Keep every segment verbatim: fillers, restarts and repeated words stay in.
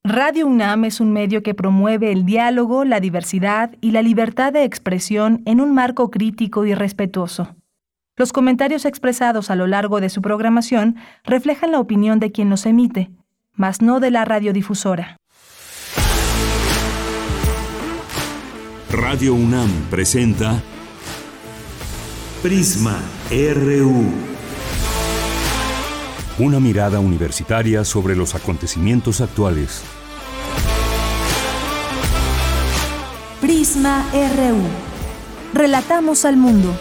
Radio UNAM es un medio que promueve el diálogo, la diversidad y la libertad de expresión en un marco crítico y respetuoso. Los comentarios expresados a lo largo de su programación reflejan la opinión de quien los emite, mas no de la radiodifusora. Radio UNAM presenta Prisma R U. Una mirada universitaria sobre los acontecimientos actuales. Prisma R U. Relatamos al mundo.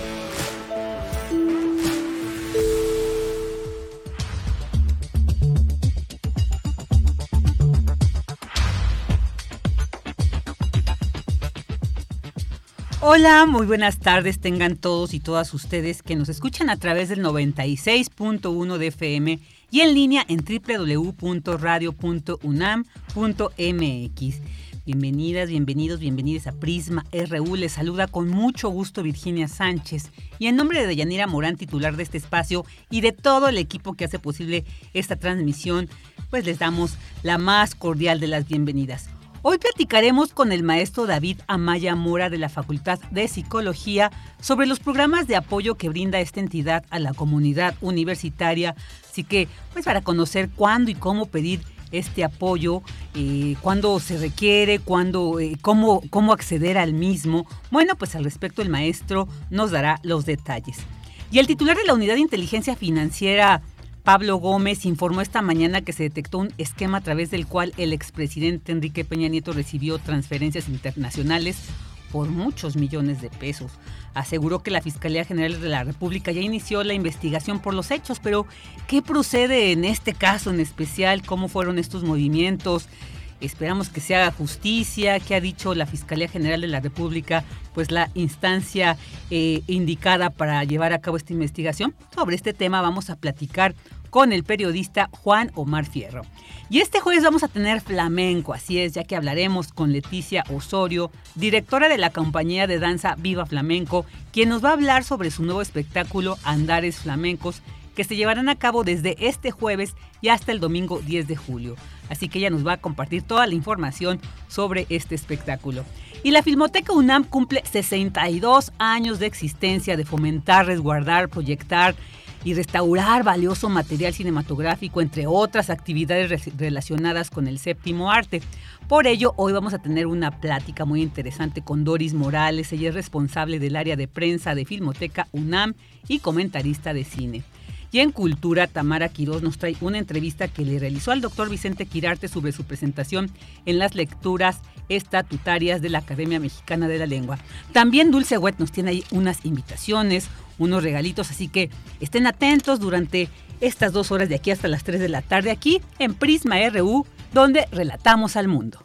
Hola, muy buenas tardes tengan todos y todas ustedes que nos escuchan a través del noventa y seis punto uno de F M y en línea en doble u doble u doble u punto radio punto unam punto m x. Bienvenidas, bienvenidos, bienvenidas a Prisma R U. Les saluda con mucho gusto Virginia Sánchez y en nombre de Deyanira Morán, titular de este espacio, y de todo el equipo que hace posible esta transmisión, pues les damos la más cordial de las bienvenidas. Hoy platicaremos con el maestro David Amaya Mora de la Facultad de Psicología sobre los programas de apoyo que brinda esta entidad a la comunidad universitaria. Así que, pues para conocer cuándo y cómo pedir este apoyo, eh, cuándo se requiere, cuándo, eh, cómo, cómo acceder al mismo. Bueno, pues al respecto el maestro nos dará los detalles. Y el titular de la Unidad de Inteligencia Financiera, Pablo Gómez, informó esta mañana que se detectó un esquema a través del cual el expresidente Enrique Peña Nieto recibió transferencias internacionales por muchos millones de pesos. Aseguró que la Fiscalía General de la República ya inició la investigación por los hechos, pero ¿qué procede en este caso en especial? ¿Cómo fueron estos movimientos? Esperamos que se haga justicia. ¿Qué ha dicho la Fiscalía General de la República? Pues la instancia eh, indicada para llevar a cabo esta investigación. Sobre este tema vamos a platicar con el periodista Juan Omar Fierro. Y este jueves vamos a tener flamenco, así es, ya que hablaremos con Leticia Osorio, directora de la compañía de danza Viva Flamenco, quien nos va a hablar sobre su nuevo espectáculo Andares Flamencos, que se llevarán a cabo desde este jueves y hasta el domingo diez de julio. Así que ella nos va a compartir toda la información sobre este espectáculo. Y la Filmoteca UNAM cumple sesenta y dos años de existencia, de fomentar, resguardar, proyectar y restaurar valioso material cinematográfico, entre otras actividades re- relacionadas con el séptimo arte. Por ello, hoy vamos a tener una plática muy interesante con Doris Morales. Ella es responsable del área de prensa de Filmoteca UNAM y comentarista de cine. Y en Cultura, Tamara Quirós nos trae una entrevista que le realizó al doctor Vicente Quirarte sobre su presentación en las lecturas estatutarias de la Academia Mexicana de la Lengua. También Dulce Wet nos tiene ahí unas invitaciones, unos regalitos, así que estén atentos durante estas dos horas de aquí hasta las tres de la tarde aquí en Prisma R U, donde relatamos al mundo.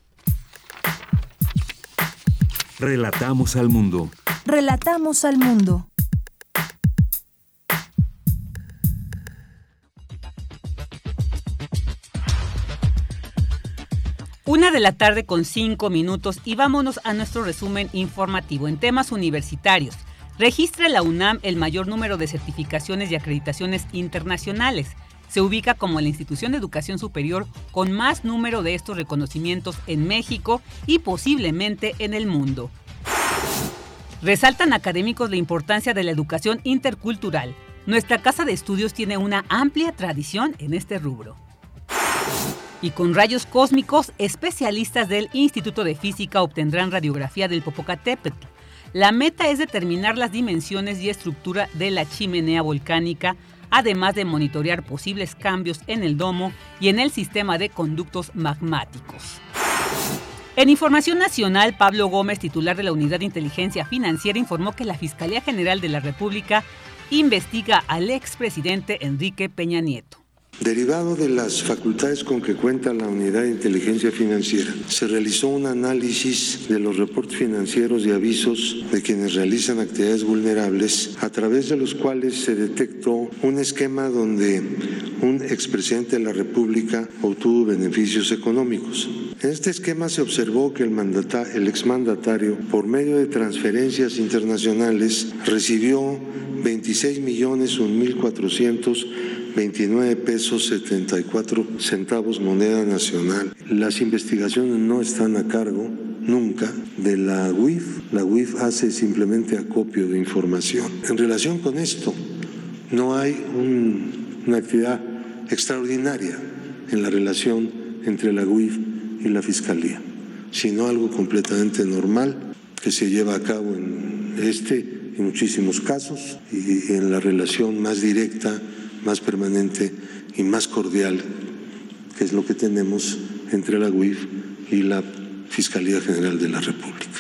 Relatamos al mundo. Relatamos al mundo. Una de la tarde con cinco minutos y vámonos a nuestro resumen informativo en temas universitarios. Registra la UNAM el mayor número de certificaciones y acreditaciones internacionales. Se ubica como la institución de educación superior con más número de estos reconocimientos en México y posiblemente en el mundo. Resaltan académicos la importancia de la educación intercultural. Nuestra casa de estudios tiene una amplia tradición en este rubro. Y con rayos cósmicos, especialistas del Instituto de Física obtendrán radiografía del Popocatépetl. La meta es determinar las dimensiones y estructura de la chimenea volcánica, además de monitorear posibles cambios en el domo y en el sistema de conductos magmáticos. En información nacional, Pablo Gómez, titular de la Unidad de Inteligencia Financiera, informó que la Fiscalía General de la República investiga al expresidente Enrique Peña Nieto. Derivado de las facultades con que cuenta la Unidad de Inteligencia Financiera, se realizó un análisis de los reportes financieros y avisos de quienes realizan actividades vulnerables, a través de los cuales se detectó un esquema donde un expresidente de la República obtuvo beneficios económicos. En este esquema se observó que el, mandata, el exmandatario, por medio de transferencias internacionales, recibió veintiséis millones un mil cuatrocientos veintinueve pesos setenta y cuatro centavos moneda nacional. Las investigaciones no están a cargo nunca de la U I F. La U I F hace simplemente acopio de información. En relación con esto, no hay un, una actividad extraordinaria en la relación entre la U I F y la Fiscalía, sino algo completamente normal que se lleva a cabo en este y muchísimos casos y en la relación más directa, más permanente y más cordial, que es lo que tenemos entre la U I F y la Fiscalía General de la República.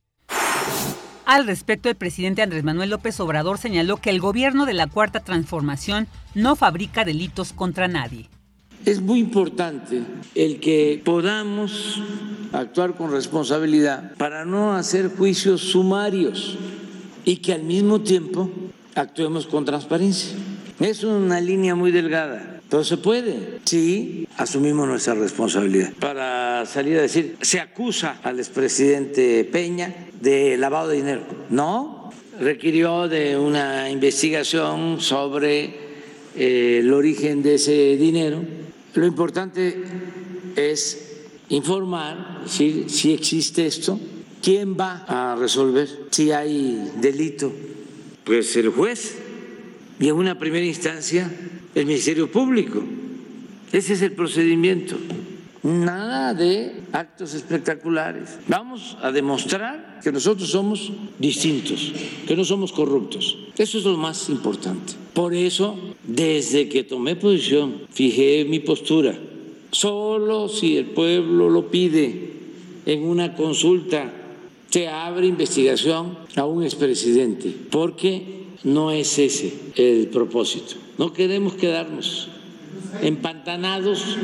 Al respecto, el presidente Andrés Manuel López Obrador señaló que el gobierno de la Cuarta Transformación no fabrica delitos contra nadie. Es muy importante el que podamos actuar con responsabilidad para no hacer juicios sumarios y que al mismo tiempo actuemos con transparencia. Es una línea muy delgada, pero se puede si asumimos nuestra responsabilidad. Para salir a decir, se acusa al expresidente Peña de lavado de dinero. No, requirió de una investigación sobre eh, el origen de ese dinero. Lo importante es informar, decir, si existe esto, quién va a resolver si hay delito. Pues el juez y en una primera instancia el Ministerio Público. Ese es el procedimiento. Nada de actos espectaculares. Vamos a demostrar que nosotros somos distintos, que no somos corruptos. Eso es lo más importante. Por eso, desde que tomé posición, fijé mi postura. Solo si el pueblo lo pide en una consulta, se abre investigación a un expresidente, porque no es ese el propósito. No queremos quedarnos empantanados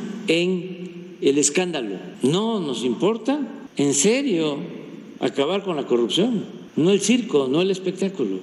en el escándalo. No nos importa, en serio, acabar con la corrupción, no el circo, no el espectáculo.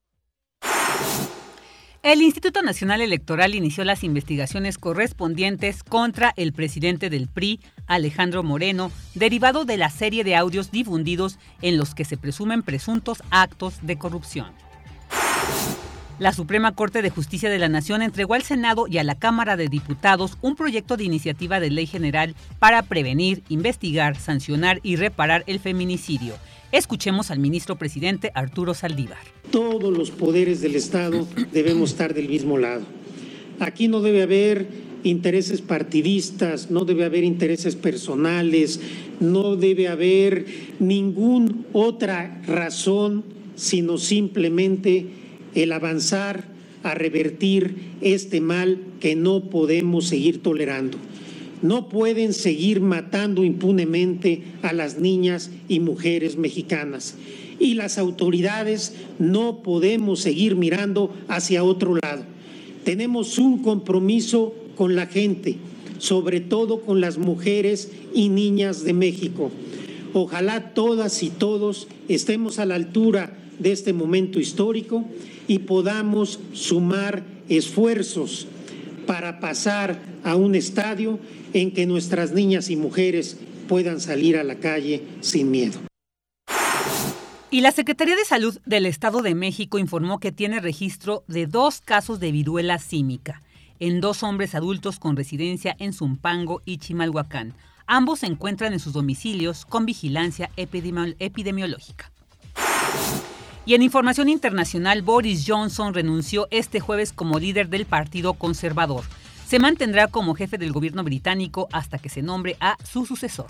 El Instituto Nacional Electoral inició las investigaciones correspondientes contra el presidente del P R I, Alejandro Moreno, derivado de la serie de audios difundidos en los que se presumen presuntos actos de corrupción. La Suprema Corte de Justicia de la Nación entregó al Senado y a la Cámara de Diputados un proyecto de iniciativa de ley general para prevenir, investigar, sancionar y reparar el feminicidio. Escuchemos al ministro presidente Arturo Saldívar. Todos los poderes del Estado debemos estar del mismo lado. Aquí no debe haber intereses partidistas, no debe haber intereses personales, no debe haber ninguna otra razón, sino simplemente el avanzar a revertir este mal que no podemos seguir tolerando. No pueden seguir matando impunemente a las niñas y mujeres mexicanas. Y las autoridades no podemos seguir mirando hacia otro lado. Tenemos un compromiso con la gente, sobre todo con las mujeres y niñas de México. Ojalá todas y todos estemos a la altura de este momento histórico y podamos sumar esfuerzos para pasar a un estadio en que nuestras niñas y mujeres puedan salir a la calle sin miedo. Y la Secretaría de Salud del Estado de México informó que tiene registro de dos casos de viruela símica en dos hombres adultos con residencia en Zumpango y Chimalhuacán. Ambos se encuentran en sus domicilios con vigilancia epidemi- epidemiológica. Y en información internacional, Boris Johnson renunció este jueves como líder del Partido Conservador. Se mantendrá como jefe del gobierno británico hasta que se nombre a su sucesor.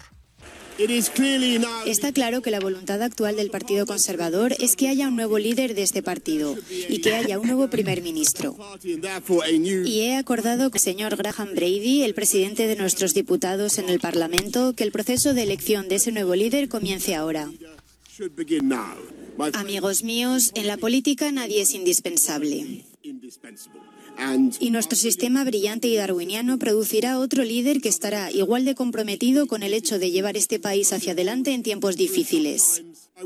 Está claro que la voluntad actual del Partido Conservador es que haya un nuevo líder de este partido y que haya un nuevo primer ministro. Y he acordado con el señor Graham Brady, el presidente de nuestros diputados en el Parlamento, que el proceso de elección de ese nuevo líder comience ahora. Amigos míos, en la política nadie es indispensable. Y nuestro sistema brillante y darwiniano producirá otro líder que estará igual de comprometido con el hecho de llevar este país hacia adelante en tiempos difíciles.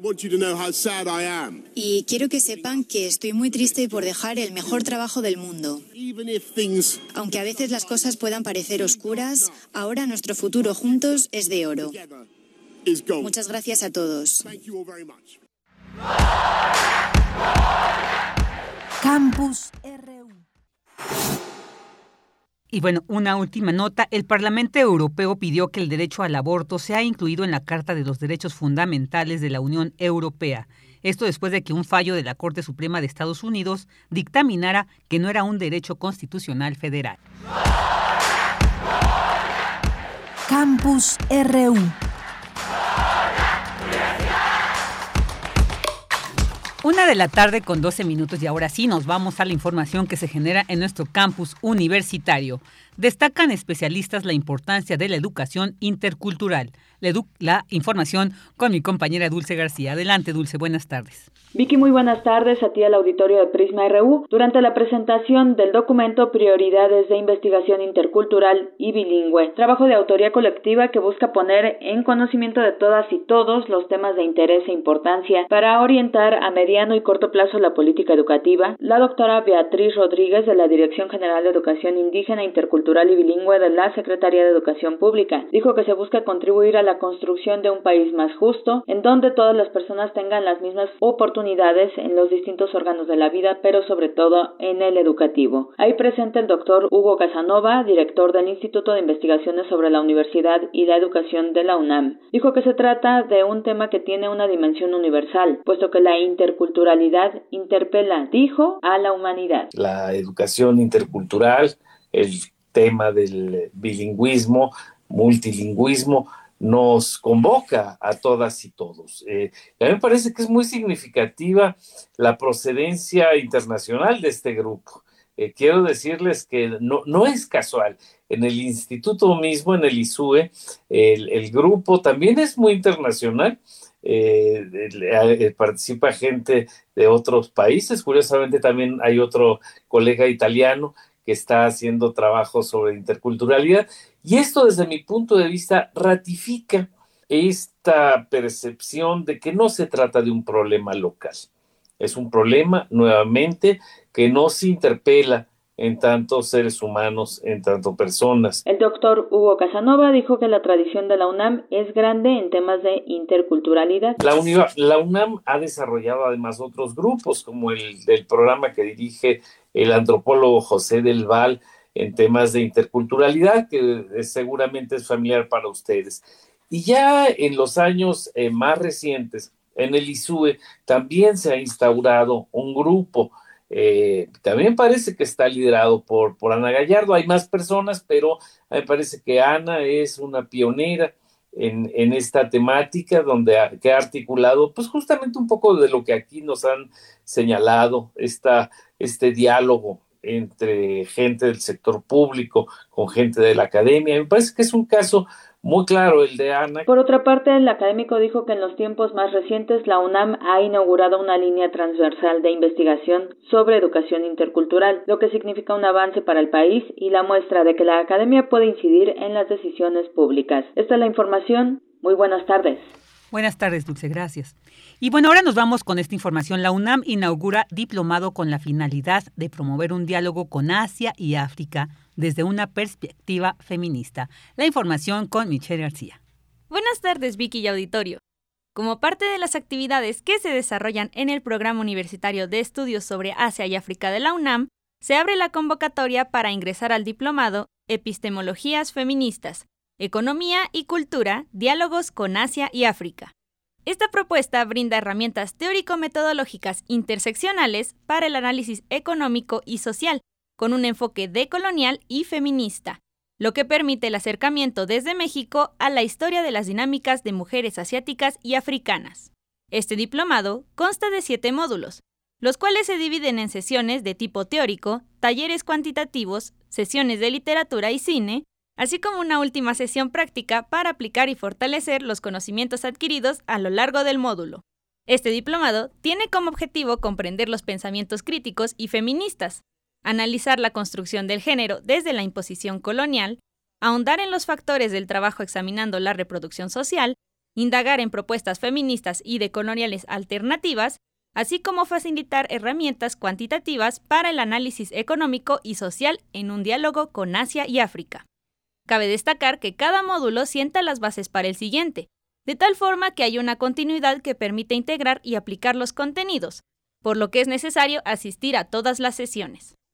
Y quiero que sepan que estoy muy triste por dejar el mejor trabajo del mundo. Aunque a veces las cosas puedan parecer oscuras, ahora nuestro futuro juntos es de oro. Muchas gracias a todos. Campus R U. Y bueno, una última nota. El Parlamento Europeo pidió que el derecho al aborto sea incluido en la Carta de los Derechos Fundamentales de la Unión Europea. Esto después de que un fallo de la Corte Suprema de Estados Unidos dictaminara que no era un derecho constitucional federal. Campus R U. Una de la tarde con doce minutos y ahora sí nos vamos a la información que se genera en nuestro campus universitario. Destacan especialistas la importancia de la educación intercultural. La, edu- la información con mi compañera Dulce García. Adelante, Dulce, buenas tardes. Vicky, muy buenas tardes a ti al auditorio de Prisma R U. Durante la presentación del documento Prioridades de Investigación Intercultural y Bilingüe, trabajo de autoría colectiva que busca poner en conocimiento de todas y todos los temas de interés e importancia para orientar a mediano y corto plazo la política educativa, la doctora Beatriz Rodríguez de la Dirección General de Educación Indígena, Intercultural y Bilingüe de la Secretaría de Educación Pública, dijo que se busca contribuir a la construcción de un país más justo, en donde todas las personas tengan las mismas oportunidades en los distintos órganos de la vida, pero sobre todo en el educativo. Ahí presenta el doctor Hugo Casanova, director del Instituto de Investigaciones sobre la Universidad y la Educación de la UNAM. Dijo que se trata de un tema que tiene una dimensión universal, puesto que la interculturalidad interpela, dijo, a la humanidad. La educación intercultural, el tema del bilingüismo, multilingüismo, nos convoca a todas y todos. Eh, a mí me parece que es muy significativa la procedencia internacional de este grupo. Eh, quiero decirles que no, no es casual. En el instituto mismo, en el I S U E, el, el grupo también es muy internacional. Eh, eh, participa gente de otros países. Curiosamente también hay otro colega italiano que está haciendo trabajo sobre interculturalidad. Y esto, desde mi punto de vista, ratifica esta percepción de que no se trata de un problema local. Es un problema, nuevamente, que nos interpela en tanto seres humanos, en tanto personas. El doctor Hugo Casanova dijo que la tradición de la UNAM es grande en temas de interculturalidad. La, uni- la UNAM ha desarrollado además otros grupos, como el del programa que dirige el antropólogo José del Val en temas de interculturalidad, que seguramente es familiar para ustedes. Y ya en los años eh, más recientes, en el I S U E también se ha instaurado un grupo. Eh, también parece que está liderado por, por Ana Gallardo. Hay más personas, pero me parece que Ana es una pionera en, en esta temática, donde ha, que ha articulado pues justamente un poco de lo que aquí nos han señalado, esta, este diálogo entre gente del sector público con gente de la academia. Me parece que es un caso muy claro el de Ana. Por otra parte, el académico dijo que en los tiempos más recientes la UNAM ha inaugurado una línea transversal de investigación sobre educación intercultural, lo que significa un avance para el país y la muestra de que la academia puede incidir en las decisiones públicas. Esta es la información. Muy buenas tardes. Buenas tardes, Dulce, gracias. Y bueno, ahora nos vamos con esta información. La UNAM inaugura diplomado con la finalidad de promover un diálogo con Asia y África desde una perspectiva feminista. La información con Michelle García. Buenas tardes, Vicky y auditorio. Como parte de las actividades que se desarrollan en el Programa Universitario de Estudios sobre Asia y África de la UNAM, se abre la convocatoria para ingresar al diplomado Epistemologías Feministas, Economía y Cultura, Diálogos con Asia y África. Esta propuesta brinda herramientas teórico-metodológicas interseccionales para el análisis económico y social, con un enfoque decolonial y feminista, lo que permite el acercamiento desde México a la historia de las dinámicas de mujeres asiáticas y africanas. Este diplomado consta de siete módulos, los cuales se dividen en sesiones de tipo teórico, talleres cuantitativos, sesiones de literatura y cine, así como una última sesión práctica para aplicar y fortalecer los conocimientos adquiridos a lo largo del módulo. Este diplomado tiene como objetivo comprender los pensamientos críticos y feministas, analizar la construcción del género desde la imposición colonial, ahondar en los factores del trabajo examinando la reproducción social, indagar en propuestas feministas y decoloniales alternativas, así como facilitar herramientas cuantitativas para el análisis económico y social en un diálogo con Asia y África. Cabe destacar que cada módulo sienta las bases para el siguiente, de tal forma que hay una continuidad que permite integrar y aplicar los contenidos, por lo que es necesario asistir a todas las sesiones.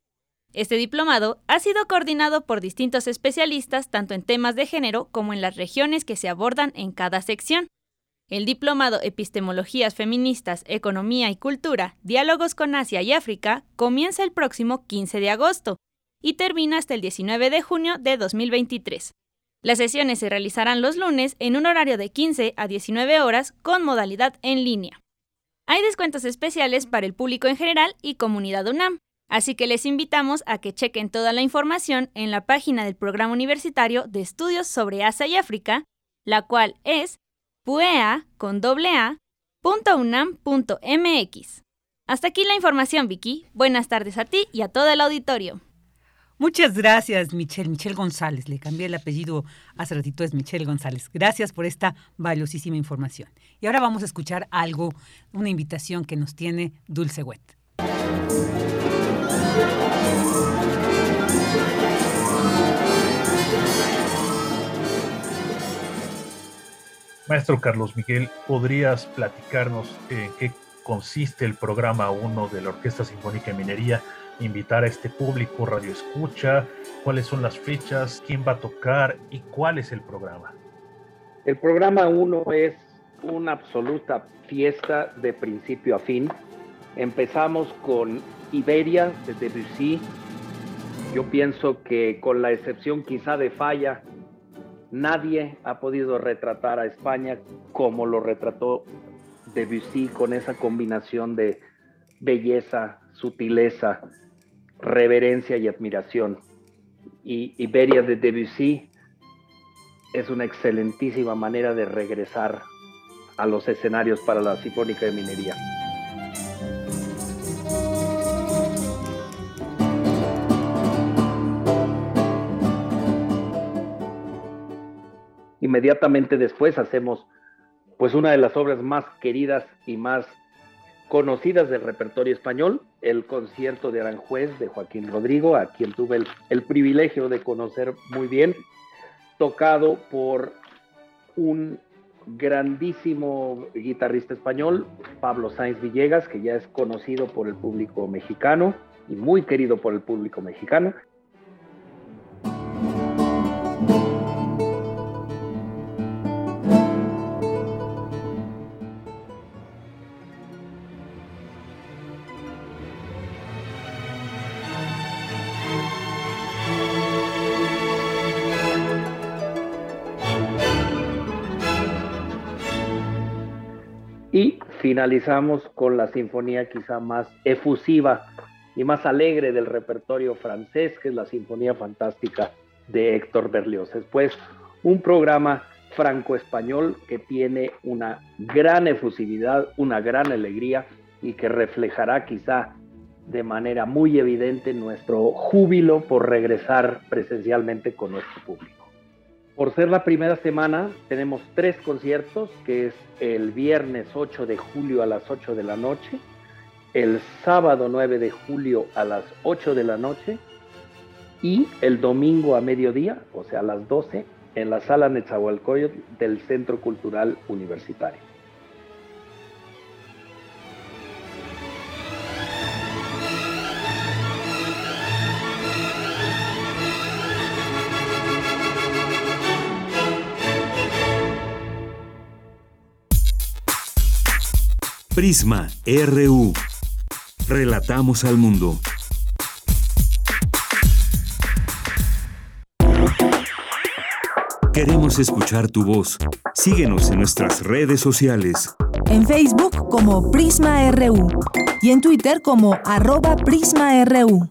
Este diplomado ha sido coordinado por distintos especialistas tanto en temas de género como en las regiones que se abordan en cada sección. El diplomado Epistemologías Feministas, Economía y Cultura, Diálogos con Asia y África comienza el próximo quince de agosto y termina hasta el diecinueve de junio de dos mil veintitrés. Las sesiones se realizarán los lunes en un horario de quince a diecinueve horas con modalidad en línea. Hay descuentos especiales para el público en general y comunidad UNAM, así que les invitamos a que chequen toda la información en la página del Programa Universitario de Estudios sobre Asia y África, la cual es puea con doble a punto unam punto mx. Hasta aquí la información, Vicky. Buenas tardes a ti y a todo el auditorio. Muchas gracias, Michelle. Michelle González. Le cambié el apellido hace ratito, es Michelle González. Gracias por esta valiosísima información. Y ahora vamos a escuchar algo, una invitación que nos tiene Dulce Wet. Maestro Carlos Miguel, ¿podrías platicarnos en qué consiste el programa uno de la Orquesta Sinfónica de Minería? Invitar a este público radio escucha, cuáles son las fechas, quién va a tocar y cuál es el programa. El programa uno es una absoluta fiesta de principio a fin. Empezamos con Iberia de Debussy. Yo pienso que con la excepción quizá de Falla, nadie ha podido retratar a España como lo retrató Debussy, con esa combinación de belleza, sutileza, reverencia y admiración. Y Iberia de Debussy es una excelentísima manera de regresar a los escenarios para la Sinfónica de Minería. Inmediatamente después hacemos pues una de las obras más queridas y más conocidas del repertorio español, el concierto de Aranjuez de Joaquín Rodrigo, a quien tuve el, el privilegio de conocer muy bien, tocado por un grandísimo guitarrista español, Pablo Sáenz Villegas, que ya es conocido por el público mexicano y muy querido por el público mexicano. Y finalizamos con la sinfonía quizá más efusiva y más alegre del repertorio francés, que es la Sinfonía Fantástica de Héctor Berlioz. Después, un programa franco-español que tiene una gran efusividad, una gran alegría y que reflejará quizá de manera muy evidente nuestro júbilo por regresar presencialmente con nuestro público. Por ser la primera semana, tenemos tres conciertos, que es el viernes ocho de julio a las ocho de la noche, el sábado nueve de julio a las ocho de la noche y el domingo a mediodía, o sea a las doce, en la Sala Netzahualcóyotl del Centro Cultural Universitario. Prisma R U. Relatamos al mundo. Queremos escuchar tu voz. Síguenos en nuestras redes sociales. En Facebook como Prisma R U y en Twitter como arroba Prisma R U.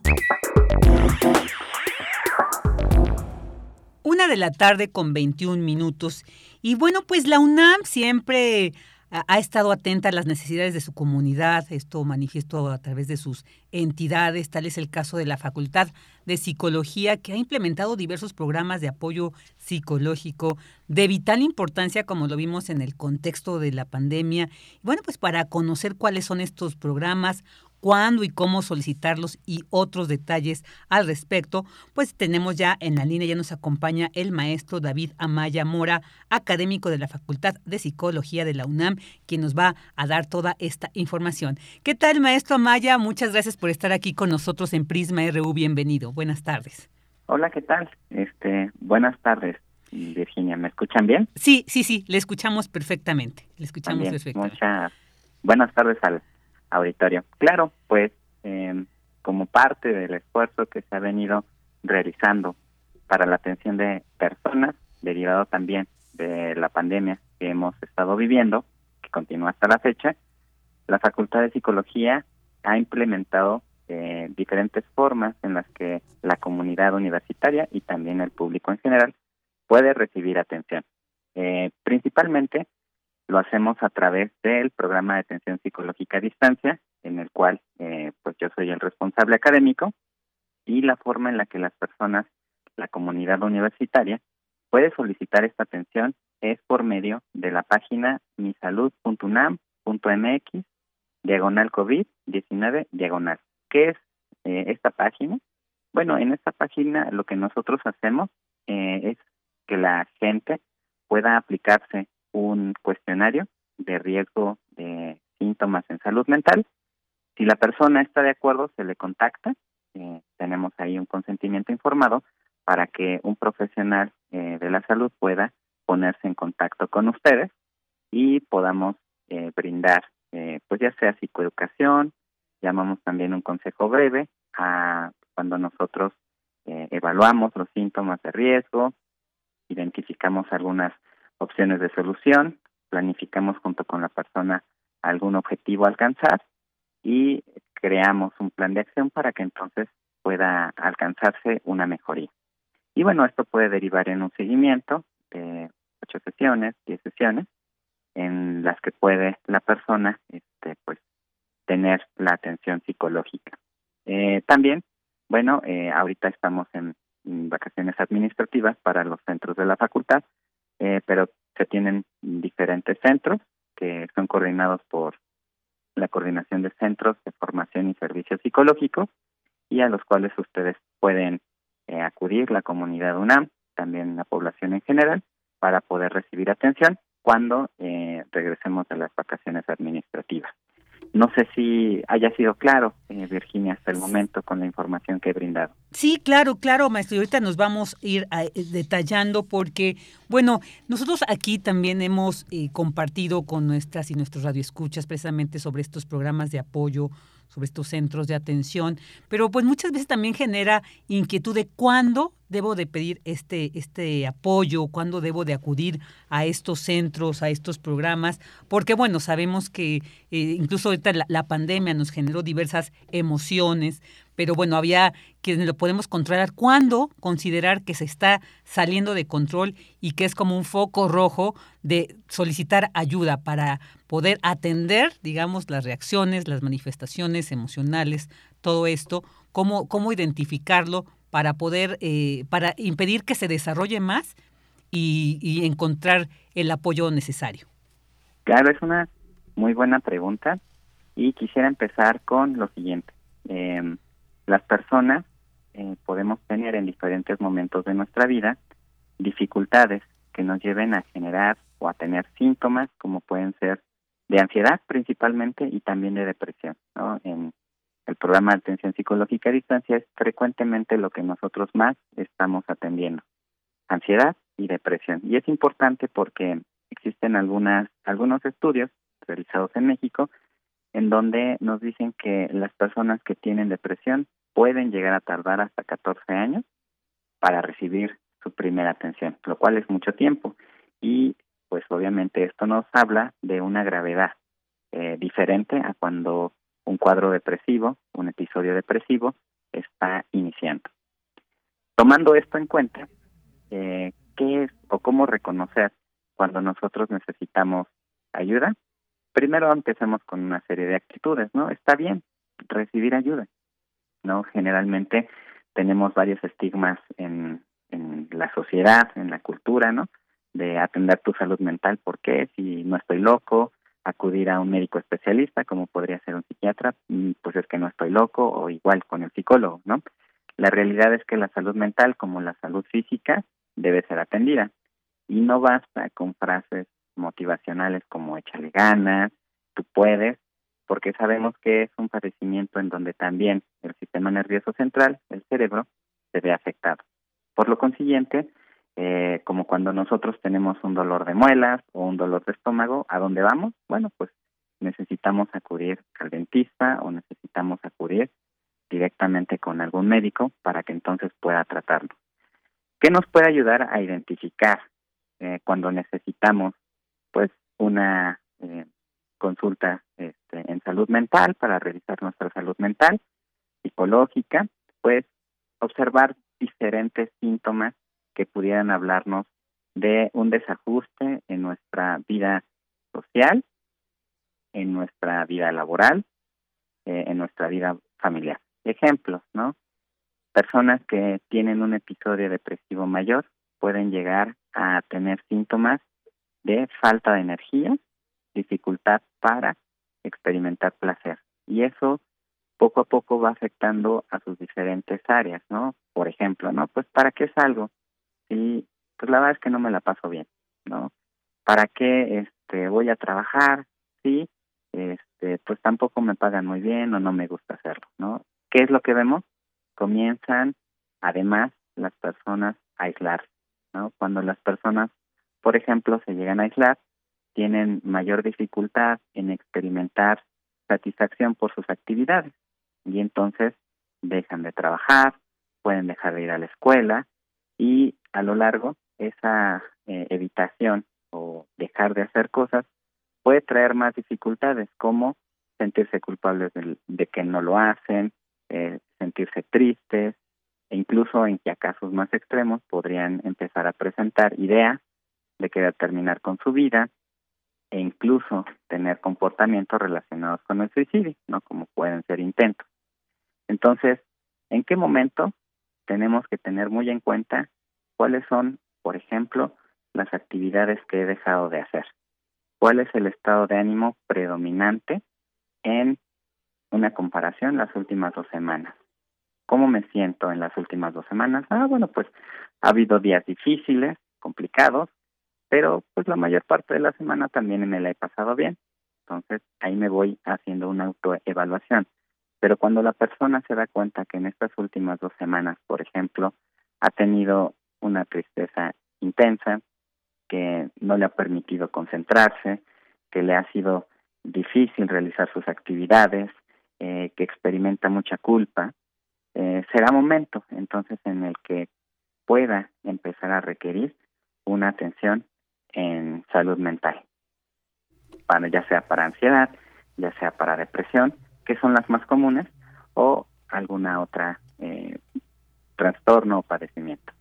Una de la tarde con veintiún minutos. Y bueno, pues la UNAM siempre ha estado atenta a las necesidades de su comunidad, esto manifiesto a través de sus entidades, tal es el caso de la Facultad de Psicología, que ha implementado diversos programas de apoyo psicológico de vital importancia, como lo vimos en el contexto de la pandemia. Bueno, pues para conocer cuáles son estos programas, cuándo y cómo solicitarlos y otros detalles al respecto, pues tenemos ya en la línea, ya nos acompaña el maestro David Amaya Mora, académico de la Facultad de Psicología de la UNAM, quien nos va a dar toda esta información. ¿Qué tal, maestro Amaya? Muchas gracias por estar aquí con nosotros en Prisma R U. Bienvenido. Buenas tardes. Hola, ¿qué tal? Este, buenas tardes, Virginia. ¿Me escuchan bien? Sí, sí, sí, le escuchamos perfectamente. Le escuchamos También, perfectamente. Muchas buenas tardes al auditorio. Claro, pues eh, como parte del esfuerzo que se ha venido realizando para la atención de personas, derivado también de la pandemia que hemos estado viviendo, que continúa hasta la fecha, la Facultad de Psicología ha implementado eh, diferentes formas en las que la comunidad universitaria y también el público en general puede recibir atención. Eh, principalmente lo hacemos a través del programa de atención psicológica a distancia, en el cual eh, pues yo soy el responsable académico, y la forma en la que las personas, la comunidad universitaria, puede solicitar esta atención es por medio de la página misalud punto unam punto mx diagonal COVID diecinueve diagonal. ¿Qué es eh, esta página? Bueno, en esta página lo que nosotros hacemos eh, es que la gente pueda aplicarse un cuestionario de riesgo de síntomas en salud mental. Si la persona está de acuerdo, se le contacta. Eh, tenemos ahí un consentimiento informado para que un profesional eh, de la salud pueda ponerse en contacto con ustedes y podamos eh, brindar, eh, pues ya sea psicoeducación, llamamos también un consejo breve a cuando nosotros eh, evaluamos los síntomas de riesgo, identificamos algunas opciones de solución, planificamos junto con la persona algún objetivo a alcanzar y creamos un plan de acción para que entonces pueda alcanzarse una mejoría. Y bueno, esto puede derivar en un seguimiento de ocho sesiones, diez sesiones, en las que puede la persona este, pues tener la atención psicológica. Eh, también, bueno, eh, ahorita estamos en, en vacaciones administrativas para los centros de la facultad, eh, pero se tienen diferentes centros que son coordinados por la Coordinación de Centros de Formación y Servicios Psicológicos, y a los cuales ustedes pueden eh, acudir, la comunidad UNAM, también la población en general, para poder recibir atención cuando eh, regresemos de las vacaciones administrativas. No sé si haya sido claro, eh, Virginia, hasta el momento con la información que he brindado. Sí, claro, claro, maestro. Y ahorita nos vamos a ir a, eh, detallando porque, bueno, nosotros aquí también hemos eh, compartido con nuestras y nuestros radioescuchas precisamente sobre estos programas de apoyo, sobre estos centros de atención, pero pues muchas veces también genera inquietud de cuándo debo de pedir este, este apoyo, cuándo debo de acudir a estos centros, a estos programas, porque bueno, sabemos que eh, incluso ahorita la, la pandemia nos generó diversas emociones, pero bueno, había quienes lo podemos controlar. ¿Cuándo considerar que se está saliendo de control y que es como un foco rojo de solicitar ayuda para poder atender, digamos, las reacciones, las manifestaciones emocionales, todo esto? ¿Cómo, cómo identificarlo para poder, eh, para impedir que se desarrolle más y, y encontrar el apoyo necesario? Claro, es una muy buena pregunta y quisiera empezar con lo siguiente. Eh, las personas eh, podemos tener en diferentes momentos de nuestra vida dificultades que nos lleven a generar o a tener síntomas como pueden ser de ansiedad principalmente y también de depresión, ¿no? En el programa de atención psicológica a distancia es frecuentemente lo que nosotros más estamos atendiendo, ansiedad y depresión. Y es importante porque existen algunas algunos estudios realizados en México en donde nos dicen que las personas que tienen depresión pueden llegar a tardar hasta catorce años para recibir su primera atención, lo cual es mucho tiempo. Y pues obviamente esto nos habla de una gravedad eh, diferente a cuando un cuadro depresivo, un episodio depresivo, está iniciando. Tomando esto en cuenta, eh, ¿qué es o cómo reconocer cuando nosotros necesitamos ayuda? Primero empecemos con una serie de actitudes, ¿no? Está bien recibir ayuda, ¿no? Generalmente tenemos varios estigmas en, en la sociedad, en la cultura, ¿no? De atender tu salud mental, ¿por qué? Si no estoy loco, acudir a un médico especialista, como podría ser un psiquiatra, pues es que no estoy loco, o igual con el psicólogo, ¿no? La realidad es que la salud mental, como la salud física, debe ser atendida. Y no basta con frases motivacionales como échale ganas, tú puedes, porque sabemos que es un padecimiento en donde también el sistema nervioso central, el cerebro, se ve afectado. Por lo consiguiente, eh, como cuando nosotros tenemos un dolor de muelas o un dolor de estómago, ¿a dónde vamos? Bueno, pues necesitamos acudir al dentista o necesitamos acudir directamente con algún médico para que entonces pueda tratarlo. ¿Qué nos puede ayudar a identificar eh, cuando necesitamos pues una eh, consulta este, en salud mental para revisar nuestra salud mental, psicológica? Pues observar diferentes síntomas que pudieran hablarnos de un desajuste en nuestra vida social, en nuestra vida laboral, eh, en nuestra vida familiar. Ejemplos, ¿no? Personas que tienen un episodio depresivo mayor pueden llegar a tener síntomas de falta de energía, dificultad para experimentar placer. Y eso poco a poco va afectando a sus diferentes áreas, ¿no? Por ejemplo, ¿no? Pues ¿para qué salgo? Sí, pues la verdad es que no me la paso bien, ¿no? ¿Para qué este voy a trabajar? Sí, este, pues tampoco me pagan muy bien o no me gusta hacerlo, ¿no? ¿Qué es lo que vemos? Comienzan, además, las personas a aislarse, ¿no? Cuando las personas, por ejemplo, se llegan a aislar, tienen mayor dificultad en experimentar satisfacción por sus actividades y entonces dejan de trabajar, pueden dejar de ir a la escuela y a lo largo esa eh, evitación o dejar de hacer cosas puede traer más dificultades, como sentirse culpables de, de que no lo hacen, eh, sentirse tristes, e incluso en que a casos más extremos podrían empezar a presentar ideas de querer terminar con su vida e incluso tener comportamientos relacionados con el suicidio, ¿no? Como pueden ser intentos. Entonces, ¿en qué momento tenemos que tener muy en cuenta cuáles son, por ejemplo, las actividades que he dejado de hacer? ¿Cuál es el estado de ánimo predominante en una comparación las últimas dos semanas? ¿Cómo me siento en las últimas dos semanas? Ah, bueno, pues ha habido días difíciles, complicados, pero pues la mayor parte de la semana también me la he pasado bien. Entonces ahí me voy haciendo una autoevaluación. Pero cuando la persona se da cuenta que en estas últimas dos semanas, por ejemplo, ha tenido una tristeza intensa, que no le ha permitido concentrarse, que le ha sido difícil realizar sus actividades, eh, que experimenta mucha culpa, eh, será momento entonces en el que pueda empezar a requerir una atención en salud mental, para, ya sea para ansiedad, ya sea para depresión, que son las más comunes, o alguna otra eh, trastorno o padecimiento.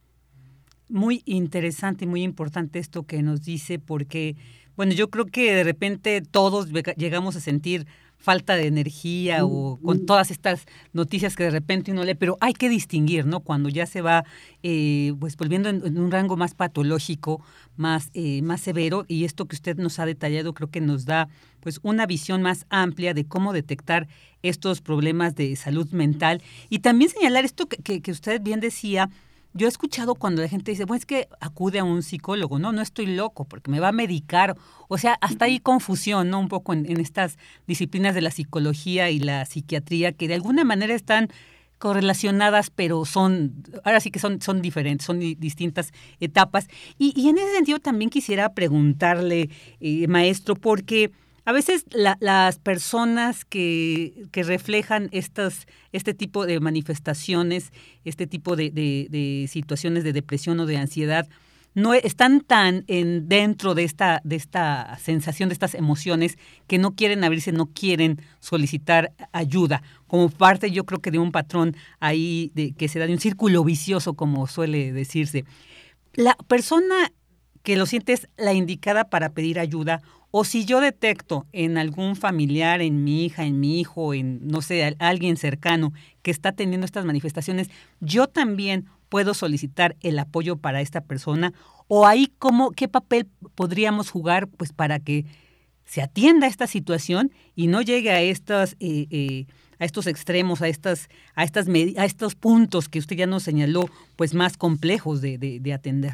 Muy interesante y muy importante esto que nos dice, porque, bueno, yo creo que de repente todos llegamos a sentir falta de energía o con todas estas noticias que de repente uno lee, pero hay que distinguir, ¿no? Cuando ya se va eh, pues volviendo en, en un rango más patológico, más, eh, más severo, y esto que usted nos ha detallado creo que nos da pues una visión más amplia de cómo detectar estos problemas de salud mental y también señalar esto que, que, que usted bien decía. Yo he escuchado cuando la gente dice, bueno, es que acude a un psicólogo, no, no estoy loco porque me va a medicar. O sea, hasta hay confusión, ¿no? Un poco en, en estas disciplinas de la psicología y la psiquiatría que de alguna manera están correlacionadas, pero son, ahora sí que son, son diferentes, son distintas etapas. Y, y en ese sentido también quisiera preguntarle, eh, maestro, porque a veces la, las personas que, que reflejan estas, este tipo de manifestaciones, este tipo de, de, de situaciones de depresión o de ansiedad, no están tan en, dentro de esta, de esta sensación, de estas emociones, que no quieren abrirse, no quieren solicitar ayuda, como parte yo creo que de un patrón ahí de, que se da de un círculo vicioso, como suele decirse. La persona que lo siente es la indicada para pedir ayuda, o si yo detecto en algún familiar, en mi hija, en mi hijo, en, no sé, alguien cercano que está teniendo estas manifestaciones, yo también puedo solicitar el apoyo para esta persona, o ahí cómo, qué papel podríamos jugar pues para que se atienda esta situación y no llegue a estas eh, eh, a estos extremos, a estas a estas a estos puntos que usted ya nos señaló, pues más complejos de, de, de atender.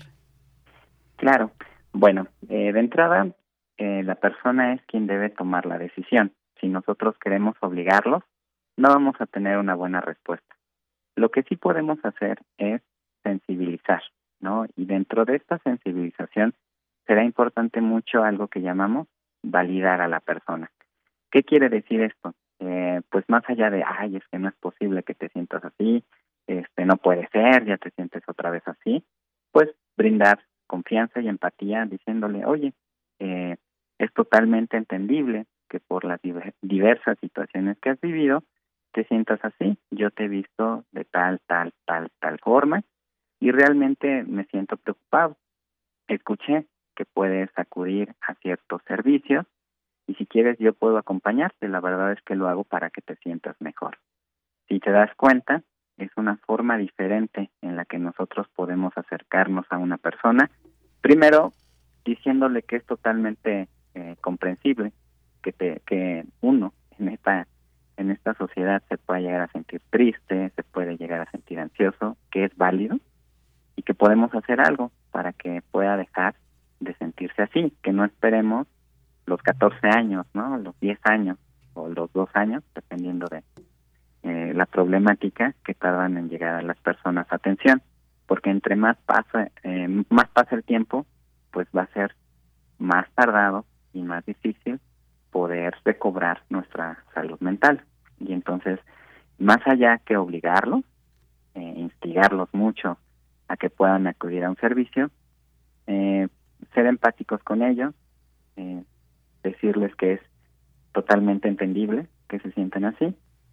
Claro. Bueno, eh, de entrada, eh, la persona es quien debe tomar la decisión. Si nosotros queremos obligarlos, no vamos a tener una buena respuesta. Lo que sí podemos hacer es sensibilizar, ¿no? Y dentro de esta sensibilización será importante mucho algo que llamamos validar a la persona. ¿Qué quiere decir esto? Eh, pues más allá de, ay, es que no es posible que te sientas así, este, no puede ser, ya te sientes otra vez así, pues brindar confianza y empatía diciéndole, oye, eh, es totalmente entendible que por las diversas situaciones que has vivido te sientas así. Yo te he visto de tal, tal, tal, tal forma y realmente me siento preocupado. Escuché que puedes acudir a ciertos servicios y si quieres yo puedo acompañarte. La verdad es que lo hago para que te sientas mejor. Si te das cuenta, es una forma diferente en la que nosotros podemos acercarnos a una persona. Primero, diciéndole que es totalmente eh, comprensible que te, que uno en esta en esta sociedad se pueda llegar a sentir triste, se puede llegar a sentir ansioso, que es válido y que podemos hacer algo para que pueda dejar de sentirse así, que no esperemos los catorce años, ¿no? Los diez años o los dos años, dependiendo de eh, la problemática que tardan en llegar a las personas a atención, porque entre más pasa, eh, más pasa el tiempo, pues va a ser más tardado y más difícil poder recobrar nuestra salud mental. Y entonces, más allá que obligarlos, eh, instigarlos mucho a que puedan acudir a un servicio, eh, ser empáticos con ellos, eh, decirles que es totalmente entendible que se sienten así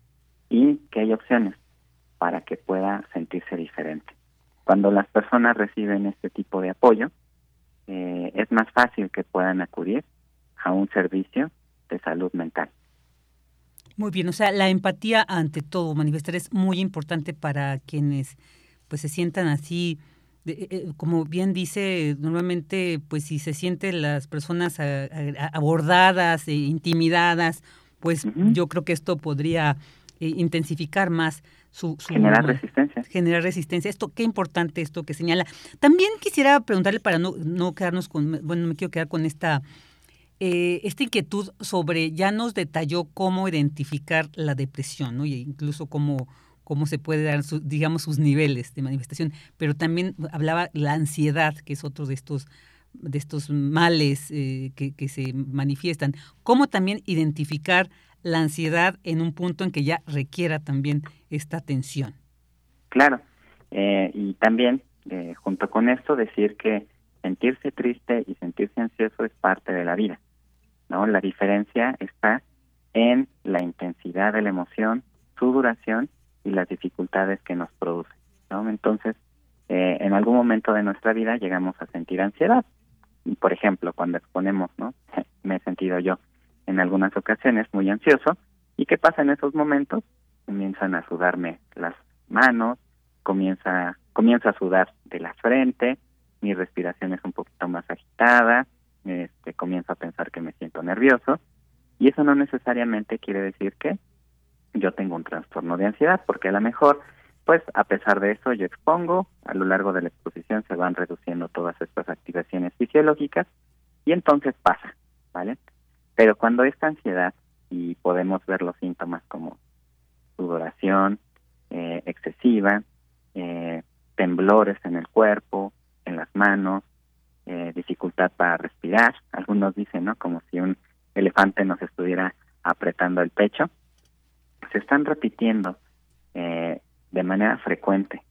y que hay opciones para que pueda sentirse diferente. Cuando las personas reciben este tipo de apoyo, eh, es más fácil que puedan acudir a un servicio de salud mental. Muy bien, o sea, la empatía ante todo, manifestar es muy importante para quienes pues se sientan así, de, eh, como bien dice, normalmente pues si se sienten las personas a, a, abordadas, e intimidadas, pues uh-huh. yo creo que esto podría eh, intensificar más su, su generar resistencia. Generar resistencia. Esto, qué importante esto que señala. También quisiera preguntarle para no, no quedarnos con, bueno, me quiero quedar con esta Eh, esta inquietud sobre, ya nos detalló cómo identificar la depresión, ¿no? Y incluso cómo, cómo se puede dar, su, digamos, sus niveles de manifestación, pero también hablaba la ansiedad, que es otro de estos, de estos males eh, que, que se manifiestan. Cómo también identificar la ansiedad en un punto en que ya requiera también esta atención. Claro, eh, y también, eh, junto con esto, decir que sentirse triste y sentirse ansioso es parte de la vida, ¿no? La diferencia está en la intensidad de la emoción, su duración y las dificultades que nos produce, ¿no? Entonces, eh, en algún momento de nuestra vida llegamos a sentir ansiedad. Por ejemplo, cuando exponemos, ¿no? Me he sentido yo en algunas ocasiones muy ansioso. ¿Y qué pasa en esos momentos? Comienzan a sudarme las manos, comienza, comienza a sudar de la frente, mi respiración es un poquito más agitada, este, comienzo a pensar que me siento nervioso, y eso no necesariamente quiere decir que yo tengo un trastorno de ansiedad, porque a lo mejor, pues a pesar de eso yo expongo, a lo largo de la exposición se van reduciendo todas estas activaciones fisiológicas, y entonces pasa, ¿vale? Pero cuando esta ansiedad, y podemos ver los síntomas como sudoración eh, excesiva, eh, temblores en el cuerpo, en las manos, eh, dificultad para respirar, algunos dicen, ¿no? Como si un elefante nos estuviera apretando el pecho, se están repitiendo eh, de manera frecuente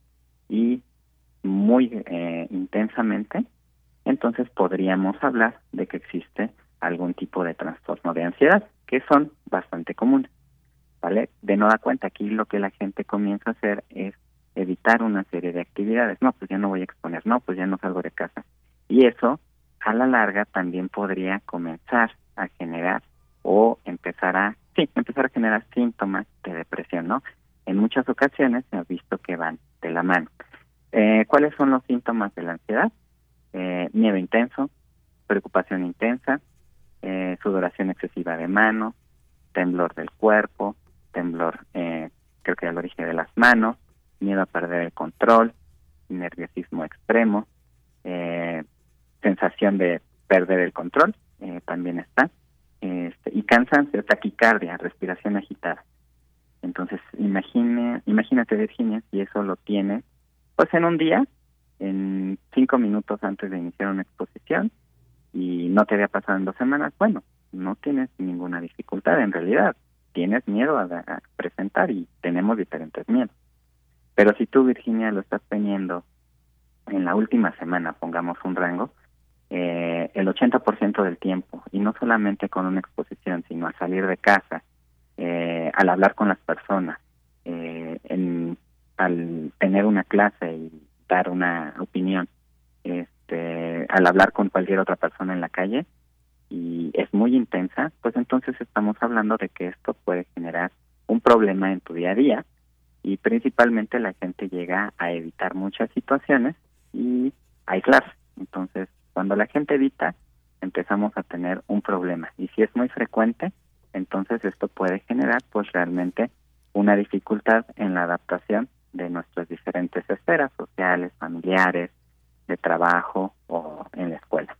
y muy eh, intensamente, entonces podríamos hablar de que existe algún tipo de trastorno de ansiedad, que son bastante comunes, ¿vale? De nueva cuenta, aquí lo que la gente comienza a hacer es evitar una serie de actividades. No, pues ya no voy a exponer, no, pues ya no salgo de casa. Y eso, a la larga, también podría comenzar a generar o empezar a, sí, empezar a generar síntomas de depresión, ¿no? En muchas ocasiones se ha visto que van de la mano. Eh, ¿Cuáles son los síntomas de la ansiedad? Eh, miedo intenso, preocupación intensa, eh, sudoración excesiva de manos, temblor del cuerpo, temblor, eh, creo que ya lo dije, de las manos, miedo a perder el control, nerviosismo extremo, eh, sensación de perder el control, eh, también está, este, y cansancio, taquicardia, respiración agitada. Entonces, imagine, imagínate, Virginia, si eso lo tienes, pues en un día, en cinco minutos antes de iniciar una exposición, y no te había pasado en dos semanas, bueno, no tienes ninguna dificultad en realidad. Tienes miedo a, a presentar y tenemos diferentes miedos. Pero si tú, Virginia, lo estás teniendo en la última semana, pongamos un rango, eh, el ochenta por ciento del tiempo, y no solamente con una exposición, sino al salir de casa, eh, al hablar con las personas, eh, en, al tener una clase y dar una opinión, este, al hablar con cualquier otra persona en la calle, y es muy intensa, pues entonces estamos hablando de que esto puede generar un problema en tu día a día, y principalmente la gente llega a evitar muchas situaciones y a aislarse. Entonces, cuando la gente evita, empezamos a tener un problema, y si es muy frecuente, entonces esto puede generar pues realmente una dificultad en la adaptación de nuestras diferentes esferas sociales, familiares, de trabajo o en la escuela.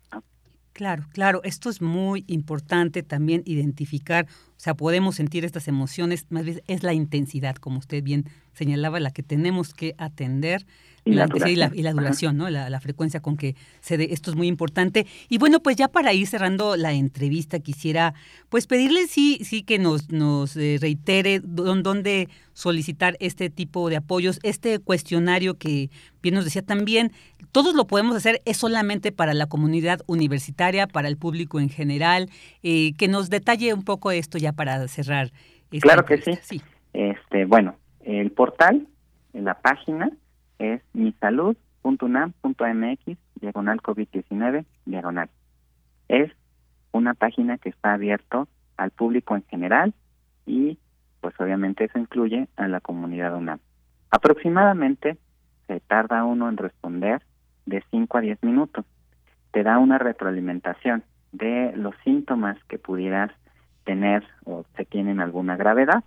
Claro, claro, esto es muy importante también identificar, o sea, podemos sentir estas emociones, más bien es la intensidad, como usted bien señalaba, la que tenemos que atender. Y la, la, duración. Sí, la, y la duración, ¿no? La, la frecuencia con que se dé, esto es muy importante. Y bueno, pues ya para ir cerrando la entrevista, quisiera pues pedirle sí, sí que nos, nos eh, reitere dónde solicitar este tipo de apoyos, este cuestionario que bien nos decía también, todos lo podemos hacer, es solamente para la comunidad universitaria, para el público en general, eh, que nos detalle un poco esto ya para cerrar. Esta Claro que sí. sí. Este, bueno, el portal, en la página, es misalud punto unam punto mx, diagonal COVID diecinueve, diagonal. Es una página que está abierto al público en general y, pues obviamente eso incluye a la comunidad UNAM. Aproximadamente se tarda uno en responder de cinco a diez minutos. Te da una retroalimentación de los síntomas que pudieras tener o se tienen alguna gravedad,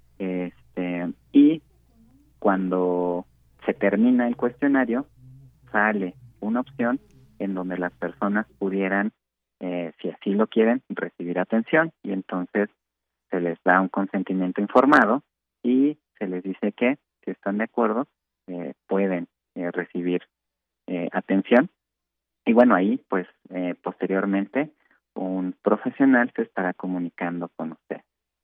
este, y cuando se termina el cuestionario, sale una opción en donde las personas pudieran, eh, si así lo quieren, recibir atención, y entonces se les da un consentimiento informado y se les dice que, si están de acuerdo, eh, pueden eh, recibir eh, atención. Y bueno, ahí, pues, eh, posteriormente, un profesional se estará comunicando con usted.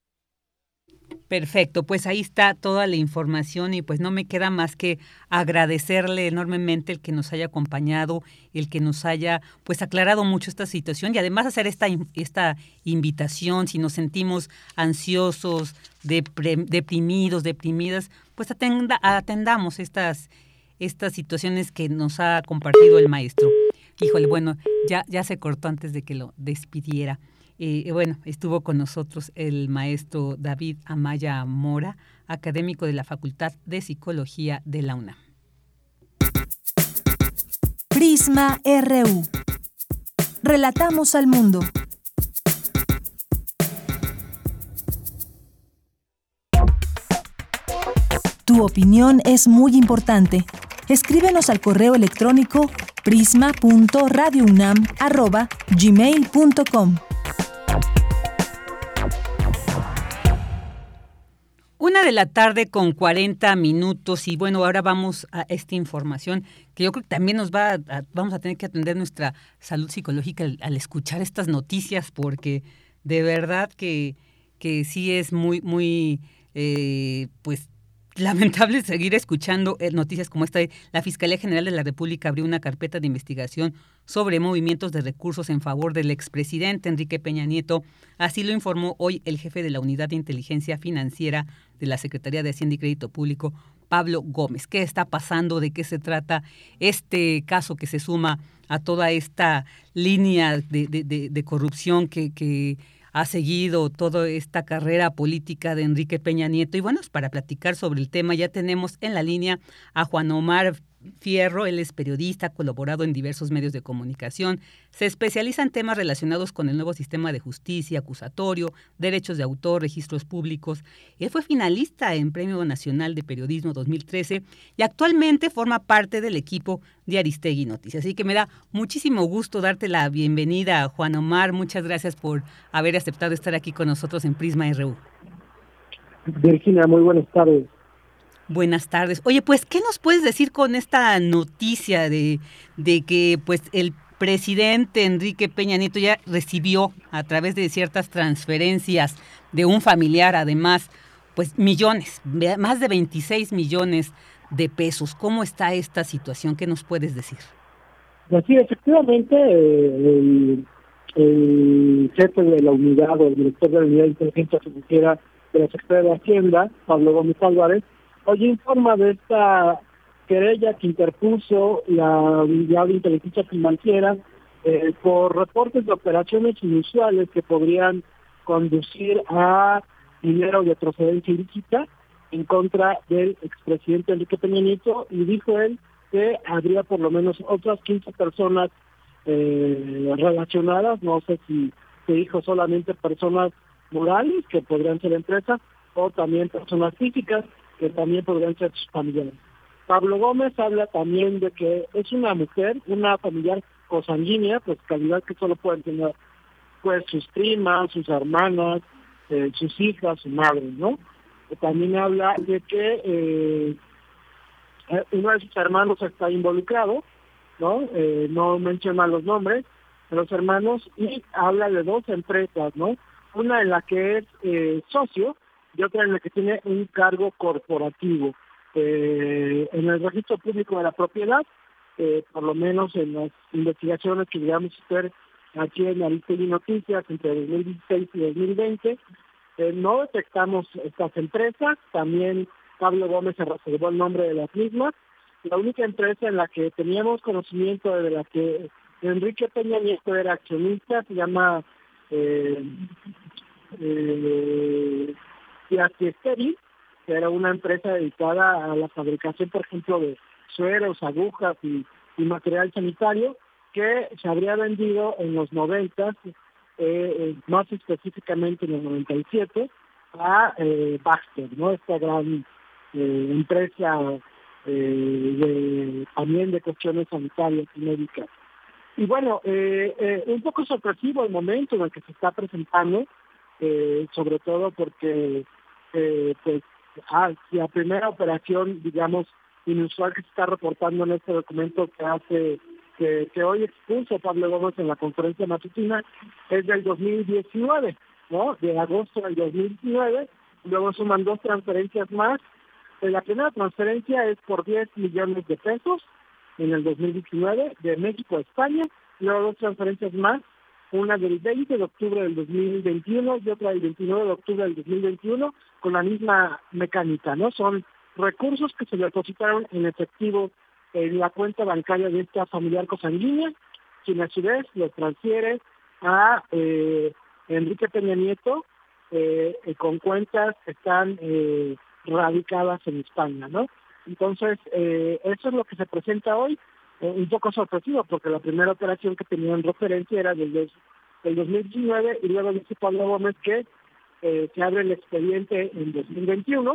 Perfecto, pues ahí está toda la información y pues no me queda más que agradecerle enormemente el que nos haya acompañado, el que nos haya pues aclarado mucho esta situación y además hacer esta, esta invitación, si nos sentimos ansiosos, depre, deprimidos, deprimidas, pues atenda, atendamos estas, estas situaciones que nos ha compartido el maestro. Híjole, bueno, ya, ya se cortó antes de que lo despidiera. Eh, bueno, estuvo con nosotros el maestro David Amaya Mora, académico de la Facultad de Psicología de la UNAM. Prisma R U. Relatamos al mundo. Tu opinión es muy importante. Escríbenos al correo electrónico prisma punto radio unam arroba gmail punto com. Una de la tarde con cuarenta minutos y bueno, ahora vamos a esta información que yo creo que también nos va a, a, vamos a tener que atender nuestra salud psicológica al, al escuchar estas noticias porque de verdad que, que sí es muy, muy, eh, pues lamentable seguir escuchando noticias como esta. La Fiscalía General de la República abrió una carpeta de investigación sobre movimientos de recursos en favor del expresidente Enrique Peña Nieto. Así lo informó hoy el jefe de la Unidad de Inteligencia Financiera de la Secretaría de Hacienda y Crédito Público, Pablo Gómez. ¿Qué está pasando? ¿De qué se trata este caso que se suma a toda esta línea de, de, de, de corrupción que, que ha seguido toda esta carrera política de Enrique Peña Nieto? Y bueno, para platicar sobre el tema ya tenemos en la línea a Juan Omar Fierro. Él es periodista, ha colaborado en diversos medios de comunicación, se especializa en temas relacionados con el nuevo sistema de justicia, acusatorio, derechos de autor, registros públicos. Él fue finalista en Premio Nacional de Periodismo dos mil trece y actualmente forma parte del equipo de Aristegui Noticias. Así que me da muchísimo gusto darte la bienvenida, Juan Omar. Muchas gracias por haber aceptado estar aquí con nosotros en Prisma R U. Virginia, muy buenas tardes. Buenas tardes. Oye, pues, ¿qué nos puedes decir con esta noticia de, de que pues el presidente Enrique Peña Nieto ya recibió a través de ciertas transferencias de un familiar, además, pues millones, más de veintiséis millones de pesos? ¿Cómo está esta situación? ¿Qué nos puedes decir? Pues sí, efectivamente, el, el jefe de la unidad o el director de la unidad de inteligencia financiera de la Secretaría de Hacienda, Pablo Gómez Álvarez, hoy informa de esta querella que interpuso la unidad de inteligencia financiera eh, por reportes de operaciones inusuales que podrían conducir a dinero de procedencia ilícita en contra del expresidente Enrique Peña Nieto, y dijo él que habría por lo menos otras quince personas eh, relacionadas. No sé si se dijo solamente personas morales, que podrían ser empresas, o también personas físicas, que también podrían ser sus familiares. Pablo Gómez habla también de que es una mujer, una familiar consanguínea, pues calidad que solo pueden tener pues sus primas, sus hermanas, eh, sus hijas, su madre, ¿no? También habla de que eh, uno de sus hermanos está involucrado, ¿no? Eh, no menciona los nombres de los hermanos, y habla de dos empresas, ¿no? Una en la que es eh, socio y otra en la que tiene un cargo corporativo. Eh, en el registro público de la propiedad, eh, por lo menos en las investigaciones que llegamos a hacer aquí en Aristegui Noticias entre dos mil dieciséis y dos mil veinte, eh, no detectamos estas empresas. También Pablo Gómez se reservó el nombre de las mismas. La única empresa en la que teníamos conocimiento de la que Enrique Peña Nieto era accionista se llama eh, eh, Piasteri, que era una empresa dedicada a la fabricación, por ejemplo, de sueros, agujas y, y material sanitario, que se habría vendido en los noventas, eh, más específicamente en el noventa y siete, a eh, Baxter, ¿no? Esta gran eh, empresa eh, de, también de cuestiones sanitarias y médicas. Y bueno, eh, eh, un poco sorpresivo el momento en el que se está presentando, eh, sobre todo porque eh, pues ah, la primera operación, digamos, inusual que se está reportando en este documento que hace que, que hoy expuso Pablo Gómez en la conferencia matutina es del dos mil diecinueve, ¿no? De agosto del dos mil diecinueve, luego suman dos transferencias más. La primera transferencia es por diez millones de pesos en el dos mil diecinueve de México a España, luego dos transferencias más, una del veinte de octubre del dos mil veintiuno y otra del veintinueve de octubre del dos mil veintiuno, con la misma mecánica, ¿no? Son recursos que se depositaron en efectivo en la cuenta bancaria de esta familiar consanguínea, quien a su vez lo transfiere a eh, Enrique Peña Nieto eh, eh, con cuentas que están eh, radicadas en España, ¿no? Entonces, eh, eso es lo que se presenta hoy, eh, un poco sorpresivo, porque la primera operación que tenían referencia era del, del dos mil diecinueve, y luego dice Pablo Gómez que eh, se abre el expediente en dos mil veintiuno,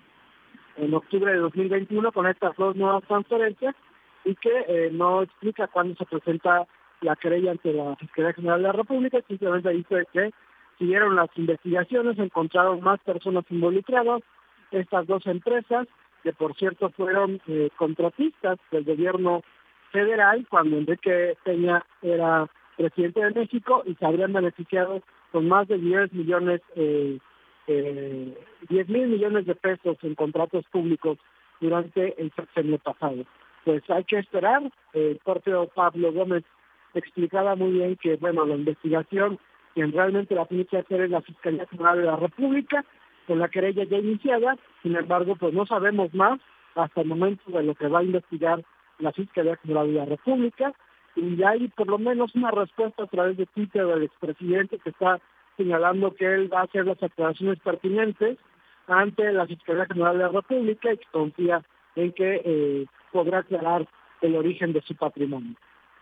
en octubre de dos mil veintiuno, con estas dos nuevas transferencias, y que eh, no explica cuándo se presenta la querella ante la Fiscalía General de la República. Simplemente dice que siguieron las investigaciones, encontraron más personas involucradas, estas dos empresas, que por cierto fueron eh, contratistas del gobierno federal cuando Enrique Peña era presidente de México, y se habrían beneficiado con más de diez millones, eh, eh, diez mil millones de pesos en contratos públicos durante el sexenio pasado. Pues hay que esperar. El propio Pablo Gómez explicaba muy bien que, bueno, la investigación quien realmente la tiene que hacer es la Fiscalía General de la República, con la querella ya iniciada. Sin embargo, pues no sabemos más hasta el momento de lo que va a investigar la Fiscalía General de la República, y ya hay por lo menos una respuesta a través de Twitter del expresidente, que está señalando que él va a hacer las aclaraciones pertinentes ante la Fiscalía General de la República, y que confía en que eh, podrá aclarar el origen de su patrimonio.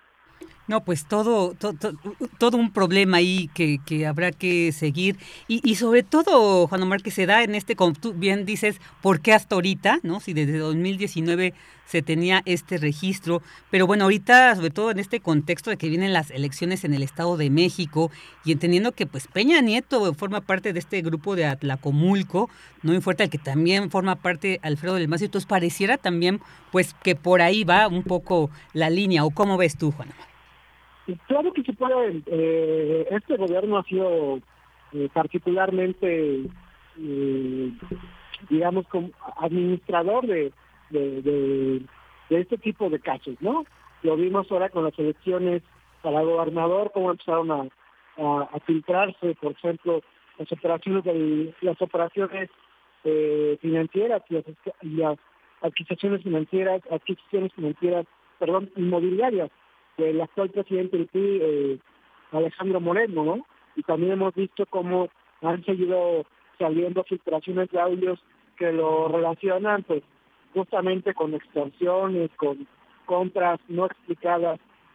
No, pues todo, todo, todo un problema ahí que, que habrá que seguir y, y sobre todo, Juan Omar, que se da en este, como tú bien dices, ¿por qué hasta ahorita? ¿No? Si desde dos mil diecinueve se tenía este registro, pero bueno, ahorita, sobre todo en este contexto de que vienen las elecciones en el Estado de México y entendiendo que pues Peña Nieto forma parte de este grupo de Atlacomulco, no importa el que también forma parte Alfredo del Mazo, entonces pareciera también pues que por ahí va un poco la línea, ¿o cómo ves tú, Juan Omar? Claro que se puede. Eh, este gobierno ha sido eh, particularmente, eh, digamos, como administrador de, de, de, de este tipo de casos, ¿no? Lo vimos ahora con las elecciones para gobernador, cómo empezaron a, a, a filtrarse, por ejemplo, las operaciones de, las operaciones eh, financieras y las, y las adquisiciones financieras, adquisiciones financieras, perdón, inmobiliarias del actual presidente del P R I, eh, Alejandro Moreno, ¿no? Y también hemos visto cómo han seguido saliendo filtraciones de audios que lo relacionan, pues, justamente con extorsiones, con compras no explicadas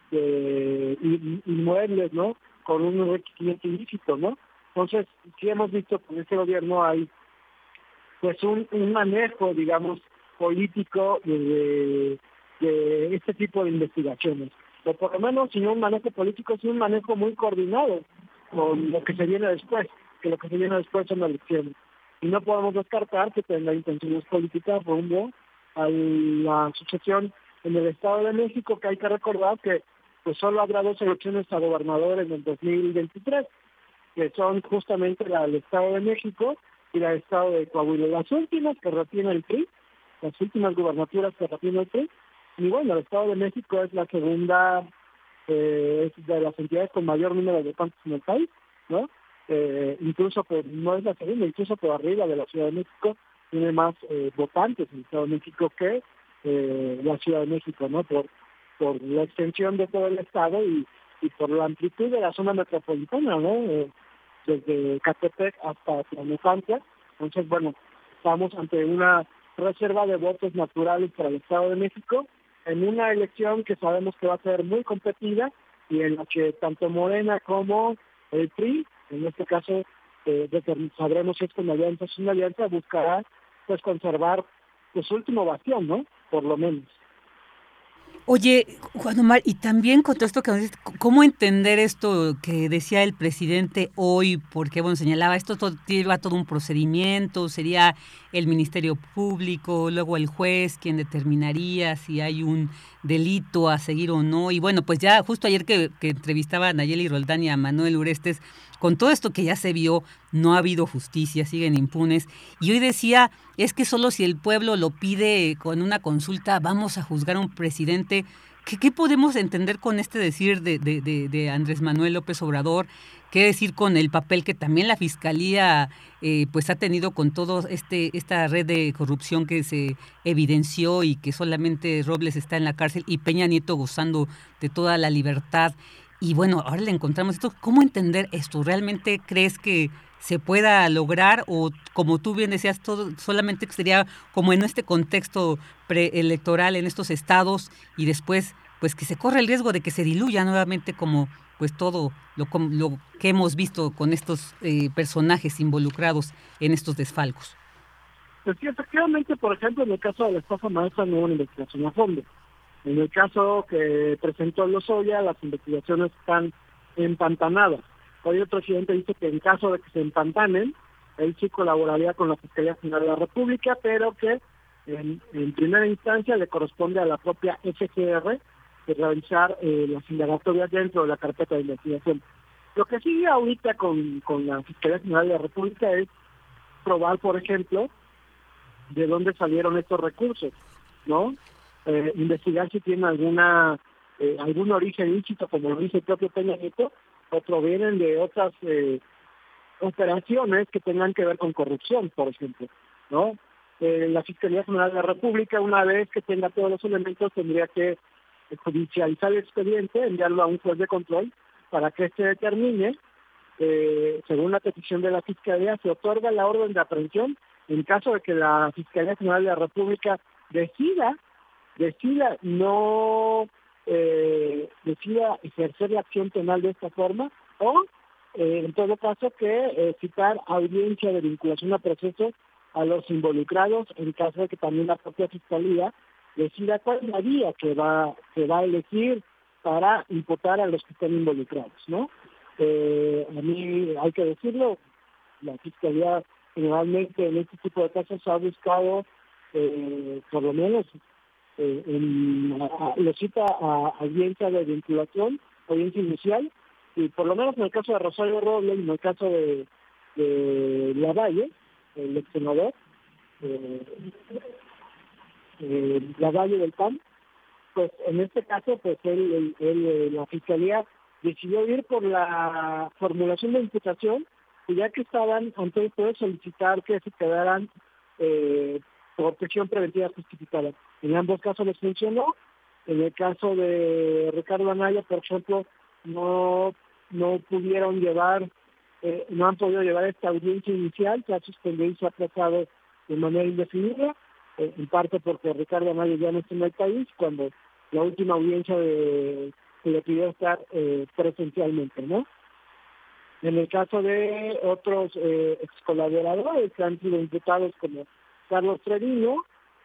de inmuebles, ¿no? Con un enriquecimiento ilícito, ¿no? Entonces, sí hemos visto que en este gobierno hay, pues, un, un manejo, digamos, político de, de este tipo de investigaciones. O por lo menos, si no un manejo político, sino un manejo muy coordinado con lo que se viene después, que lo que se viene después son las elecciones. Y no podemos descartar que tenga intenciones políticas rumbo a la sucesión en el Estado de México, que hay que recordar que pues solo habrá dos elecciones a gobernador en el dos mil veintitrés, que son justamente la del Estado de México y la del Estado de Coahuila. Las últimas que retiene el P R I, las últimas gubernaturas que retiene el P R I, y bueno, el Estado de México es la segunda, eh, es de las entidades con mayor número de votantes en el país, ¿no? Eh, incluso, pues, no es la segunda, incluso por arriba de la Ciudad de México, tiene más eh, votantes en el Estado de México que eh, la Ciudad de México, ¿no? Por, por la extensión de todo el Estado y, y por la amplitud de la zona metropolitana, ¿no? Eh, desde Catepec hasta Tlalnepantla. Entonces, bueno, estamos ante una reserva de votos naturales para el Estado de México, en una elección que sabemos que va a ser muy competida y en la que tanto Morena como el P R I, en este caso, eh, sabremos si es con alianza o sin alianza, buscará pues conservar pues, su último bastión, ¿no? Por lo menos. Oye, Juan Omar, y también con todo esto que nos dices, ¿cómo entender esto que decía el presidente hoy? Porque, bueno, señalaba, esto todo, lleva todo un procedimiento, sería el Ministerio Público, luego el juez quien determinaría si hay un delito a seguir o no. Y bueno, pues ya justo ayer que, que entrevistaba a Nayeli Roldán y a Manuel Urestes, con todo esto que ya se vio, no ha habido justicia, siguen impunes. Y hoy decía, es que solo si el pueblo lo pide con una consulta, vamos a juzgar a un presidente. ¿Qué, qué podemos entender con este decir de, de, de, de Andrés Manuel López Obrador? ¿Qué decir con el papel que también la Fiscalía eh, pues ha tenido con todo este esta red de corrupción que se evidenció y que solamente Robles está en la cárcel y Peña Nieto gozando de toda la libertad? Y bueno, ahora le encontramos esto. ¿Cómo entender esto? ¿Realmente crees que se pueda lograr o, como tú bien decías, todo solamente sería como en este contexto preelectoral en estos estados y después pues que se corre el riesgo de que se diluya nuevamente como pues todo lo, lo que hemos visto con estos eh, personajes involucrados en estos desfalcos? Pues sí, efectivamente, por ejemplo, en el caso de la estafa maestra no hubo una investigación a fondo. En el caso que presentó Lozoya, las investigaciones están empantanadas. Hoy el presidente dice que en caso de que se empantanen, él sí colaboraría con la Fiscalía General de la República, pero que en, en primera instancia le corresponde a la propia F G R de realizar eh, las indagatorias dentro de la carpeta de investigación. Lo que sigue ahorita con, con la Fiscalía General de la República es probar, por ejemplo, de dónde salieron estos recursos, ¿no? Eh, investigar si tiene alguna eh, algún origen ilícito, como lo dice el propio Peña Nieto, o provienen de otras eh, operaciones que tengan que ver con corrupción, por ejemplo, ¿no? Eh, la Fiscalía General de la República, una vez que tenga todos los elementos, tendría que judicializar el expediente, enviarlo a un juez de control para que éste determine, eh, según la petición de la Fiscalía, se otorga la orden de aprehensión en caso de que la Fiscalía General de la República decida decida no eh, decida ejercer la acción penal de esta forma, o eh, en todo caso que eh, citar audiencia de vinculación a proceso a los involucrados, en caso de que también la propia Fiscalía decida cuál es la vía que va, que va a elegir para imputar a los que están involucrados, ¿no? Eh, a mí hay que decirlo, la Fiscalía generalmente en este tipo de casos ha buscado, eh, por lo menos, eh, en, a, lo cita a audiencia de vinculación, audiencia inicial, y por lo menos en el caso de Rosario Robles y en el caso de, de Lavalle, el ex senador, eh, eh, Lavalle del P A N, pues en este caso, pues él, él, él, la Fiscalía decidió ir por la formulación de imputación, y ya que estaban ante el juez, solicitar que se quedaran eh, por prisión preventiva justificada. En ambos casos les funcionó. En el caso de Ricardo Anaya, por ejemplo, no no pudieron llevar, eh, no han podido llevar esta audiencia inicial, se ha suspendido y se ha aplazado de manera indefinida, eh, en parte porque Ricardo Anaya ya no está en el país, cuando la última audiencia de, se le pidió estar eh, presencialmente, ¿no? En el caso de otros eh, ex colaboradores que han sido imputados como Carlos Treviño,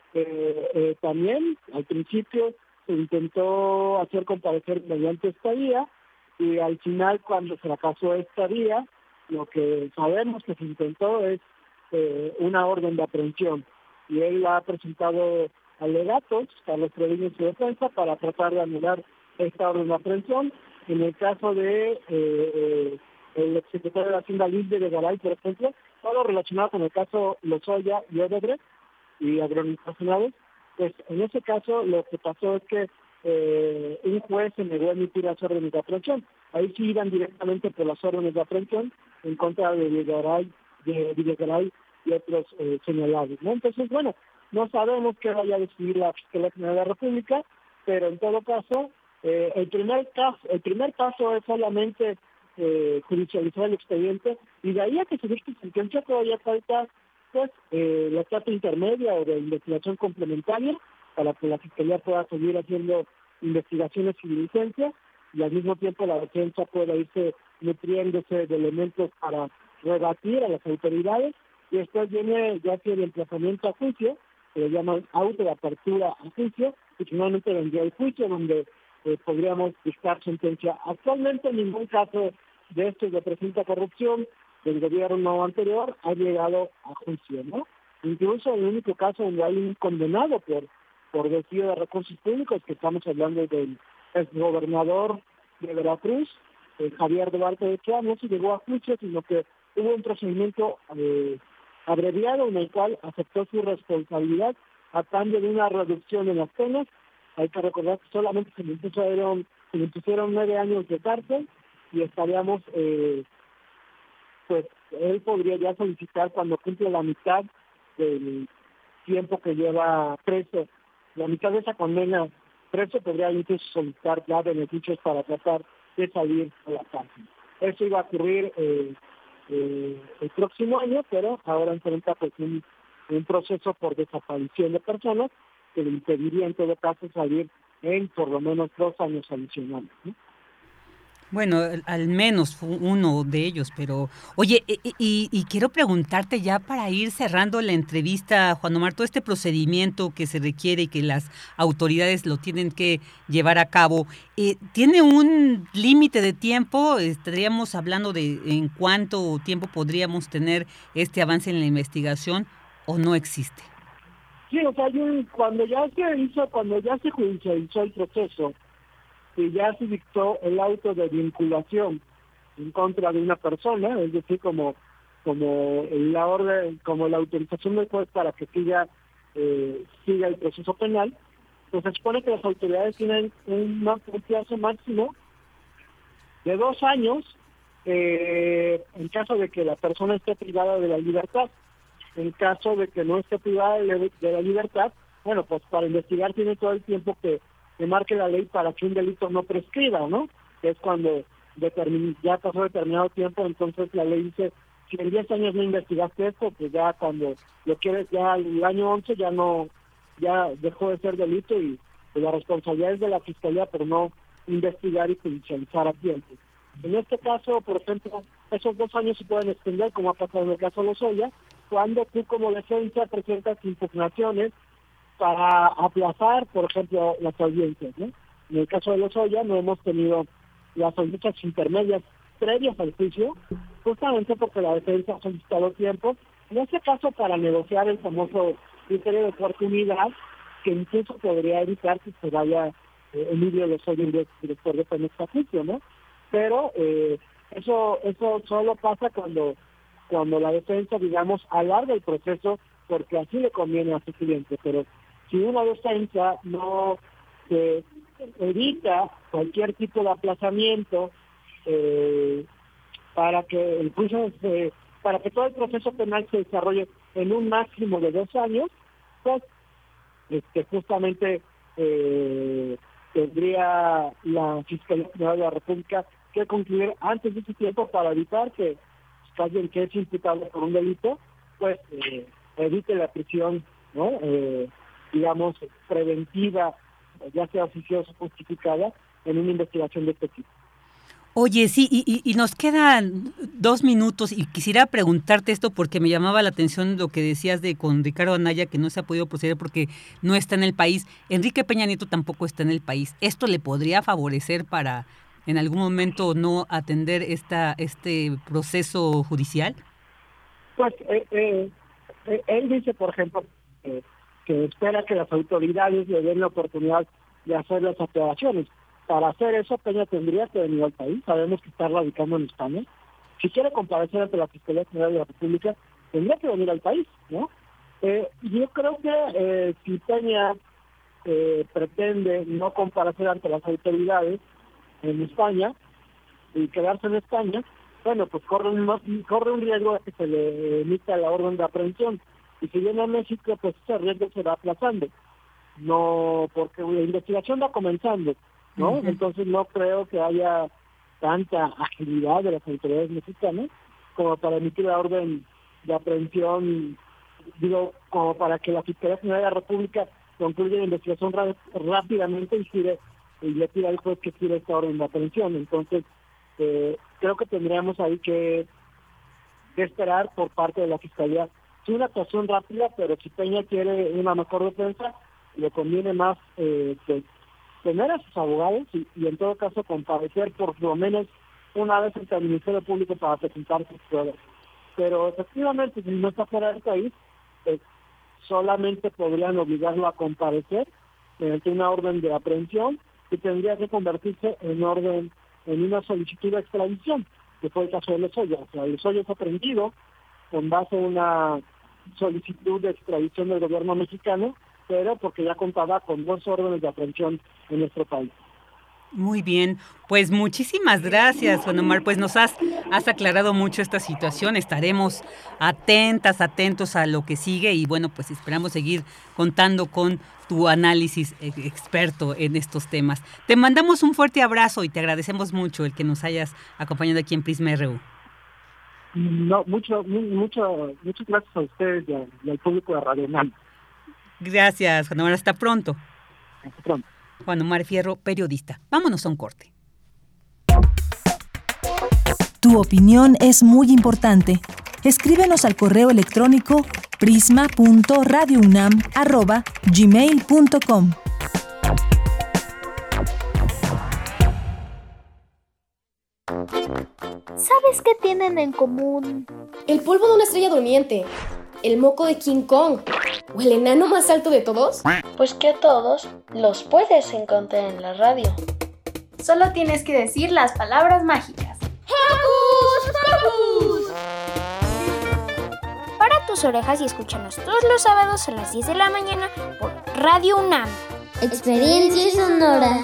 eh, eh, también al principio se intentó hacer comparecer mediante esta vía, y al final, cuando se fracasó esta vía, lo que sabemos que se intentó es eh, una orden de aprehensión, y él ha presentado alegatos a los Treviño y su defensa para tratar de anular esta orden de aprehensión. En el caso de eh, eh, el exsecretario de Hacienda Luis de Garay, por ejemplo, todo relacionado con el caso Lozoya y Odebrecht y agroinstacionados, pues en ese caso lo que pasó es que eh, un juez se negó a emitir las órdenes de aprehensión. Ahí sí iban directamente por las órdenes de aprehensión en contra de Villegaray, de Villegaray y otros eh, señalados, ¿no? Entonces, bueno, no sabemos qué vaya a decidir la Fiscalía General de la República, pero en todo caso, eh, el primer caso, el primer paso es solamente eh, judicializar el expediente, y de ahí a que se dicte sentencia todavía falta pues eh, la etapa intermedia o de investigación complementaria para que la Fiscalía pueda seguir haciendo investigaciones y diligencias, y al mismo tiempo la defensa pueda irse nutriéndose de elementos para rebatir a las autoridades, y después viene ya que el emplazamiento a juicio, que le llaman auto de apertura a juicio, y finalmente vendría el juicio donde eh, podríamos dictar sentencia. Actualmente en ningún caso de estos de presunta corrupción del gobierno anterior ha llegado a juicio, ¿no? Incluso el único caso donde hay un condenado por por desvío de recursos públicos, que estamos hablando del exgobernador de Veracruz, eh, Javier Duarte de Ochoa, no se llegó a juicio, sino que hubo un procedimiento eh, abreviado en el cual aceptó su responsabilidad a cambio de una reducción en las penas. Hay que recordar que solamente se le impusieron, se le impusieron nueve años de cárcel, y estaríamos, eh, pues él podría ya solicitar cuando cumple la mitad del tiempo que lleva preso, la mitad de esa condena preso, podría incluso solicitar ya beneficios para tratar de salir a la cárcel. Eso iba a ocurrir eh, eh, el próximo año, pero ahora enfrenta pues un, un proceso por desaparición de personas que le impediría en todo caso salir en por lo menos dos años adicionales, ¿no? Bueno, al menos uno de ellos, pero oye, y, y, y quiero preguntarte ya para ir cerrando la entrevista, Juan Omar, todo este procedimiento que se requiere y que las autoridades lo tienen que llevar a cabo, eh, ¿tiene un límite de tiempo? ¿Estaríamos hablando de en cuánto tiempo podríamos tener este avance en la investigación o no existe? Sí, o sea, yo, cuando ya se hizo, cuando ya se judicializó el proceso, y ya se dictó el auto de vinculación en contra de una persona, es decir, como como la orden, como la autorización del juez para que siga eh, siga el proceso penal, pues se supone que las autoridades tienen un, un plazo máximo de dos años eh, en caso de que la persona esté privada de la libertad. En caso de que no esté privada de, de la libertad, bueno, pues para investigar tiene todo el tiempo que que marque la ley para que un delito no prescriba, ¿no? Que es cuando determin, ya pasó determinado tiempo, entonces la ley dice, si en diez años no investigaste esto, pues ya cuando lo quieres, ya el año once ya no ya dejó de ser delito y pues, la responsabilidad es de la Fiscalía por no investigar y judicializar a tiempo. En este caso, por ejemplo, esos dos años se pueden extender, como ha pasado en el caso de Lozoya, cuando tú como defensa presentas impugnaciones para aplazar, por ejemplo, las audiencias, ¿no? En el caso de Lozoya no hemos tenido las audiencias intermedias previas al juicio, justamente porque la defensa ha solicitado tiempo, en este caso para negociar el famoso criterio de oportunidad, que incluso podría evitar que se vaya eh, Emilio Lozoya, el director de Pemex, a juicio, ¿no? Pero eh, eso eso solo pasa cuando cuando la defensa, digamos, alarga el proceso porque así le conviene a su cliente. Pero si una defensa no eh, evita cualquier tipo de aplazamiento eh, para que el juicio se, para que todo el proceso penal se desarrolle en un máximo de dos años, pues este, justamente eh, tendría la Fiscalía General de la República que concluir antes de ese tiempo para evitar que alguien que es imputable por un delito, pues eh, evite la prisión, ¿no? Eh, digamos, preventiva, ya sea oficiosa o justificada, en una investigación de este tipo. Oye, sí, y, y, y nos quedan dos minutos y quisiera preguntarte esto porque me llamaba la atención lo que decías de con Ricardo Anaya, que no se ha podido proceder porque no está en el país. Enrique Peña Nieto tampoco está en el país. ¿Esto le podría favorecer para en algún momento no atender esta este proceso judicial? Pues eh, eh, eh, él dice, por ejemplo, eh, que espera que las autoridades le den la oportunidad de hacer las aclaraciones. Para hacer eso, Peña tendría que venir al país. Sabemos que está radicando en España. Si quiere comparecer ante la Fiscalía General de la República, tendría que venir al país, ¿no? Eh, yo creo que eh, si Peña eh, pretende no comparecer ante las autoridades en España y quedarse en España, bueno, pues corre un, corre un riesgo de que se le emita la orden de aprehensión. Y si viene a México, pues ese riesgo se va aplazando. No, porque la investigación va comenzando, ¿no? Uh-huh. Entonces no creo que haya tanta agilidad de las autoridades mexicanas como para emitir la orden de aprehensión, digo, como para que la Fiscalía General de la República concluya la investigación ra- rápidamente y gire y le pida al juez que tire esta orden de aprehensión. Entonces, eh, creo que tendríamos ahí que, que esperar por parte de la Fiscalía. Sí, una actuación rápida, pero si Peña quiere una mejor defensa, le conviene más eh, pues, tener a sus abogados y, y en todo caso comparecer por lo menos una vez ante el Ministerio Público para presentar sus pruebas. Pero efectivamente, si no está fuera del país, pues, solamente podrían obligarlo a comparecer mediante una orden de aprehensión que tendría que convertirse en orden, en una solicitud de extradición, que fue el caso de Lozoya. O sea, Lozoya fue aprehendido con base en una solicitud de extradición del gobierno mexicano, pero porque ya contaba con dos órdenes de aprehensión en nuestro país. Muy bien, pues muchísimas gracias, Juan Omar, pues nos has, has aclarado mucho esta situación, estaremos atentas, atentos a lo que sigue y bueno, pues esperamos seguir contando con tu análisis experto en estos temas. Te mandamos un fuerte abrazo y te agradecemos mucho el que nos hayas acompañado aquí en Prisma R U. No, mucho, mucho, muchas gracias a ustedes y, a, y al público de Radio UNAM. Gracias, Juan Omar, hasta pronto. Hasta pronto. Juan Omar Fierro, periodista. Vámonos a un corte. Tu opinión es muy importante. Escríbenos al correo electrónico prisma punto radio unam arroba gmail punto com. ¿Sabes qué tienen en común? El polvo de una estrella durmiente, el moco de King Kong o el enano más alto de todos. Pues que a todos los puedes encontrar en la radio. Solo tienes que decir las palabras mágicas. ¡Hocus Pocus! Para tus orejas y escúchanos todos los sábados a las diez de la mañana por Radio UNAM. Experiencia sonora.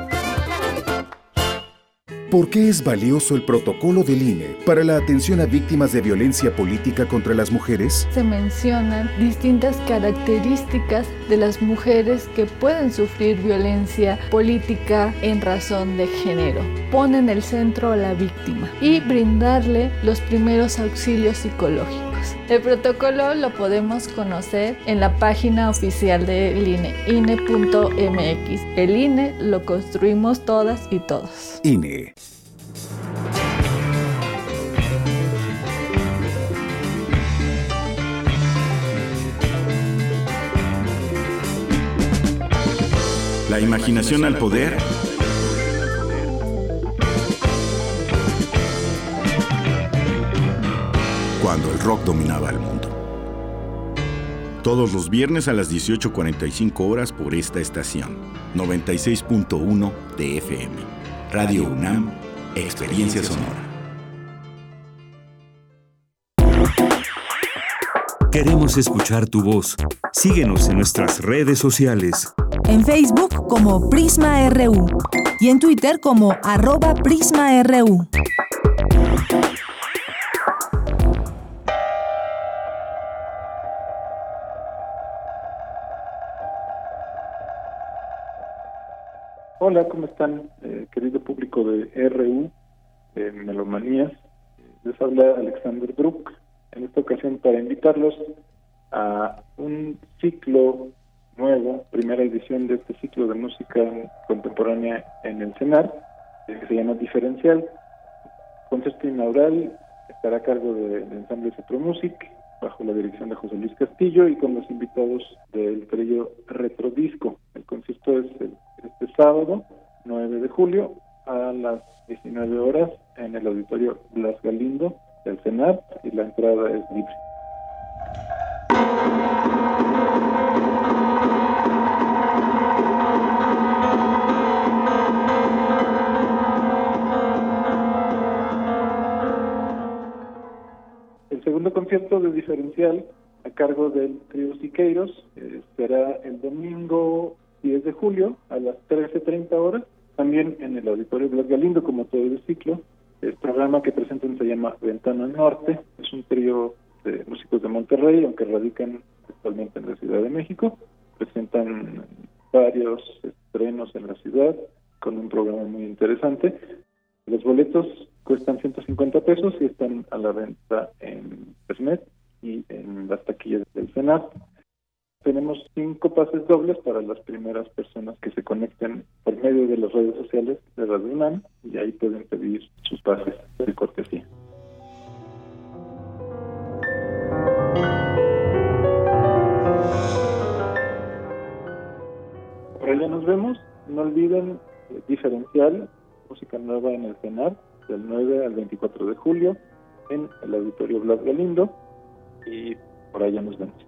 ¿Por qué es valioso el protocolo del I N E para la atención a víctimas de violencia política contra las mujeres? Se mencionan distintas características de las mujeres que pueden sufrir violencia política en razón de género. Pone en el centro a la víctima y brindarle los primeros auxilios psicológicos. todos. El protocolo lo podemos conocer en la página oficial del I N E, I N E punto M X. El I N E lo construimos todas y todos. I N E. La imaginación al poder. Cuando el rock dominaba el mundo. Todos los viernes a las dieciocho cuarenta y cinco horas por esta estación. noventa y seis punto uno de F M. Radio UNAM, Experiencia Sonora. Queremos escuchar tu voz. Síguenos en nuestras redes sociales. En Facebook como Prisma R U y en Twitter como arroba Prisma R U. Hola, ¿cómo están, eh, querido público de R U, de Melomanías? Les habla Alexander Brook, en esta ocasión para invitarlos a un ciclo nuevo, primera edición de este ciclo de música contemporánea en el CENAR, que se llama Diferencial. Concierto inaugural estará a cargo de, de Ensamble Cetromusic, bajo la dirección de José Luis Castillo y con los invitados del trío Retrodisco. El concierto es el, este sábado, nueve de julio, a las diecinueve horas, en el Auditorio Blas Galindo del CENAR, y la entrada es libre. El segundo concierto de Diferencial, a cargo del trío Siqueiros, eh, será el domingo diez de julio a las trece treinta horas, también en el Auditorio Blas Galindo, como todo el ciclo. El programa que presentan se llama Ventana Norte, es un trío de músicos de Monterrey, aunque radican actualmente en la Ciudad de México. Presentan varios estrenos en la ciudad, con un programa muy interesante. Los boletos cuestan ciento cincuenta pesos y están a la venta en Internet y en las taquillas del CENAR. Tenemos cinco pases dobles para las primeras personas que se conecten por medio de las redes sociales de Radio UNAM, y ahí pueden pedir sus pases de cortesía. Por allá nos vemos. No olviden eh, Diferencial, música nueva en el CENAR, del nueve al veinticuatro de julio, en el Auditorio Blas Galindo, y por allá nos vemos.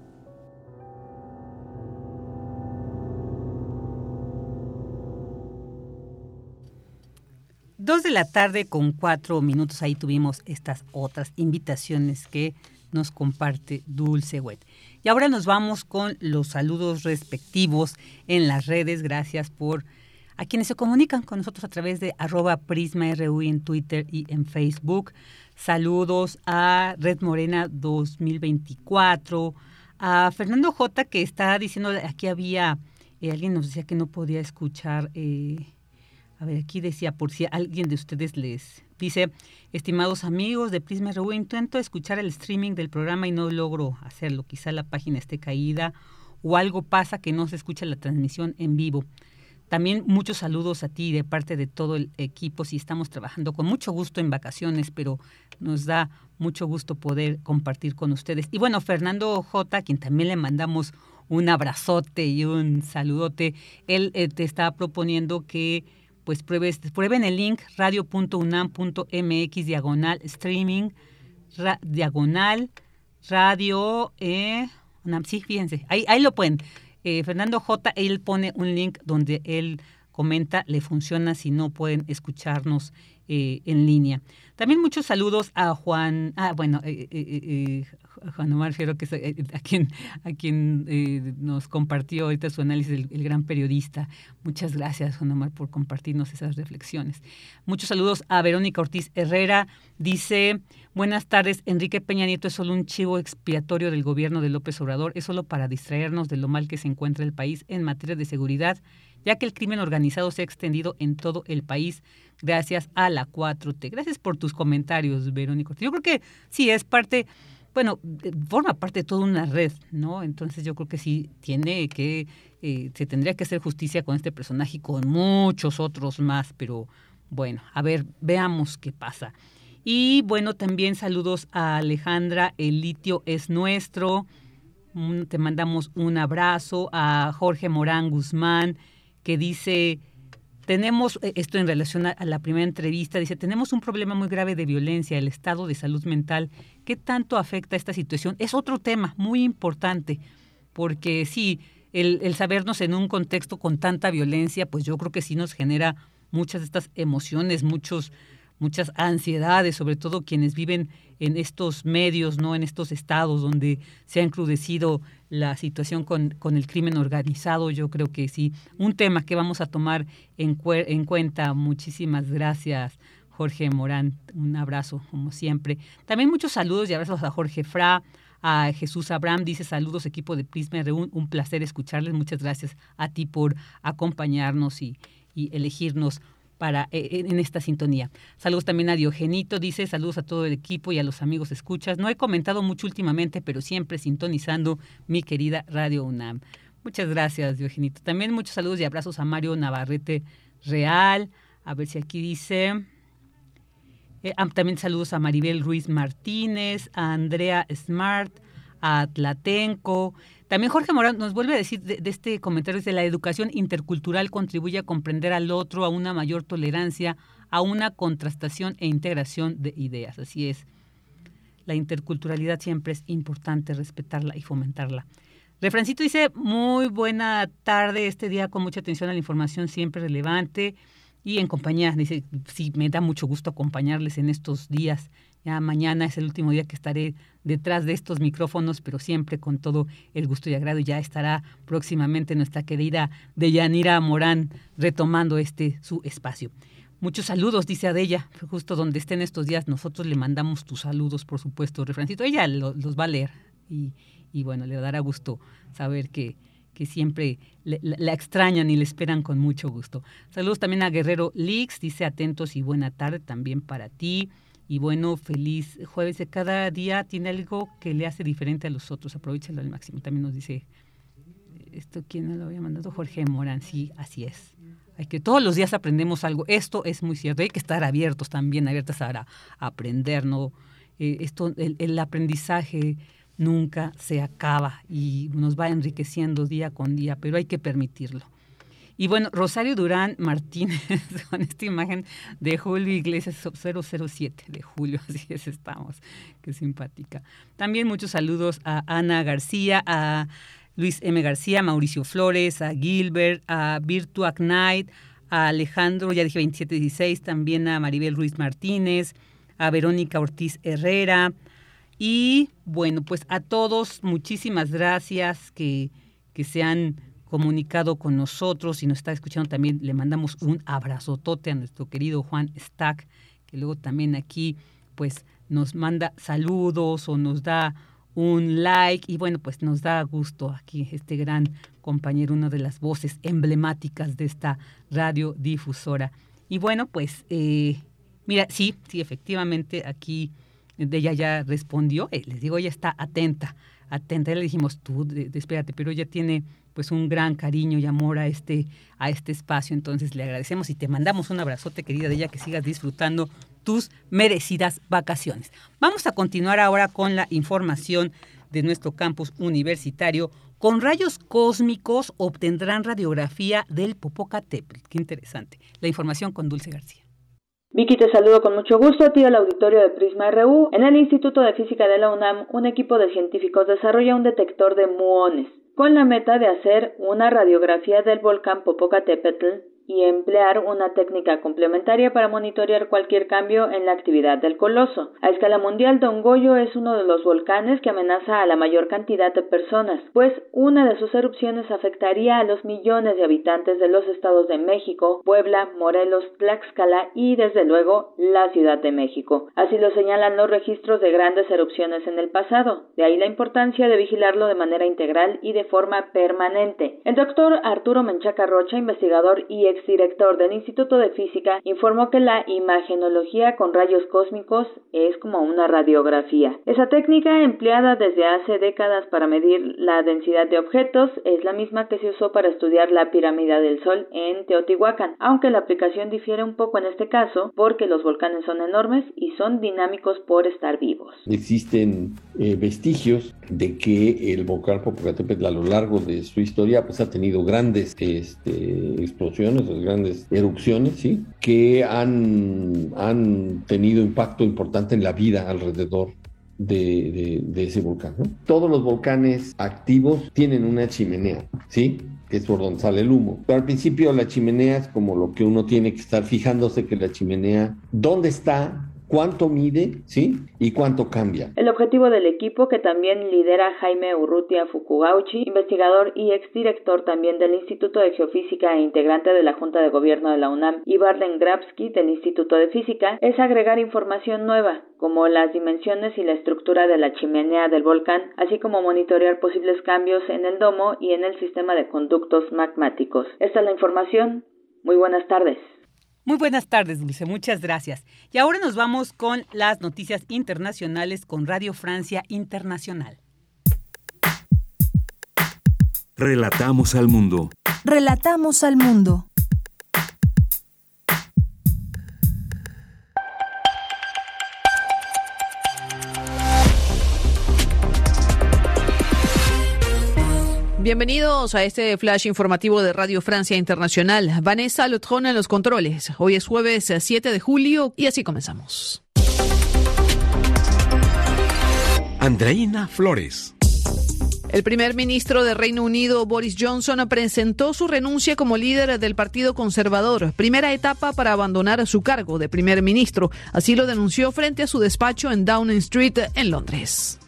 Dos de la tarde con cuatro minutos, ahí tuvimos estas otras invitaciones que nos comparte Dulce Wet. Y ahora nos vamos con los saludos respectivos en las redes. Gracias por a quienes se comunican con nosotros a través de arroba Prisma R U en Twitter y en Facebook. Saludos a Red Morena dos mil veinticuatro, a Fernando J, que está diciendo, aquí había, eh, alguien nos decía que no podía escuchar, eh, a ver, aquí decía, por si alguien de ustedes les dice, estimados amigos de Prisma R U, intento escuchar el streaming del programa y no logro hacerlo, quizá la página esté caída o algo pasa que no se escucha la transmisión en vivo. También muchos saludos a ti de parte de todo el equipo. Sí, estamos trabajando con mucho gusto en vacaciones, pero nos da mucho gusto poder compartir con ustedes. Y bueno, Fernando J, a quien también le mandamos un abrazote y un saludote, él eh, te está proponiendo que pues pruebes, prueben el link radio punto unam punto m x diagonal streaming, ra, diagonal radio, eh, UNAM, sí, fíjense, ahí, ahí lo pueden. Eh, Fernando J, él pone un link donde él comenta, le funciona si no pueden escucharnos eh, en línea. También muchos saludos a Juan, ah, bueno, eh, eh, eh, Juan Omar Fierro, que es eh, a quien, a quien eh, nos compartió ahorita su análisis, el, el gran periodista. Muchas gracias, Juan Omar, por compartirnos esas reflexiones. Muchos saludos a Verónica Ortiz Herrera, dice, buenas tardes, Enrique Peña Nieto es solo un chivo expiatorio del gobierno de López Obrador, es solo para distraernos de lo mal que se encuentra el país en materia de seguridad, ya que el crimen organizado se ha extendido en todo el país gracias a la cuatro T. Gracias por tus comentarios, Verónica. Yo creo que sí, es parte, bueno, forma parte de toda una red, ¿no? Entonces yo creo que sí tiene que, eh, se tendría que hacer justicia con este personaje y con muchos otros más, pero bueno, a ver, veamos qué pasa. Y bueno, también saludos a Alejandra, el litio es nuestro, un, te mandamos un abrazo, a Jorge Morán Guzmán, que dice... Tenemos, esto en relación a la primera entrevista, dice, tenemos un problema muy grave de violencia, el estado de salud mental. ¿Qué tanto afecta esta situación? Es otro tema muy importante, porque sí, el, el sabernos en un contexto con tanta violencia, pues yo creo que sí nos genera muchas de estas emociones, muchos, muchas ansiedades, sobre todo quienes viven en estos medios, ¿no? En estos estados donde se ha encrudecido la situación con, con el crimen organizado. Yo creo que sí, un tema que vamos a tomar en, cu- en cuenta. Muchísimas gracias, Jorge Morán. Un abrazo, como siempre. También muchos saludos y abrazos a Jorge Fra, a Jesús Abraham, dice saludos equipo de Prisma R U, un placer escucharles. Muchas gracias a ti por acompañarnos y, y elegirnos para eh, en esta sintonía. Saludos también a Diogenito, dice saludos a todo el equipo y a los amigos escuchas. No he comentado mucho últimamente, pero siempre sintonizando mi querida Radio UNAM. Muchas gracias, Diogenito. También muchos saludos y abrazos a Mario Navarrete Real. A ver si aquí dice... Eh, también saludos a Maribel Ruiz Martínez, a Andrea Smart, a Tlatenco. También Jorge Morán nos vuelve a decir de, de este comentario, dice, la educación intercultural contribuye a comprender al otro, a una mayor tolerancia, a una contrastación e integración de ideas. Así es. La interculturalidad siempre es importante respetarla y fomentarla. Refrancito dice, muy buena tarde, este día con mucha atención a la información siempre relevante y en compañía. Dice, sí, me da mucho gusto acompañarles en estos días. Ya mañana es el último día que estaré detrás de estos micrófonos, pero siempre con todo el gusto y agrado. Ya estará próximamente nuestra querida Deyanira Morán retomando este su espacio. Muchos saludos, dice Adella, justo donde estén estos días. Nosotros le mandamos tus saludos, por supuesto, Refrancito. Ella lo, los va a leer y, y bueno, le dará gusto saber que, que siempre le, la, la extrañan y le esperan con mucho gusto. Saludos también a Guerrero Lix, dice atentos y buena tarde también para ti. Y bueno, feliz jueves. De cada día tiene algo que le hace diferente a los otros. Aprovechalo al máximo. También nos dice, esto quién nos lo había mandado, Jorge Morán. Sí, así es. Hay que todos los días aprendemos algo. Esto es muy cierto. Hay que estar abiertos también, abiertas a, a aprender, ¿no? Eh, esto, el, el aprendizaje nunca se acaba y nos va enriqueciendo día con día, pero hay que permitirlo. Y bueno, Rosario Durán Martínez, con esta imagen de Julio Iglesias, cero cero siete de julio, así es, estamos, qué simpática. También muchos saludos a Ana García, a Luis M. García, a Mauricio Flores, a Gilbert, a Virtua Knight, a Alejandro, ya dije veintisiete dieciséis, también a Maribel Ruiz Martínez, a Verónica Ortiz Herrera, y bueno, pues a todos, muchísimas gracias que, que se han comunicado con nosotros y nos está escuchando también. Le mandamos un abrazotote a nuestro querido Juan Stack, que luego también aquí pues nos manda saludos o nos da un like y bueno, pues nos da gusto aquí este gran compañero, una de las voces emblemáticas de esta radiodifusora. Y bueno, pues eh, mira, sí, sí, efectivamente aquí ella ya respondió, eh, les digo, ella está atenta, atenta, ya le dijimos tú, de, de, espérate, pero ella tiene pues un gran cariño y amor a este, a este espacio, entonces le agradecemos y te mandamos un abrazote, querida, de ella, que sigas disfrutando tus merecidas vacaciones. Vamos a continuar ahora con la información de nuestro campus universitario. Con rayos cósmicos obtendrán radiografía del Popocatépetl. Qué interesante. La información con Dulce García. Vicky, te saludo con mucho gusto a ti al auditorio de Prisma R U. En el Instituto de Física de la UNAM, un equipo de científicos desarrolla un detector de muones con la meta de hacer una radiografía del volcán Popocatépetl y emplear una técnica complementaria para monitorear cualquier cambio en la actividad del coloso. A escala mundial, Don Goyo es uno de los volcanes que amenaza a la mayor cantidad de personas, pues una de sus erupciones afectaría a los millones de habitantes de los estados de México, Puebla, Morelos, Tlaxcala y, desde luego, la Ciudad de México. Así lo señalan los registros de grandes erupciones en el pasado. De ahí la importancia de vigilarlo de manera integral y de forma permanente. El doctor Arturo Menchaca Rocha, investigador y exdirector del Instituto de Física, informó que la imagenología con rayos cósmicos es como una radiografía. Esa técnica, empleada desde hace décadas para medir la densidad de objetos, es la misma que se usó para estudiar la pirámide del Sol en Teotihuacán, aunque la aplicación difiere un poco en este caso porque los volcanes son enormes y son dinámicos por estar vivos. Existen eh, vestigios de que el volcán Popocatépetl a lo largo de su historia pues ha tenido grandes este, explosiones, grandes erupciones, ¿sí? que han, han tenido impacto importante en la vida alrededor de, de, de ese volcán, ¿no? Todos los volcanes activos tienen una chimenea, ¿sí? que es por donde sale el humo. Pero al principio la chimenea es como lo que uno tiene que estar fijándose, que la chimenea, ¿dónde está? ¿Cuánto mide? ¿Sí? ¿Y cuánto cambia? El objetivo del equipo, que también lidera Jaime Urrutia Fukugauchi, investigador y exdirector también del Instituto de Geofísica e integrante de la Junta de Gobierno de la UNAM, y Barden Grabsky del Instituto de Física, es agregar información nueva, como las dimensiones y la estructura de la chimenea del volcán, así como monitorear posibles cambios en el domo y en el sistema de conductos magmáticos. Esta es la información. Muy buenas tardes. Muy buenas tardes, Dulce, muchas gracias. Y ahora nos vamos con las noticias internacionales con Radio Francia Internacional. Relatamos al mundo. Relatamos al mundo. Bienvenidos a este flash informativo de Radio Francia Internacional. Vanessa Lotron en los controles. Hoy es jueves siete de julio y así comenzamos. Andreina Flores. El primer ministro de Reino Unido, Boris Johnson, presentó su renuncia como líder del Partido Conservador, primera etapa para abandonar su cargo de primer ministro. Así lo denunció frente a su despacho en Downing Street, en Londres.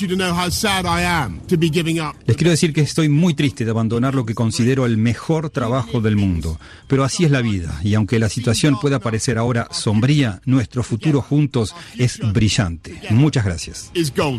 Les quiero decir que estoy muy triste de abandonar lo que considero el mejor trabajo del mundo. Pero así es la vida, y aunque la situación pueda parecer ahora sombría, nuestro futuro juntos es brillante. Muchas gracias.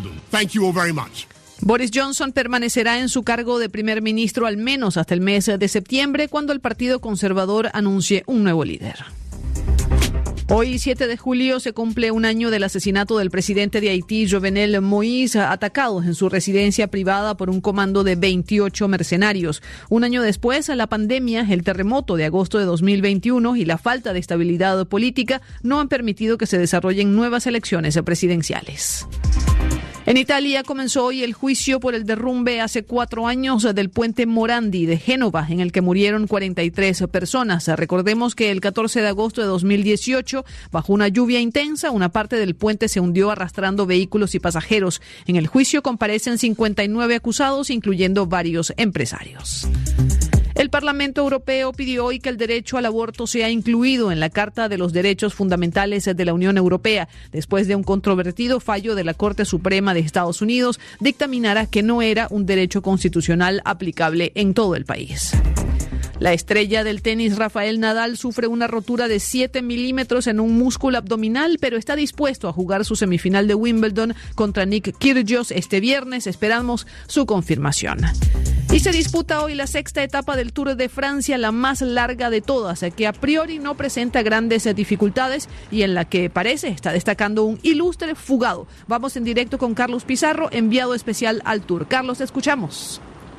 Boris Johnson permanecerá en su cargo de primer ministro al menos hasta el mes de septiembre, cuando el Partido Conservador anuncie un nuevo líder. Hoy, siete de julio, se cumple un año del asesinato del presidente de Haití, Jovenel Moïse, atacado en su residencia privada por un comando de veintiocho mercenarios. Un año después, la pandemia, el terremoto de agosto de dos mil veintiuno y la falta de estabilidad política no han permitido que se desarrollen nuevas elecciones presidenciales. En Italia comenzó hoy el juicio por el derrumbe hace cuatro años del puente Morandi de Génova, en el que murieron cuarenta y tres personas. Recordemos que el catorce de agosto de dos mil dieciocho, bajo una lluvia intensa, una parte del puente se hundió arrastrando vehículos y pasajeros. En el juicio comparecen cincuenta y nueve acusados, incluyendo varios empresarios. El Parlamento Europeo pidió hoy que el derecho al aborto sea incluido en la Carta de los Derechos Fundamentales de la Unión Europea, después de un controvertido fallo de la Corte Suprema de Estados Unidos dictaminara que no era un derecho constitucional aplicable en todo el país. La estrella del tenis Rafael Nadal sufre una rotura de siete milímetros en un músculo abdominal, pero está dispuesto a jugar su semifinal de Wimbledon contra Nick Kyrgios este viernes. Esperamos su confirmación. Y se disputa hoy la sexta etapa del Tour de Francia, la más larga de todas, que a priori no presenta grandes dificultades y en la que parece está destacando un ilustre fugado. Vamos en directo con Carlos Pizarro, enviado especial al Tour. Carlos, te escuchamos.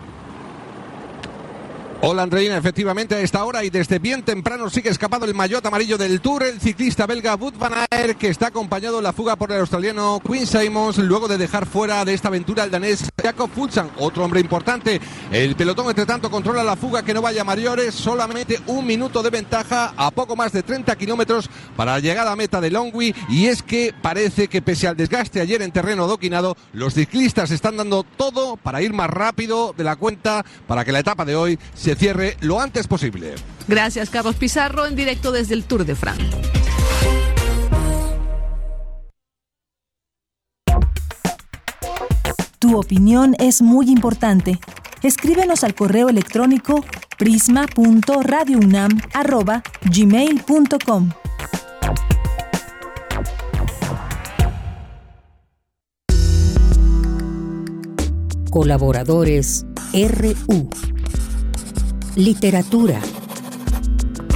Hola Andreina, efectivamente a esta hora y desde bien temprano sigue escapado el maillot amarillo del Tour, el ciclista belga Wout van Aert, que está acompañado en la fuga por el australiano Quinn Simmons, luego de dejar fuera de esta aventura el danés Jakob Fuglsang, otro hombre importante. El pelotón entre tanto controla la fuga, que no vaya a mayores, solamente un minuto de ventaja a poco más de treinta kilómetros para la llegada a meta de Longwy, y es que parece que pese al desgaste ayer en terreno adoquinado, los ciclistas están dando todo para ir más rápido de la cuenta, para que la etapa de hoy se cierre lo antes posible. Gracias, Carlos Pizarro, en directo desde el Tour de France. Tu opinión es muy importante. Escríbenos al correo electrónico prisma punto radio unam arroba gmail punto com. Colaboradores R U. Literatura.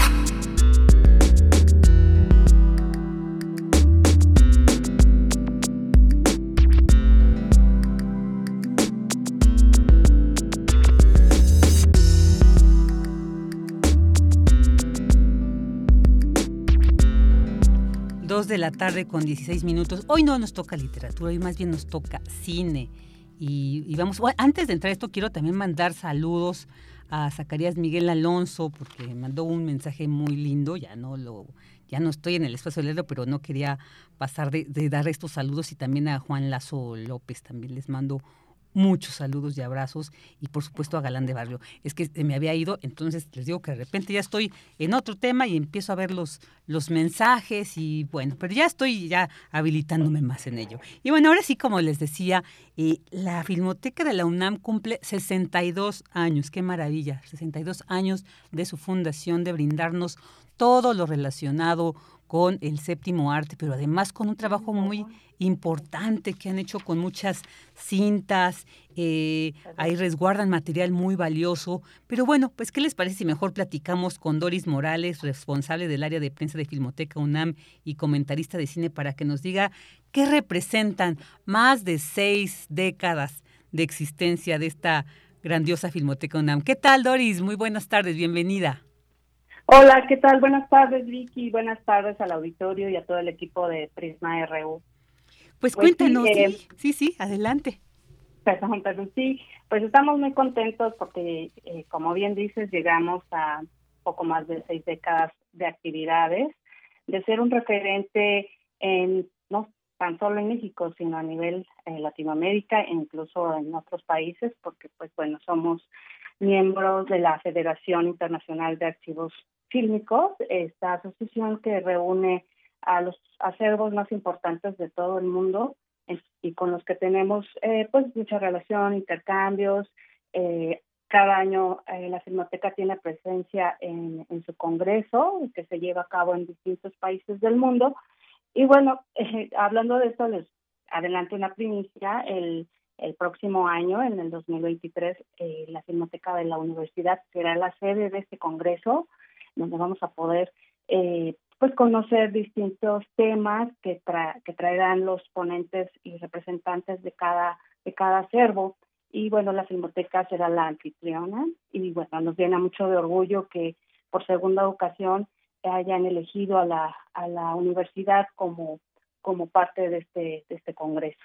de la tarde con dieciséis minutos. Hoy no nos toca literatura, hoy más bien nos toca cine. Y, y vamos, bueno, antes de entrar a esto, quiero también mandar saludos a Zacarías Miguel Alonso, porque mandó un mensaje muy lindo. Ya no lo, ya no estoy en el espacio de leerlo, pero no quería pasar de, de dar estos saludos. Y también a Juan Lazo López, también les mando muchos saludos y abrazos, y por supuesto a Galán de Barrio. Es que me había ido, entonces les digo que de repente ya estoy en otro tema y empiezo a ver los, los mensajes y bueno, pero ya estoy ya habilitándome más en ello. Y bueno, ahora sí, como les decía, eh, la Filmoteca de la UNAM cumple sesenta y dos años, qué maravilla, sesenta y dos años de su fundación, de brindarnos todo lo relacionado con el séptimo arte, pero además con un trabajo muy importante que han hecho con muchas cintas, eh, ahí resguardan material muy valioso. Pero bueno, pues ¿qué les parece si mejor platicamos con Doris Morales, responsable del área de prensa de Filmoteca UNAM y comentarista de cine, para que nos diga qué representan más de seis décadas de existencia de esta grandiosa Filmoteca UNAM? ¿Qué tal, Doris? Muy buenas tardes, bienvenida. Hola, ¿qué tal? Buenas tardes, Vicky. Buenas tardes al auditorio y a todo el equipo de Prisma R U. Pues, pues cuéntanos, sí, eh, sí, sí, sí, adelante. Perdón, perdón, sí. Pues estamos muy contentos porque, eh, como bien dices, llegamos a poco más de seis décadas de actividades, de ser un referente en no tan solo en México, sino a nivel eh, Latinoamérica e incluso en otros países, porque, pues bueno, somos miembros de la Federación Internacional de Archivos Fílmicos, esta asociación que reúne a los acervos más importantes de todo el mundo y con los que tenemos eh, pues mucha relación, intercambios. Eh, cada año eh, la Filmoteca tiene presencia en, en su congreso, que se lleva a cabo en distintos países del mundo. Y bueno, eh, hablando de esto, les adelanto una primicia. El El próximo año, en el dos mil veintitrés, eh, la Filmoteca de la Universidad será la sede de este congreso, donde vamos a poder eh, pues conocer distintos temas que, tra que traerán los ponentes y representantes de cada, de cada acervo. Y bueno, la Filmoteca será la anfitriona. Y bueno, nos llena mucho de orgullo que por segunda ocasión hayan elegido a la, a la universidad como, como parte de este, de este congreso.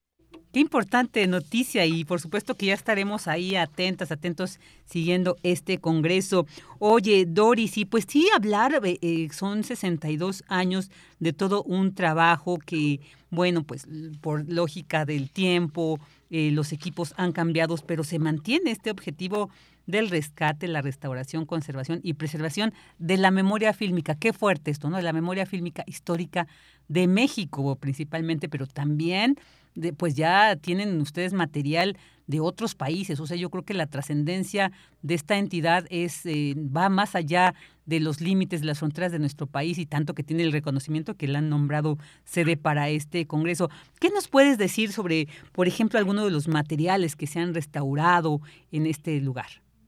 Qué importante noticia, y por supuesto que ya estaremos ahí atentas, atentos siguiendo este congreso. Oye, Doris, y pues sí, hablar, eh, son sesenta y dos años de todo un trabajo que, bueno, pues por lógica del tiempo, eh, los equipos han cambiado, pero se mantiene este objetivo del rescate, la restauración, conservación y preservación de la memoria fílmica. Qué fuerte esto, ¿no? De la memoria fílmica histórica de México principalmente, pero también de, pues ya tienen ustedes material de otros países. O sea, yo creo que la trascendencia de esta entidad es eh, va más allá de los límites de las fronteras de nuestro país, y tanto que tiene el reconocimiento que le han nombrado sede para este congreso. ¿Qué nos puedes decir sobre, por ejemplo, algunos de los materiales que se han restaurado en este lugar?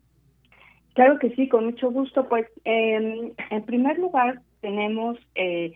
Claro que sí, con mucho gusto. Pues eh, en primer lugar tenemos, eh,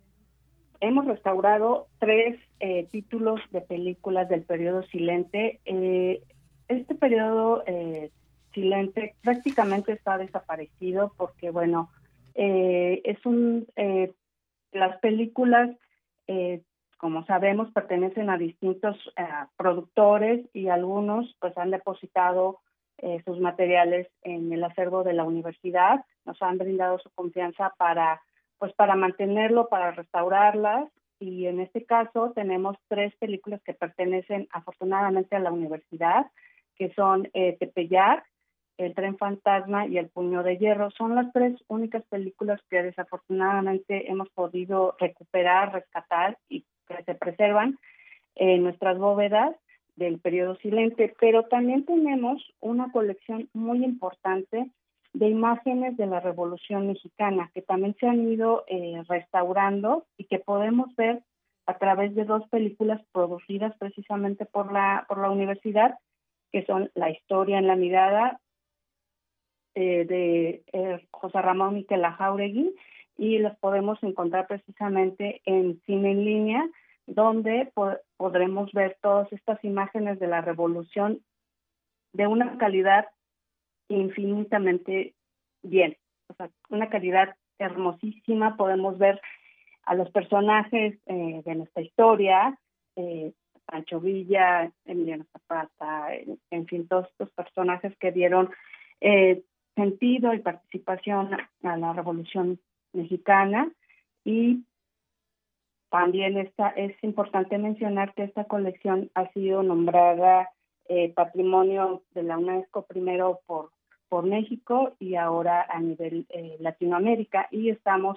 hemos restaurado tres eh, títulos de películas del periodo silente. Eh, este periodo eh, silente prácticamente está desaparecido porque, bueno, eh, es un eh, las películas, eh, como sabemos, pertenecen a distintos eh, productores, y algunos pues han depositado Eh, sus materiales en el acervo de la universidad. Nos han brindado su confianza para, pues, para mantenerlo, para restaurarlas, y en este caso tenemos tres películas que pertenecen afortunadamente a la universidad, que son eh, Tepeyac, El Tren Fantasma y El Puño de Hierro. Son las tres únicas películas que desafortunadamente hemos podido recuperar, rescatar y que se preservan en nuestras bóvedas del periodo silente, pero también tenemos una colección muy importante de imágenes de la Revolución Mexicana que también se han ido eh, restaurando y que podemos ver a través de dos películas producidas precisamente por la por la universidad, que son La Historia en la Mirada eh, de eh, José Ramón Miquela Jáuregui, y las podemos encontrar precisamente en Cine en Línea, donde po- podremos ver todas estas imágenes de la Revolución de una calidad infinitamente bien, o sea, una calidad hermosísima. Podemos ver a los personajes eh, de nuestra historia, eh, Pancho Villa, Emiliano Zapata, en, en fin, todos estos personajes que dieron eh, sentido y participación a la Revolución Mexicana. Y también esta, es importante mencionar que esta colección ha sido nombrada eh, Patrimonio de la UNESCO primero por, por México y ahora a nivel eh, Latinoamérica, y estamos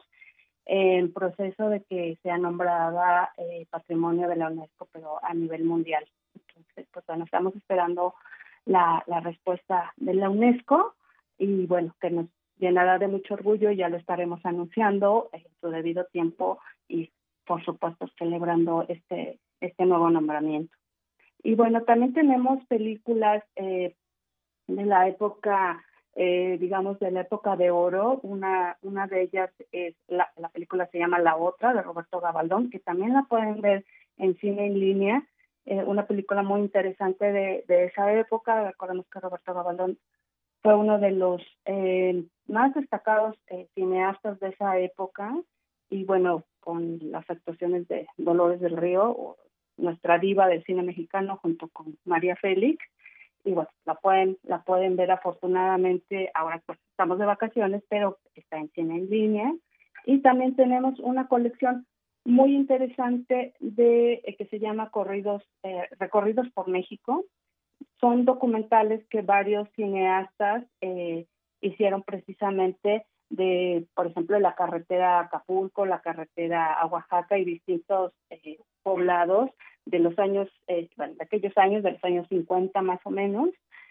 en proceso de que sea nombrada eh, Patrimonio de la UNESCO, pero a nivel mundial. Entonces, pues bueno, estamos esperando la, la respuesta de la UNESCO y bueno, que nos llenará de mucho orgullo, y ya lo estaremos anunciando en su debido tiempo y por supuesto celebrando este, este nuevo nombramiento. Y bueno, también tenemos películas eh, de la época Eh, digamos, de la época de oro. Una una de ellas es, la, la película se llama La Otra, de Roberto Gabaldón, que también la pueden ver en cine en línea, eh, una película muy interesante de, de esa época. Recordemos que Roberto Gabaldón fue uno de los eh, más destacados eh, cineastas de esa época, y bueno, con las actuaciones de Dolores del Río, nuestra diva del cine mexicano, junto con María Félix. Y bueno, la pueden la pueden ver afortunadamente, ahora pues estamos de vacaciones, pero está en cine en línea. Y también tenemos una colección muy interesante de eh, que se llama Corridos eh, Recorridos por México. Son documentales que varios cineastas eh, hicieron precisamente de, por ejemplo, de la carretera a Acapulco, la carretera a Oaxaca y distintos eh, poblados de los años, eh, bueno, de aquellos años, de los años cincuenta más o menos,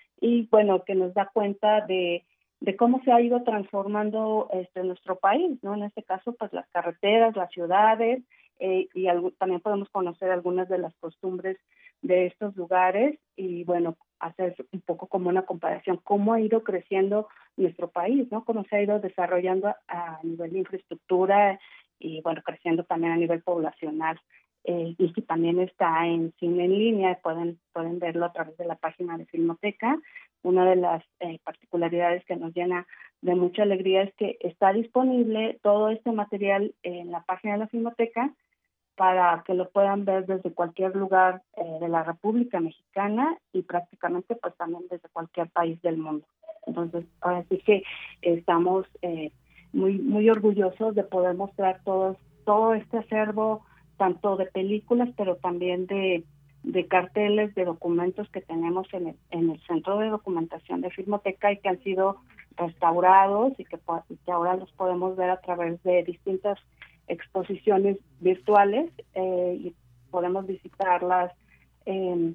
y bueno, que nos da cuenta de, de cómo se ha ido transformando este nuestro país, ¿no? En este caso, pues las carreteras, las ciudades, eh, y algo, también podemos conocer algunas de las costumbres de estos lugares, y bueno, hacer un poco como una comparación, cómo ha ido creciendo nuestro país, ¿no? Cómo se ha ido desarrollando a, a nivel de infraestructura y bueno, creciendo también a nivel poblacional. Eh, y que también está en cine en línea, pueden pueden verlo a través de la página de Filmoteca. Una de las eh, particularidades que nos llena de mucha alegría es que está disponible todo este material en la página de la Filmoteca para que lo puedan ver desde cualquier lugar eh, de la República Mexicana y prácticamente pues también desde cualquier país del mundo. Entonces, ahora sí que estamos eh, muy muy orgullosos de poder mostrar todos todo este acervo, tanto de películas, pero también de, de carteles, de documentos que tenemos en el, en el Centro de Documentación de Filmoteca y que han sido restaurados y que, y que ahora los podemos ver a través de distintas exposiciones virtuales eh, y podemos visitarlas, eh,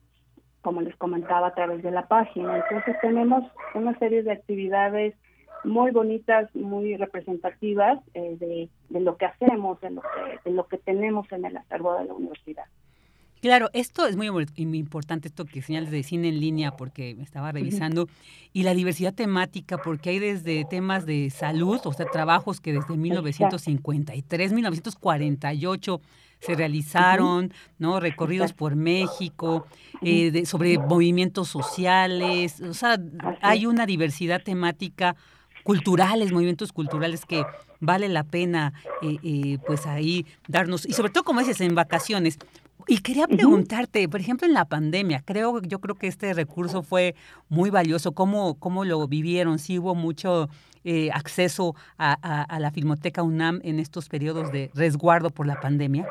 como les comentaba, a través de la página. Entonces tenemos una serie de actividades muy bonitas, muy representativas eh, de, de lo que hacemos, de lo que, de lo que tenemos en el acervo de la universidad. Claro, esto es muy, muy importante, esto que señalas de cine en línea, porque me estaba revisando, uh-huh. y la diversidad temática, porque hay desde temas de salud, o sea, trabajos que desde mil novecientos cincuenta y tres, mil novecientos cuarenta y ocho se realizaron, uh-huh. ¿no? Recorridos Exacto. por México, eh, de, sobre movimientos sociales, o sea, Así hay es. una diversidad temática culturales, movimientos culturales que vale la pena eh, eh, pues ahí darnos, y sobre todo como dices, en vacaciones. Y quería preguntarte, uh-huh. por ejemplo, en la pandemia, creo yo creo que este recurso fue muy valioso. ¿Cómo, cómo lo vivieron? ¿Sí hubo mucho eh, acceso a, a, a la Filmoteca UNAM en estos periodos de resguardo por la pandemia?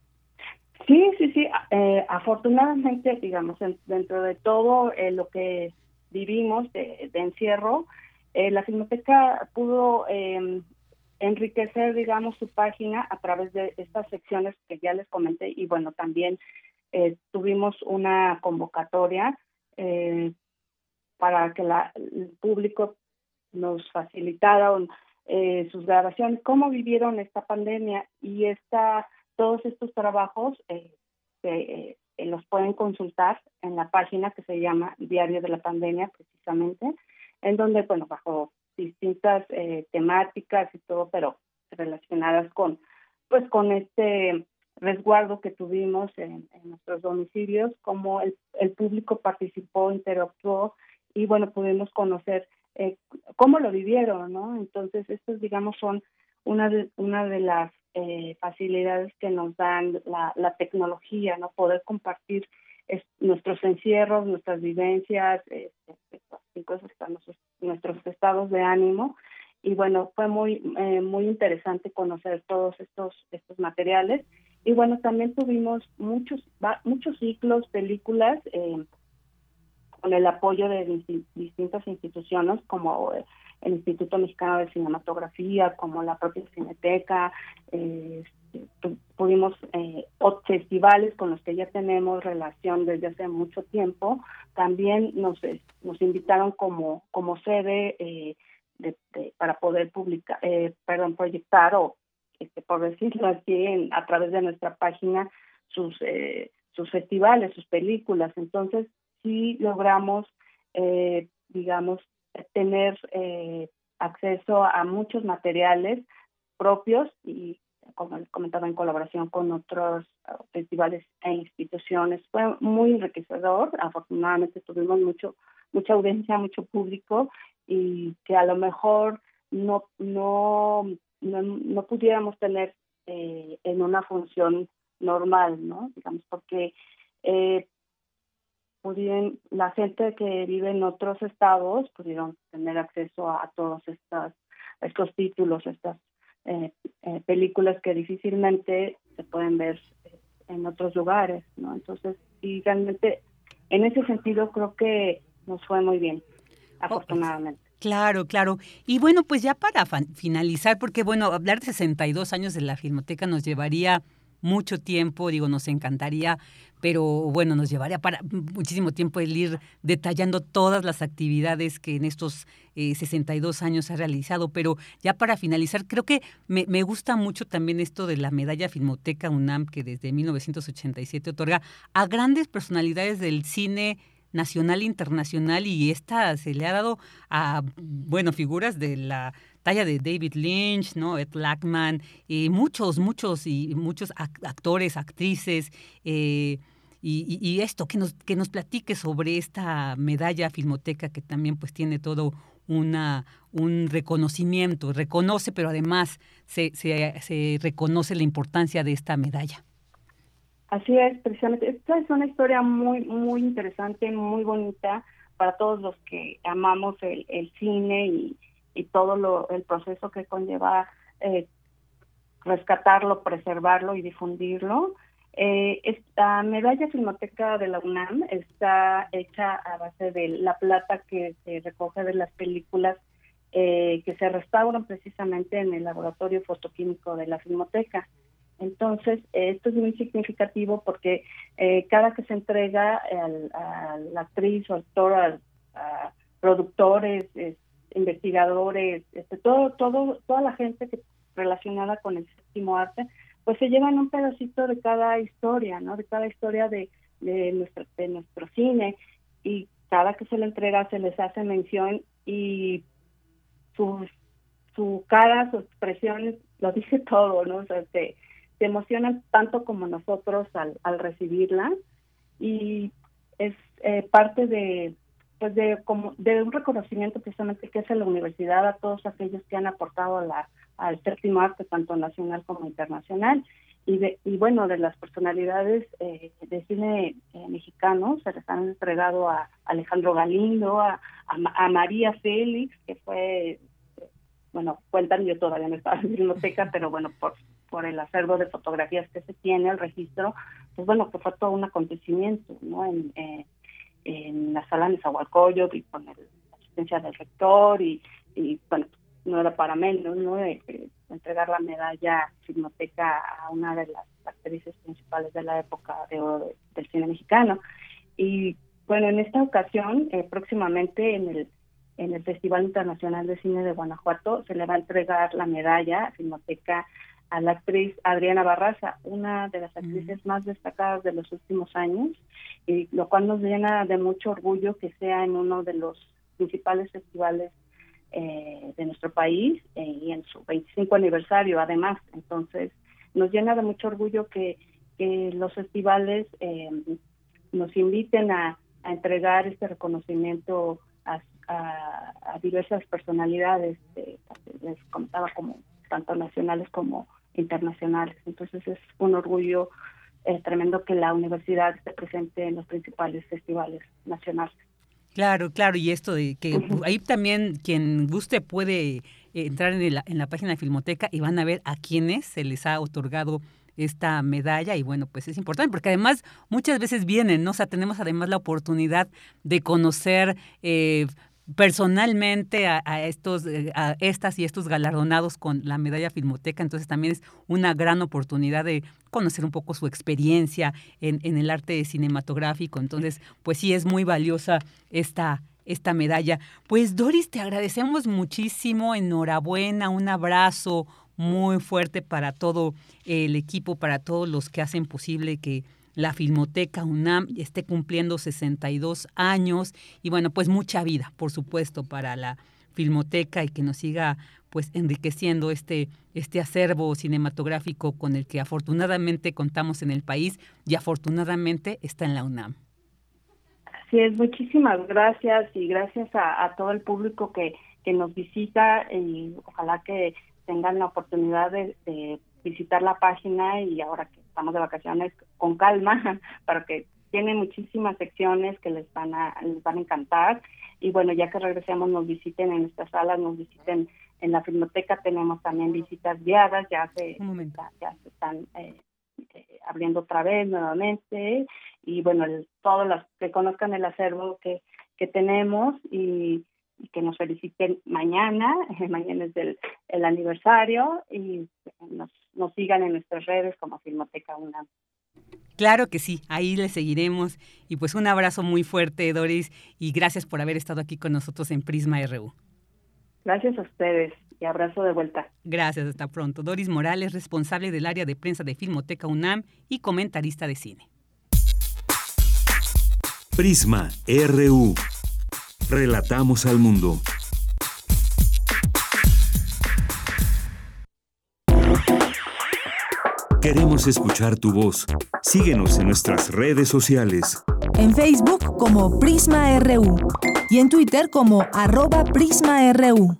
Sí, sí, sí. Eh, afortunadamente, digamos, en, dentro de todo eh, lo que vivimos de, de encierro, Eh, la Filmoteca pudo eh, enriquecer, digamos, su página a través de estas secciones que ya les comenté, y bueno, también eh, tuvimos una convocatoria eh, para que la, el público nos facilitara eh, sus grabaciones, cómo vivieron esta pandemia, y esta, todos estos trabajos eh, eh, eh, los pueden consultar en la página que se llama Diario de la Pandemia, precisamente, en donde, bueno, bajo distintas eh, temáticas y todo, pero relacionadas con, pues, con este resguardo que tuvimos en, en nuestros domicilios, cómo el, el público participó, interactuó, y bueno, pudimos conocer eh, cómo lo vivieron, ¿no? Entonces, estos, digamos, son una de, una de las eh, facilidades que nos dan la, la tecnología, ¿no? Poder compartir es, nuestros encierros, nuestras vivencias, eh, incluso hasta nuestros, nuestros estados de ánimo. Y bueno, fue muy eh, muy interesante conocer todos estos estos materiales. Y bueno, también tuvimos muchos muchos ciclos, películas, eh, con el apoyo de dis- distintas instituciones como el Instituto Mexicano de Cinematografía, como la propia Cineteca. Eh, pudimos eh, o festivales con los que ya tenemos relación desde hace mucho tiempo. También nos nos invitaron como como sede eh, de, de, para poder publicar, eh, perdón, proyectar o este, por decirlo así, en, a través de nuestra página sus eh, sus festivales, sus películas. Entonces sí logramos, eh, digamos, tener eh, acceso a muchos materiales propios y, como les comentaba, en colaboración con otros uh, festivales e instituciones. Fue muy enriquecedor. Afortunadamente tuvimos mucho mucha audiencia, mucho público, y que a lo mejor no no no, no pudiéramos tener eh, en una función normal, ¿no? Digamos, porque eh, pudieron, la gente que vive en otros estados pudieron tener acceso a, a todos estos, estos títulos, estas eh, eh, películas que difícilmente se pueden ver en otros lugares, ¿no? Entonces, y realmente en ese sentido creo que nos fue muy bien, afortunadamente. Oh, claro, claro. Y bueno, pues ya para fan- finalizar, porque bueno, hablar de sesenta y dos años de la Filmoteca nos llevaría mucho tiempo, digo, nos encantaría, pero bueno, nos llevaría para muchísimo tiempo el ir detallando todas las actividades que en estos eh, sesenta y dos años ha realizado. Pero ya para finalizar, creo que me, me gusta mucho también esto de la medalla Filmoteca UNAM, que desde mil novecientos ochenta y siete otorga a grandes personalidades del cine nacional e internacional, y esta se le ha dado a, bueno, figuras de la talla de David Lynch, ¿no? Ed Lachman, y muchos, muchos, y muchos actores, actrices, eh, y, y, y esto, que nos, que nos platique sobre esta medalla Filmoteca, que también pues tiene todo una, un reconocimiento, reconoce, pero además se, se, se reconoce la importancia de esta medalla. Así es, precisamente. Esta es una historia muy muy interesante, muy bonita para todos los que amamos el, el cine y, y todo lo, el proceso que conlleva eh, rescatarlo, preservarlo y difundirlo. Eh, esta medalla Filmoteca de la UNAM está hecha a base de la plata que se recoge de las películas eh, que se restauran precisamente en el laboratorio fotoquímico de la Filmoteca. Entonces, esto es muy significativo porque eh, cada que se entrega al, a la actriz o actor, a, a productores, es, investigadores, este, todo, todo, toda la gente que relacionada con el séptimo arte, pues se llevan un pedacito de cada historia, ¿no? De cada historia de, de, nuestro, de nuestro cine, y cada que se le entrega se les hace mención, y su, su cara, sus expresiones, lo dice todo, ¿no? O sea, se, se emocionan tanto como nosotros al, al recibirla, y es eh, parte de pues de como de un reconocimiento precisamente que hace la universidad a todos aquellos que han aportado a la, al séptimo arte, tanto nacional como internacional, y de, y bueno, de las personalidades eh, de cine eh, mexicano se les han entregado a Alejandro Galindo, a, a, a María Félix, que fue, bueno, cuentan, yo todavía no estaba en la biblioteca, pero bueno, por por el acervo de fotografías que se tiene, el registro, pues bueno, que fue todo un acontecimiento, ¿no? En, eh, en la sala de Nezahualcóyotl, y con el, la asistencia del rector, y, y bueno, no era para menos, ¿no? De, de entregar la medalla Filmoteca a una de las actrices principales de la época de oro de, del cine mexicano. Y bueno, en esta ocasión, eh, próximamente en el en el Festival Internacional de Cine de Guanajuato, se le va a entregar la medalla Filmoteca a la actriz Adriana Barraza, una de las actrices mm. más destacadas de los últimos años, y lo cual nos llena de mucho orgullo que sea en uno de los principales festivales eh, de nuestro país, eh, y en su veinticinco aniversario además. Entonces nos llena de mucho orgullo que, que los festivales eh, nos inviten a, a entregar este reconocimiento a, a, a diversas personalidades, eh, les contaba, como tanto nacionales como internacionales. Entonces es un orgullo eh, tremendo que la universidad esté presente en los principales festivales nacionales. Claro, claro, y esto de que uh-huh. ahí también quien guste puede eh, entrar en la, en la página de Filmoteca y van a ver a quienes se les ha otorgado esta medalla, y bueno, pues es importante porque además muchas veces vienen, ¿no? O sea, tenemos además la oportunidad de conocer eh, personalmente a, a estos a estas y estos galardonados con la medalla Filmoteca, entonces también es una gran oportunidad de conocer un poco su experiencia en, en el arte cinematográfico. Entonces, pues sí, es muy valiosa esta esta medalla. Pues Doris, te agradecemos muchísimo, enhorabuena, un abrazo muy fuerte para todo el equipo, para todos los que hacen posible que la Filmoteca UNAM esté cumpliendo sesenta y dos años, y bueno, pues mucha vida, por supuesto, para la Filmoteca, y que nos siga pues enriqueciendo este, este acervo cinematográfico con el que afortunadamente contamos en el país y afortunadamente está en la UNAM. Así es, muchísimas gracias, y gracias a, a todo el público que, que nos visita, y ojalá que tengan la oportunidad de, de visitar la página, y ahora que estamos de vacaciones, con calma, para que tiene muchísimas secciones que les van a les van a encantar. Y bueno, ya que regresemos, nos visiten en nuestras salas, nos visiten en la Filmoteca. Tenemos también visitas guiadas, ya se, ya, ya se están eh, eh, abriendo otra vez nuevamente, y bueno, el, todos los que conozcan el acervo que, que tenemos, y, y que nos feliciten mañana, mañana es del, el aniversario, y nos, nos sigan en nuestras redes como Filmoteca UNAM. Claro que sí, ahí le seguiremos, y pues un abrazo muy fuerte, Doris, y gracias por haber estado aquí con nosotros en Prisma R U. Gracias a ustedes, y abrazo de vuelta. Gracias, hasta pronto. Doris Morales, responsable del área de prensa de Filmoteca UNAM y comentarista de cine. Prisma R U. Relatamos al mundo. Queremos escuchar tu voz. Síguenos en nuestras redes sociales. En Facebook como Prisma R U y en Twitter como arroba Prisma R U.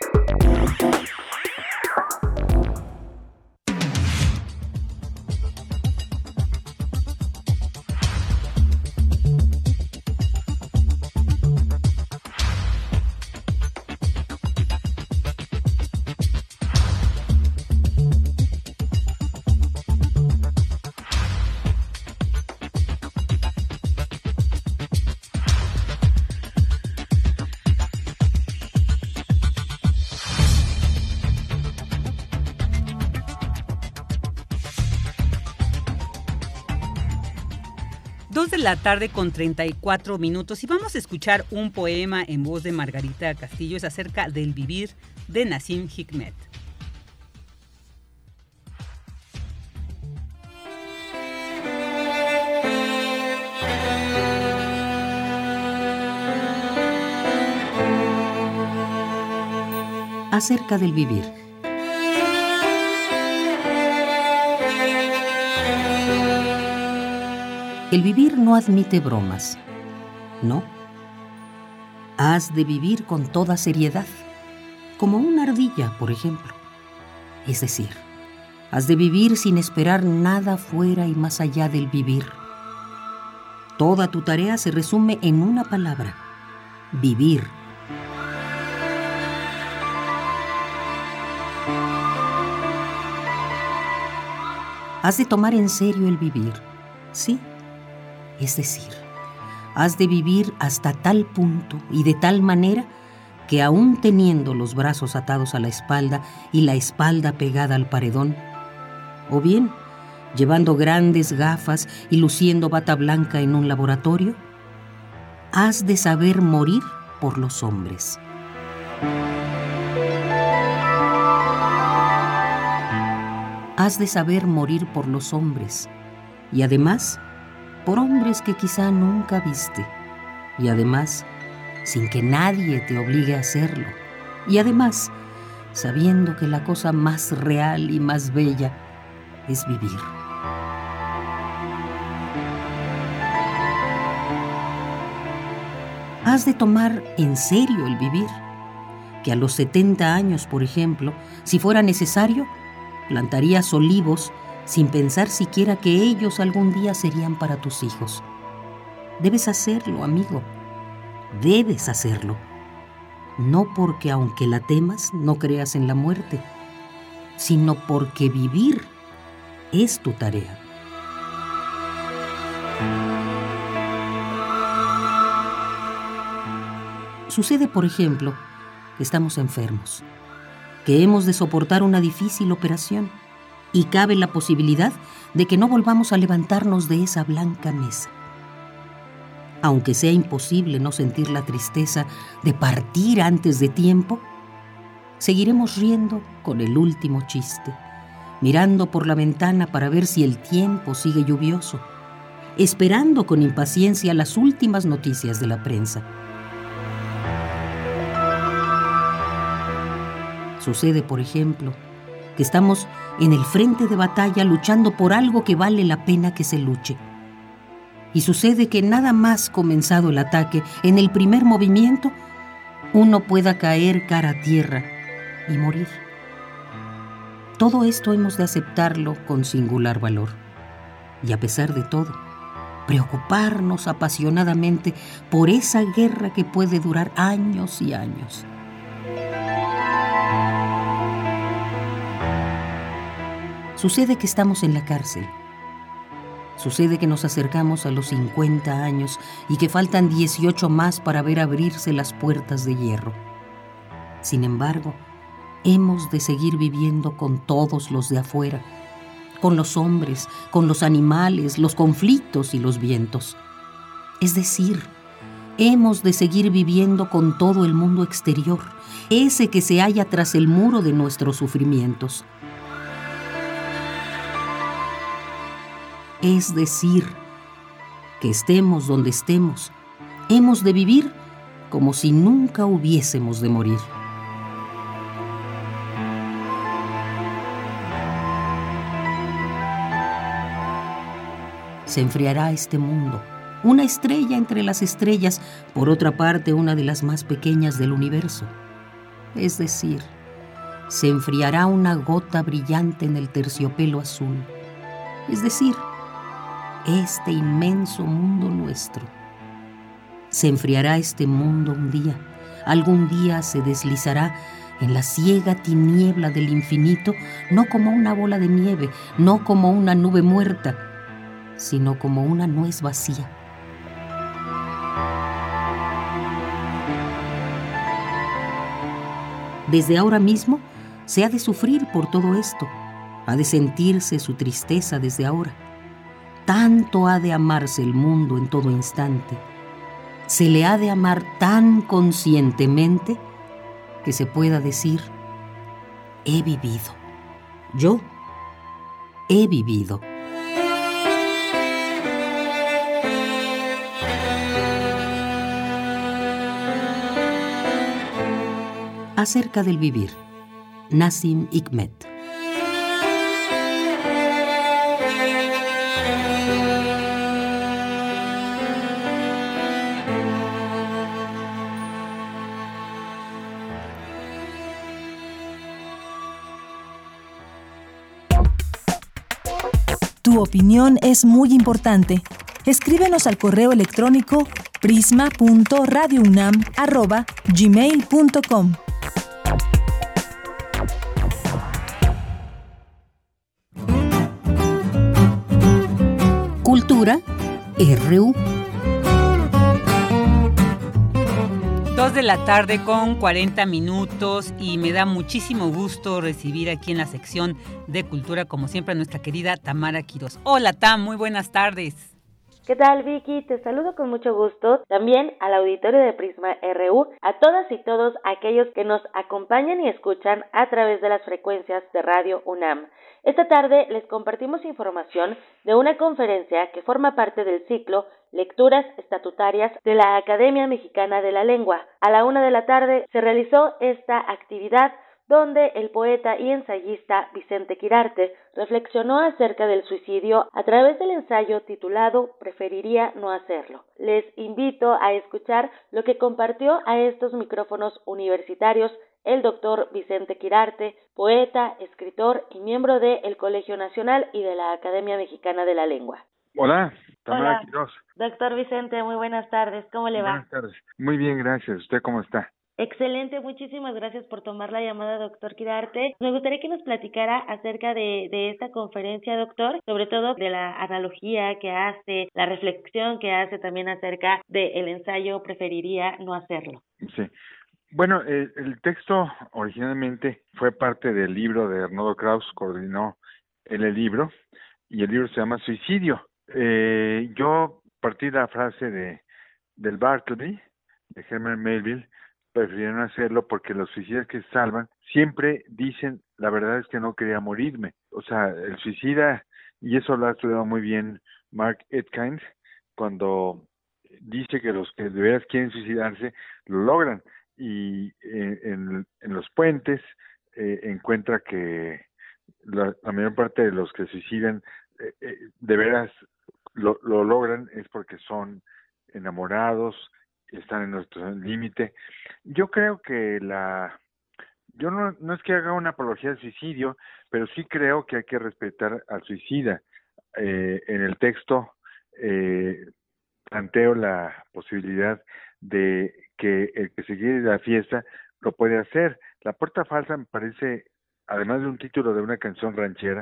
Dos de la tarde con treinta y cuatro minutos, y vamos a escuchar un poema en voz de Margarita Castillo. Es acerca del vivir de Nassim Hikmet. Acerca del vivir. El vivir no admite bromas, ¿no? Has de vivir con toda seriedad, como una ardilla, por ejemplo. Es decir, has de vivir sin esperar nada fuera y más allá del vivir. Toda tu tarea se resume en una palabra: vivir. Has de tomar en serio el vivir, ¿sí? Es decir, has de vivir hasta tal punto y de tal manera que, aún teniendo los brazos atados a la espalda y la espalda pegada al paredón, o bien llevando grandes gafas y luciendo bata blanca en un laboratorio, has de saber morir por los hombres. Has de saber morir por los hombres, y además por hombres que quizá nunca viste, y además sin que nadie te obligue a hacerlo, y además sabiendo que la cosa más real y más bella es vivir. Has de tomar en serio el vivir, que a los setenta años, por ejemplo, si fuera necesario, plantarías olivos sin pensar siquiera que ellos algún día serían para tus hijos. Debes hacerlo, amigo. Debes hacerlo. No porque, aunque la temas, no creas en la muerte, sino porque vivir es tu tarea. Sucede, por ejemplo, que estamos enfermos, que hemos de soportar una difícil operación y cabe la posibilidad de que no volvamos a levantarnos de esa blanca mesa. Aunque sea imposible no sentir la tristeza de partir antes de tiempo, seguiremos riendo con el último chiste, mirando por la ventana para ver si el tiempo sigue lluvioso, esperando con impaciencia las últimas noticias de la prensa. Sucede, por ejemplo, que estamos en el frente de batalla luchando por algo que vale la pena que se luche. Y sucede que nada más comenzado el ataque, en el primer movimiento, uno pueda caer cara a tierra y morir. Todo esto hemos de aceptarlo con singular valor. Y a pesar de todo, preocuparnos apasionadamente por esa guerra que puede durar años y años. Sucede que estamos en la cárcel. Sucede que nos acercamos a los cincuenta años y que faltan dieciocho más para ver abrirse las puertas de hierro. Sin embargo, hemos de seguir viviendo con todos los de afuera, con los hombres, con los animales, los conflictos y los vientos. Es decir, hemos de seguir viviendo con todo el mundo exterior, ese que se halla tras el muro de nuestros sufrimientos. Es decir, que estemos donde estemos, hemos de vivir como si nunca hubiésemos de morir. Se enfriará este mundo, una estrella entre las estrellas, por otra parte una de las más pequeñas del universo. Es decir, se enfriará una gota brillante en el terciopelo azul. Es decir, este inmenso mundo nuestro. Se enfriará este mundo un día, algún día se deslizará en la ciega tiniebla del infinito, no como una bola de nieve, no como una nube muerta, sino como una nuez vacía. Desde ahora mismo se ha de sufrir por todo esto, ha de sentirse su tristeza desde ahora. Tanto ha de amarse el mundo en todo instante. Se le ha de amar tan conscientemente que se pueda decir, he vivido. Yo he vivido. Acerca del vivir, Nassim Hikmet. Tu opinión es muy importante. Escríbenos al correo electrónico prisma punto radio unam arroba gmail punto com. Cultura R U. Dos de la tarde con cuarenta minutos y me da muchísimo gusto recibir aquí en la sección de Cultura, como siempre, a nuestra querida Tamara Quirós. Hola, Tam, muy buenas tardes. ¿Qué tal, Vicky? Te saludo con mucho gusto. También al auditorio de Prisma R U, a todas y todos aquellos que nos acompañan y escuchan a través de las frecuencias de Radio UNAM. Esta tarde les compartimos información de una conferencia que forma parte del ciclo Lecturas Estatutarias de la Academia Mexicana de la Lengua. A la una de la tarde se realizó esta actividad donde el poeta y ensayista Vicente Quirarte reflexionó acerca del suicidio a través del ensayo titulado Preferiría no hacerlo. Les invito a escuchar lo que compartió a estos micrófonos universitarios el doctor Vicente Quirarte, poeta, escritor y miembro del Colegio Nacional y de la Academia Mexicana de la Lengua. Hola, Tamara Hola, Quiroz. Doctor Vicente, muy buenas tardes, ¿cómo le va? Buenas tardes. Muy bien, gracias. ¿Usted cómo está? Excelente, muchísimas gracias por tomar la llamada, doctor Quirarte. Me gustaría que nos platicara acerca de, de esta conferencia, doctor, sobre todo de la analogía que hace, la reflexión que hace también acerca del ensayo Preferiría no hacerlo. Sí. Bueno, eh, el texto originalmente fue parte del libro de Arnoldo Krauss, coordinó el, el libro, y el libro se llama Suicidio. Eh, yo partí de la frase de del Bartleby, de Herman Melville, prefirieron hacerlo porque los suicidas que se salvan siempre dicen, la verdad es que no quería morirme. O sea, el suicida, y eso lo ha estudiado muy bien Mark Etkind, cuando dice que los que de veras quieren suicidarse, lo logran. Y eh, en, en los puentes eh, encuentra que la, la mayor parte de los que se suicidan eh, eh, de veras lo, lo logran es porque son enamorados, están en nuestro límite. Yo creo que la yo no, no es que haga una apología al suicidio, pero sí creo que hay que respetar al suicida. Eh, en el texto eh, planteo la posibilidad de que el que se quiere de la fiesta lo puede hacer. La puerta falsa me parece, además de un título de una canción ranchera,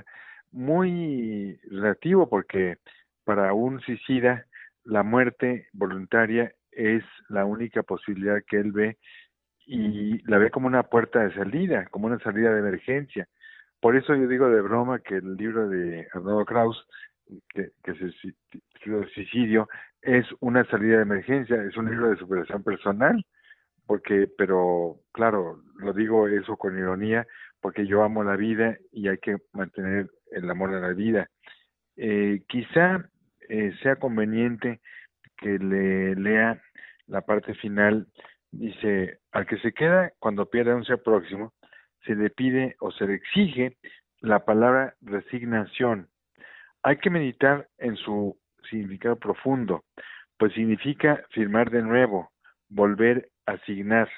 muy relativo, porque para un suicida la muerte voluntaria es la única posibilidad que él ve, y la ve como una puerta de salida, como una salida de emergencia. Por eso yo digo de broma que el libro de Arnoldo Krauss, que, que se titula Suicidio, es una salida de emergencia, es un libro de superación personal, porque, pero claro, lo digo eso con ironía, porque yo amo la vida y hay que mantener el amor a la vida. Eh, quizá eh, sea conveniente que le lea la parte final. Dice, al que se queda cuando pierde un ser próximo, se le pide o se le exige la palabra resignación. Hay que meditar en su significado profundo, pues significa firmar de nuevo, volver a asignar,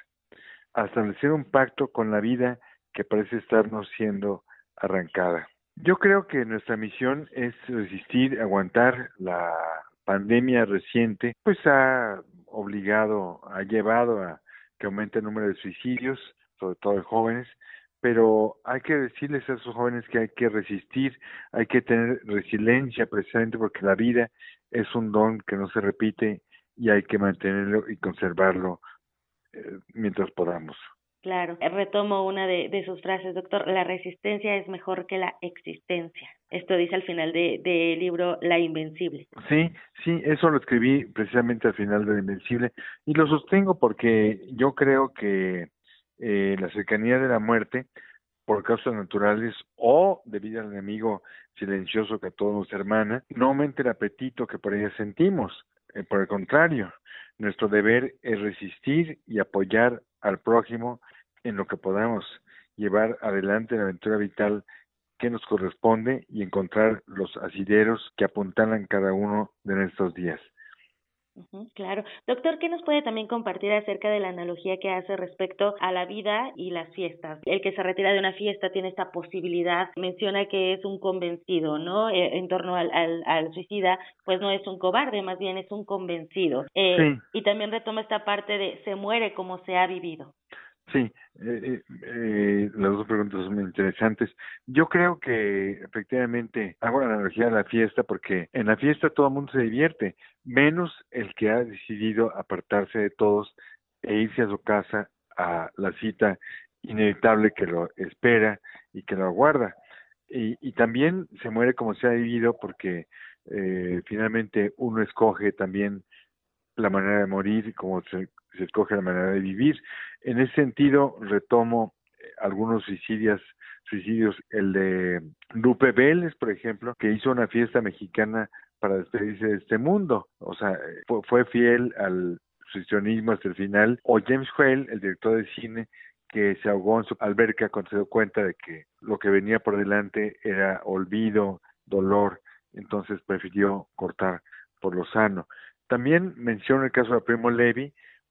a establecer un pacto con la vida que parece estarnos siendo arrancada. Yo creo que nuestra misión es resistir, aguantar. La pandemia reciente pues ha obligado, ha llevado a que aumente el número de suicidios, sobre todo en jóvenes, pero hay que decirles a esos jóvenes que hay que resistir, hay que tener resiliencia, precisamente porque la vida es un don que no se repite y hay que mantenerlo y conservarlo eh, mientras podamos. Claro, retomo una de, de sus frases, doctor, la resistencia es mejor que la existencia. Esto dice al final del de libro La Invencible. Sí, sí, eso lo escribí precisamente al final de La Invencible y lo sostengo porque yo creo que eh, la cercanía de la muerte por causas naturales o debido al enemigo silencioso que a todos nos hermana, no aumenta el apetito que por ella sentimos. Eh, por el contrario, nuestro deber es resistir y apoyar al prójimo en lo que podamos, llevar adelante la aventura vital que nos corresponde y encontrar los asideros que apuntalan cada uno de nuestros días. Uh-huh, claro. Doctor, ¿qué nos puede también compartir acerca de la analogía que hace respecto a la vida y las fiestas? El que se retira de una fiesta tiene esta posibilidad, menciona que es un convencido, ¿no? Eh, en torno al, al, al suicida, pues no es un cobarde, más bien es un convencido. Eh, sí. Y también retoma esta parte de se muere como se ha vivido. Sí, eh, eh, las dos preguntas son muy interesantes. Yo creo que efectivamente hago la analogía de la fiesta porque en la fiesta todo el mundo se divierte, menos el que ha decidido apartarse de todos e irse a su casa a la cita inevitable que lo espera y que lo aguarda. Y, y también se muere como se ha vivido porque eh, finalmente uno escoge también la manera de morir como se, se escoge la manera de vivir. En ese sentido, retomo algunos suicidios, suicidios, el de Lupe Vélez, por ejemplo, que hizo una fiesta mexicana para despedirse de este mundo, o sea, fue, fue fiel al suicidonismo hasta el final, o James Whale, el director de cine, que se ahogó en su alberca cuando se dio cuenta de que lo que venía por delante era olvido, dolor, entonces prefirió cortar por lo sano. También menciono el caso de Primo Levi,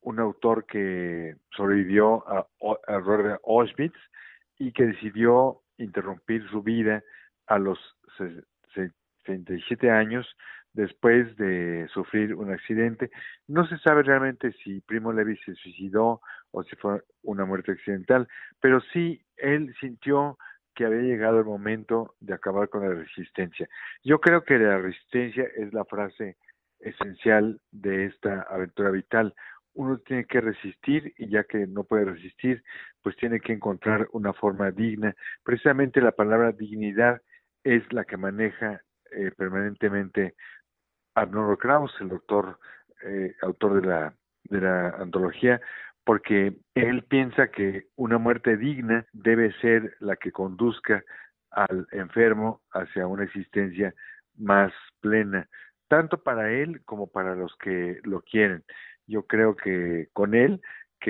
un autor que sobrevivió a, a horror de Auschwitz y que decidió interrumpir su vida a los sesenta y siete años después de sufrir un accidente. No se sabe realmente si Primo Levi se suicidó o si fue una muerte accidental, pero sí él sintió que había llegado el momento de acabar con la resistencia. Yo creo que la resistencia es la frase esencial de esta aventura vital. Uno tiene que resistir y ya que no puede resistir, pues tiene que encontrar una forma digna. Precisamente la palabra dignidad es la que maneja eh, permanentemente Arnoldo Kraus, el doctor, eh, autor de la, de la antología, porque él piensa que una muerte digna debe ser la que conduzca al enfermo hacia una existencia más plena, tanto para él como para los que lo quieren. Yo creo que con él,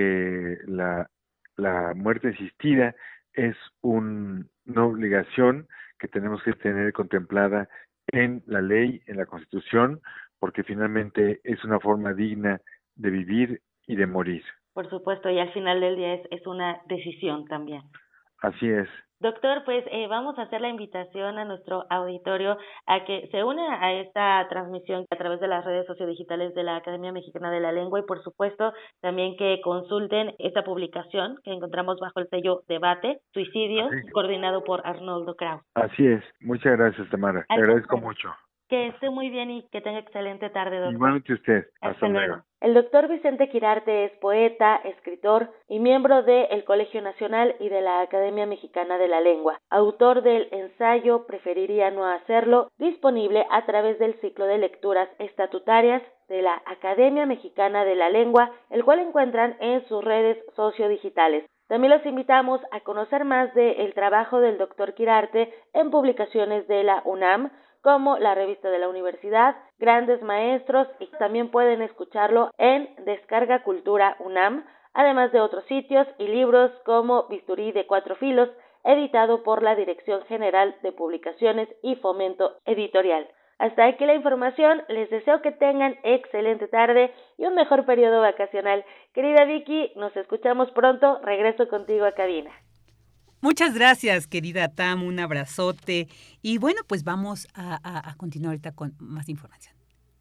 que la, la muerte asistida es un, una obligación que tenemos que tener contemplada en la ley, en la Constitución, porque finalmente es una forma digna de vivir y de morir. Por supuesto, y al final del día es, es una decisión también. Así es. Doctor, pues eh, vamos a hacer la invitación a nuestro auditorio a que se una a esta transmisión a través de las redes sociodigitales de la Academia Mexicana de la Lengua y por supuesto también que consulten esta publicación que encontramos bajo el sello Debate, Suicidios, sí, coordinado por Arnoldo Kraus. Así es. Muchas gracias, Tamara. Te agradezco mucho. Que esté muy bien y que tenga excelente tarde, doctor. Igualmente usted. Hasta, Hasta luego. luego. El doctor Vicente Quirarte es poeta, escritor y miembro del Colegio Nacional y de la Academia Mexicana de la Lengua. Autor del ensayo Preferiría no hacerlo, disponible a través del ciclo de lecturas estatutarias de la Academia Mexicana de la Lengua, el cual encuentran en sus redes sociodigitales. También los invitamos a conocer más del trabajo del doctor Quirarte en publicaciones de la UNAM, como la revista de la universidad, Grandes Maestros, y también pueden escucharlo en Descarga Cultura UNAM, además de otros sitios y libros como Bisturí de Cuatro Filos, editado por la Dirección General de Publicaciones y Fomento Editorial. Hasta aquí la información, les deseo que tengan excelente tarde y un mejor periodo vacacional. Querida Vicky, nos escuchamos pronto, regreso contigo a cabina. Muchas gracias, querida Tam, un abrazote. Y bueno, pues vamos a, a, a continuar ahorita con más información.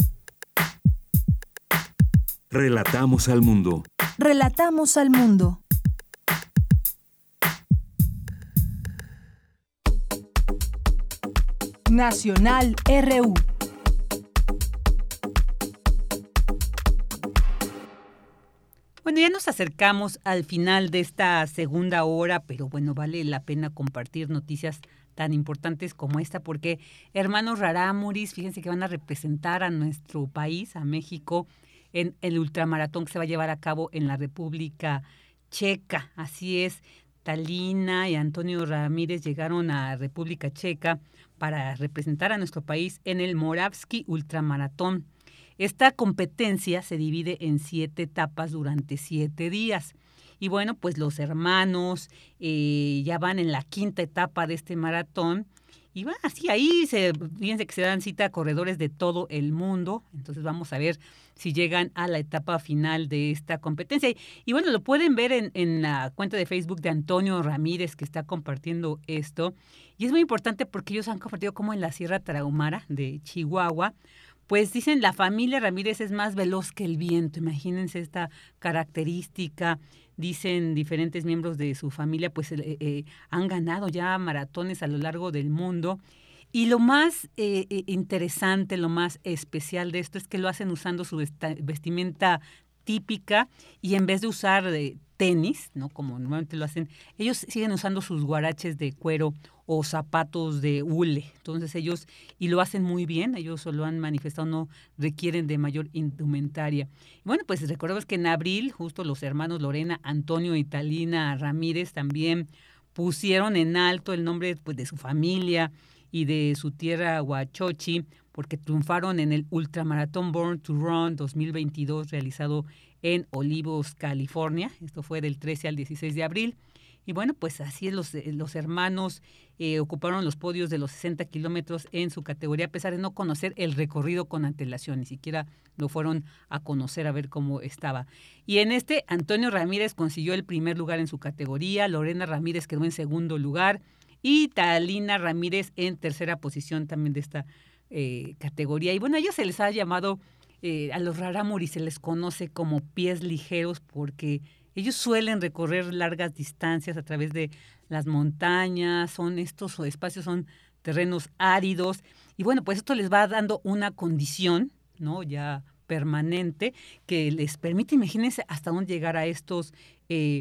Relatamos al mundo. Relatamos al mundo. Nacional R U. Bueno, ya nos acercamos al final de esta segunda hora, pero bueno, vale la pena compartir noticias tan importantes como esta, porque hermanos Rarámuris, fíjense que van a representar a nuestro país, a México, en el ultramaratón que se va a llevar a cabo en la República Checa. Así es, Talina y Antonio Ramírez llegaron a República Checa para representar a nuestro país en el Moravsky Ultramaratón. Esta competencia se divide en siete etapas durante siete días. Y bueno, pues los hermanos eh, ya van en la quinta etapa de este maratón. Y bueno, así ahí, se, fíjense que se dan cita a corredores de todo el mundo. Entonces vamos a ver si llegan a la etapa final de esta competencia. Y, y bueno, lo pueden ver en, en la cuenta de Facebook de Antonio Ramírez, que está compartiendo esto. Y es muy importante porque ellos han compartido como en la Sierra Tarahumara de Chihuahua, pues dicen la familia Ramírez es más veloz que el viento. Imagínense esta característica. Dicen diferentes miembros de su familia, pues eh, eh, han ganado ya maratones a lo largo del mundo. Y lo más eh, interesante, lo más especial de esto es que lo hacen usando su vestimenta típica y en vez de usar eh, tenis, ¿no? Como normalmente lo hacen, ellos siguen usando sus guaraches de cuero o zapatos de hule. Entonces ellos, y lo hacen muy bien, ellos lo han manifestado, no requieren de mayor indumentaria. Bueno, pues recordemos que en abril, justo los hermanos Lorena, Antonio y Talina Ramírez también pusieron en alto el nombre pues, de su familia y de su tierra Huachochi, porque triunfaron en el Ultramaratón Born to Run dos mil veintidós, realizado en Olivos, California. Esto fue del trece al dieciséis de abril. Y bueno, pues así es, los, los hermanos eh, ocuparon los podios de los sesenta kilómetros en su categoría, a pesar de no conocer el recorrido con antelación, ni siquiera lo fueron a conocer a ver cómo estaba. Y en este, Antonio Ramírez consiguió el primer lugar en su categoría, Lorena Ramírez quedó en segundo lugar y Talina Ramírez en tercera posición también de esta eh, categoría. Y bueno, a ellos se les ha llamado, eh, a los rarámuris se les conoce como pies ligeros porque ellos suelen recorrer largas distancias a través de las montañas, son estos espacios, son terrenos áridos, y bueno, pues esto les va dando una condición, ¿no?, ya permanente, que les permite, imagínense, hasta dónde llegar a estos, eh,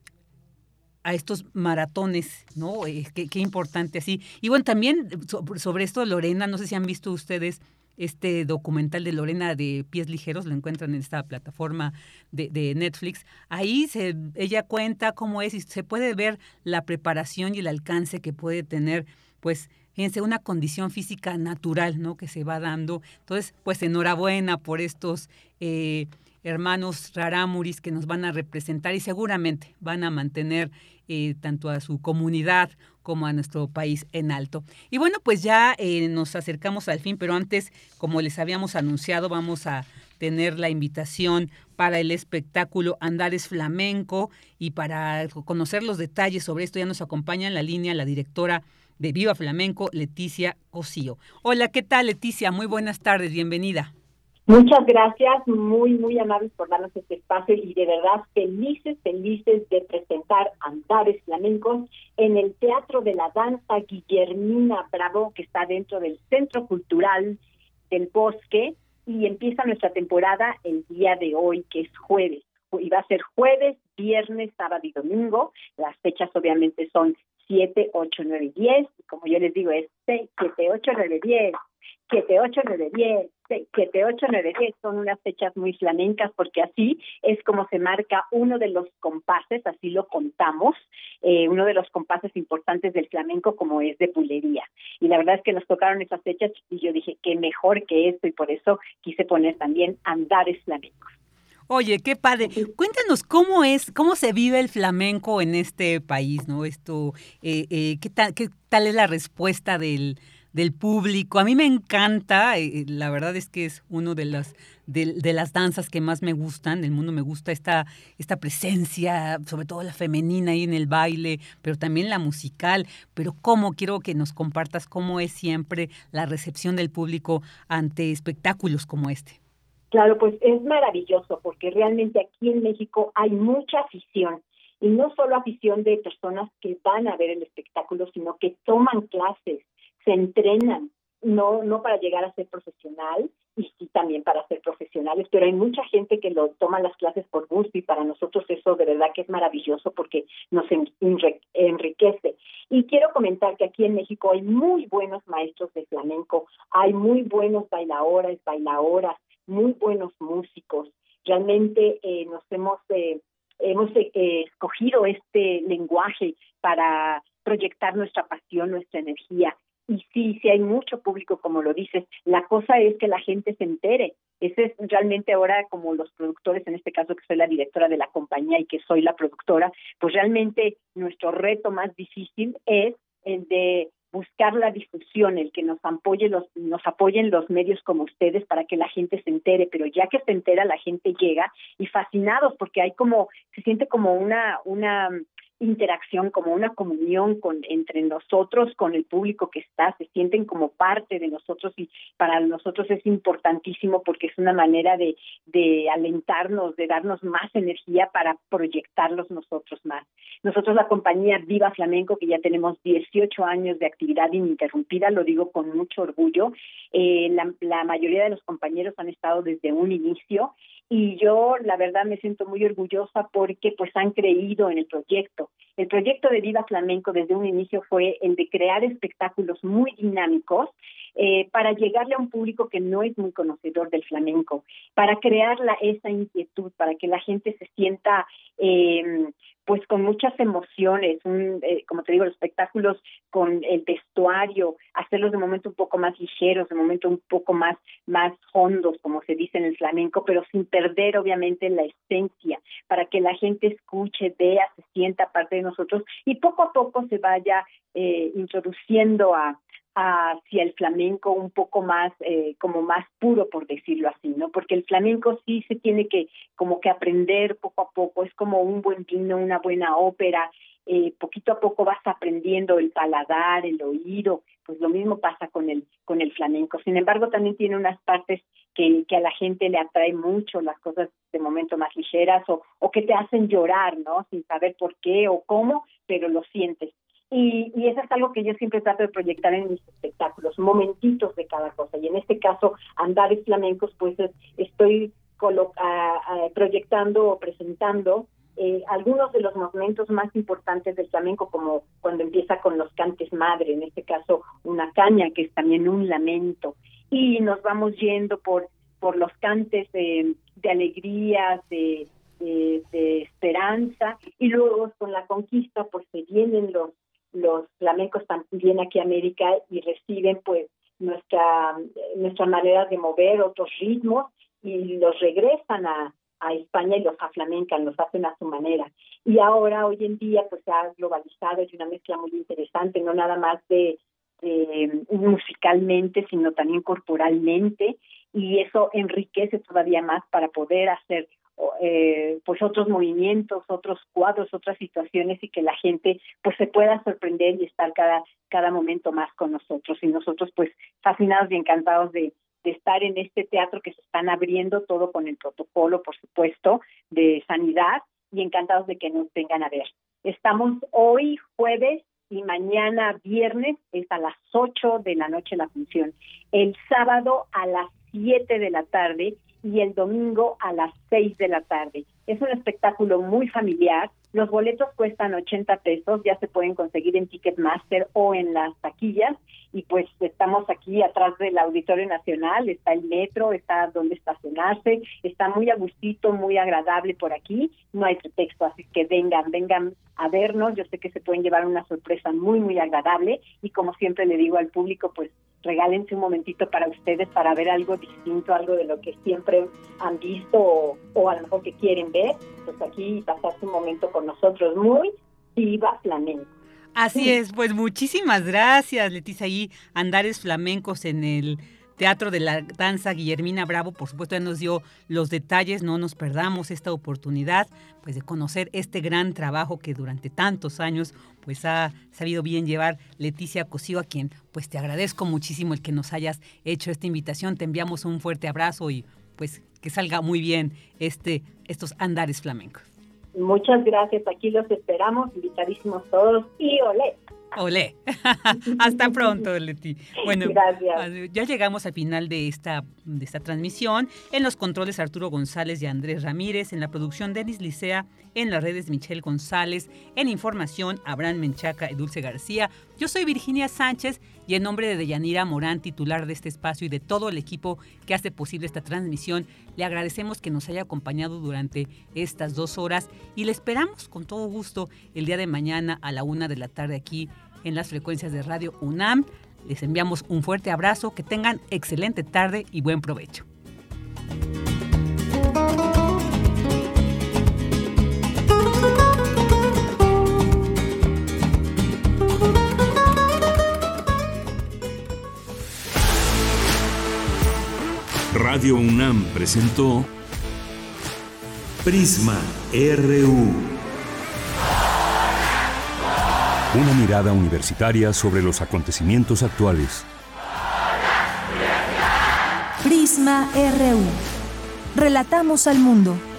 a estos maratones, ¿no? Eh, qué, qué importante así. Y bueno, también sobre esto, Lorena, no sé si han visto ustedes este documental de Lorena de Pies Ligeros, lo encuentran en esta plataforma de, de Netflix. Ahí se, ella cuenta cómo es y se puede ver la preparación y el alcance que puede tener, pues, fíjense, una condición física natural, ¿no?, que se va dando. Entonces, pues, enhorabuena por estos eh, hermanos rarámuris que nos van a representar y seguramente van a mantener eh, tanto a su comunidad como a nuestro país en alto. Y bueno, pues ya eh, nos acercamos al fin, pero antes, como les habíamos anunciado, vamos a tener la invitación para el espectáculo Andares Flamenco, y para conocer los detalles sobre esto ya nos acompaña en la línea la directora de Viva Flamenco, Leticia Cosío. Hola, ¿qué tal, Leticia? Muy buenas tardes, bienvenida. Muchas gracias, muy, muy amables por darnos este espacio y de verdad felices, felices de presentar Andares Flamencos en el Teatro de la Danza Guillermina Bravo, que está dentro del Centro Cultural del Bosque, y empieza nuestra temporada el día de hoy, que es jueves, y va a ser jueves, viernes, sábado y domingo. Las fechas obviamente son siete, ocho, nueve y diez, y como yo les digo es seis, siete, ocho, nueve, diez, siete, ocho, nueve, diez, seis, siete, ocho, nueve, diez, son unas fechas muy flamencas porque así es como se marca uno de los compases, así lo contamos, eh, uno de los compases importantes del flamenco, como es de bulería. Y la verdad es que nos tocaron esas fechas y yo dije, qué mejor que esto, y por eso quise poner también Andares Flamencos. Oye, qué padre. Cuéntanos cómo es, cómo se vive el flamenco en este país, ¿no? Esto, eh, eh, ¿qué tal, qué tal es la respuesta del, del público? A mí me encanta, eh, la verdad es que es uno de las de, de las danzas que más me gustan del mundo. Me gusta esta esta presencia, sobre todo la femenina ahí en el baile, pero también la musical. Pero cómo quiero que nos compartas cómo es siempre la recepción del público ante espectáculos como este. Claro, pues es maravilloso porque realmente aquí en México hay mucha afición, y no solo afición de personas que van a ver el espectáculo, sino que toman clases, se entrenan, no no para llegar a ser profesional, y sí también para ser profesionales, pero hay mucha gente que lo toma las clases por gusto, y para nosotros eso de verdad que es maravilloso porque nos enriquece. Y quiero comentar que aquí en México hay muy buenos maestros de flamenco, hay muy buenos bailadoras, bailadoras, muy buenos músicos. Realmente eh, nos hemos eh, hemos eh, escogido este lenguaje para proyectar nuestra pasión, nuestra energía. Y sí, sí hay mucho público, como lo dices. La cosa es que la gente se entere. Ese es realmente ahora, como los productores, en este caso que soy la directora de la compañía y que soy la productora, pues realmente nuestro reto más difícil es el de buscar la difusión, el que nos apoye los, nos apoyen los medios como ustedes para que la gente se entere, pero ya que se entera la gente llega y fascinados porque hay como, se siente como una, una interacción, como una comunión con entre nosotros, con el público que está, se sienten como parte de nosotros, y para nosotros es importantísimo porque es una manera de, de alentarnos, de darnos más energía para proyectarlos nosotros más. Nosotros, la compañía Viva Flamenco, que ya tenemos dieciocho años de actividad ininterrumpida, lo digo con mucho orgullo, eh, la, la mayoría de los compañeros han estado desde un inicio, y yo la verdad me siento muy orgullosa porque pues han creído en el proyecto. El proyecto de Viva Flamenco desde un inicio fue el de crear espectáculos muy dinámicos eh, para llegarle a un público que no es muy conocedor del flamenco, para crear la, esa inquietud, para que la gente se sienta eh, pues con muchas emociones, un, eh, como te digo, los espectáculos con el vestuario, hacerlos de momento un poco más ligeros, de momento un poco más, más hondos, como se dice en el flamenco, pero sin perder obviamente la esencia, para que la gente escuche, vea, se sienta parte de nosotros y poco a poco se vaya eh, introduciendo a hacia el flamenco un poco más, eh, como más puro, por decirlo así, ¿no? Porque el flamenco sí se tiene que como que aprender poco a poco, es como un buen vino, una buena ópera, eh, poquito a poco vas aprendiendo el paladar, el oído, pues lo mismo pasa con el con el flamenco. Sin embargo, también tiene unas partes que, que a la gente le atrae mucho, las cosas de momento más ligeras o, o que te hacen llorar, ¿no? Sin saber por qué o cómo, pero lo sientes. Y, y eso es algo que yo siempre trato de proyectar en mis espectáculos, momentitos de cada cosa. Y en este caso, Andares Flamencos, pues es, estoy colo- a, a, proyectando o presentando eh, algunos de los momentos más importantes del flamenco, como cuando empieza con los cantes madre, en este caso una caña, que es también un lamento. Y nos vamos yendo por, por los cantes de, de alegría, de, de, de esperanza, y luego con la conquista, pues se vienen los los flamencos también aquí a América y reciben pues nuestra nuestra manera de mover otros ritmos y los regresan a, a España y los aflamencan, los hacen a su manera. Y ahora, hoy en día, pues se ha globalizado, es una mezcla muy interesante, no nada más de, de musicalmente, sino también corporalmente, y eso enriquece todavía más para poder hacer Eh, pues otros movimientos, otros cuadros, otras situaciones y que la gente pues se pueda sorprender y estar cada cada momento más con nosotros y nosotros pues fascinados y encantados de, de estar en este teatro que se están abriendo todo con el protocolo, por supuesto, de sanidad y encantados de que nos vengan a ver. Estamos hoy jueves y mañana viernes es a las ocho de la noche la función, el sábado a las siete de la tarde y el domingo a las seis de la tarde. Es un espectáculo muy familiar. Los boletos cuestan ochenta pesos, ya se pueden conseguir en Ticketmaster o en las taquillas, y pues estamos aquí atrás del Auditorio Nacional, está el metro, está donde estacionarse, está muy a gustito, muy agradable por aquí, no hay pretexto, así que vengan, vengan a vernos, yo sé que se pueden llevar una sorpresa muy, muy agradable, y como siempre le digo al público, pues regálense un momentito para ustedes para ver algo distinto, algo de lo que siempre han visto o, o a lo mejor que quieren ver, pues aquí pasarse un momento con nosotros. Muy viva flamenco. Así es, pues muchísimas gracias, Leticia. Ahí Andares Flamencos en el Teatro de la Danza Guillermina Bravo, por supuesto ya nos dio los detalles, no nos perdamos esta oportunidad pues de conocer este gran trabajo que durante tantos años pues ha sabido bien llevar Leticia Cosío, a quien pues te agradezco muchísimo el que nos hayas hecho esta invitación, te enviamos un fuerte abrazo y pues que salga muy bien este estos Andares Flamencos. Muchas gracias, aquí los esperamos, invitadísimos todos y olé. Olé. Hasta pronto, Leti. Bueno, gracias. Ya llegamos al final de esta, de esta transmisión. En los controles Arturo González y Andrés Ramírez, en la producción Denis Licea, en las redes Michelle González, en información Abraham Menchaca y Dulce García. Yo soy Virginia Sánchez y en nombre de Deyanira Morán, titular de este espacio y de todo el equipo que hace posible esta transmisión, le agradecemos que nos haya acompañado durante estas dos horas y le esperamos con todo gusto el día de mañana a la una de la tarde aquí en las frecuencias de Radio UNAM. Les enviamos un fuerte abrazo, que tengan excelente tarde y buen provecho. Radio UNAM presentó Prisma R U. Una mirada universitaria sobre los acontecimientos actuales. Prisma R U. Relatamos al mundo.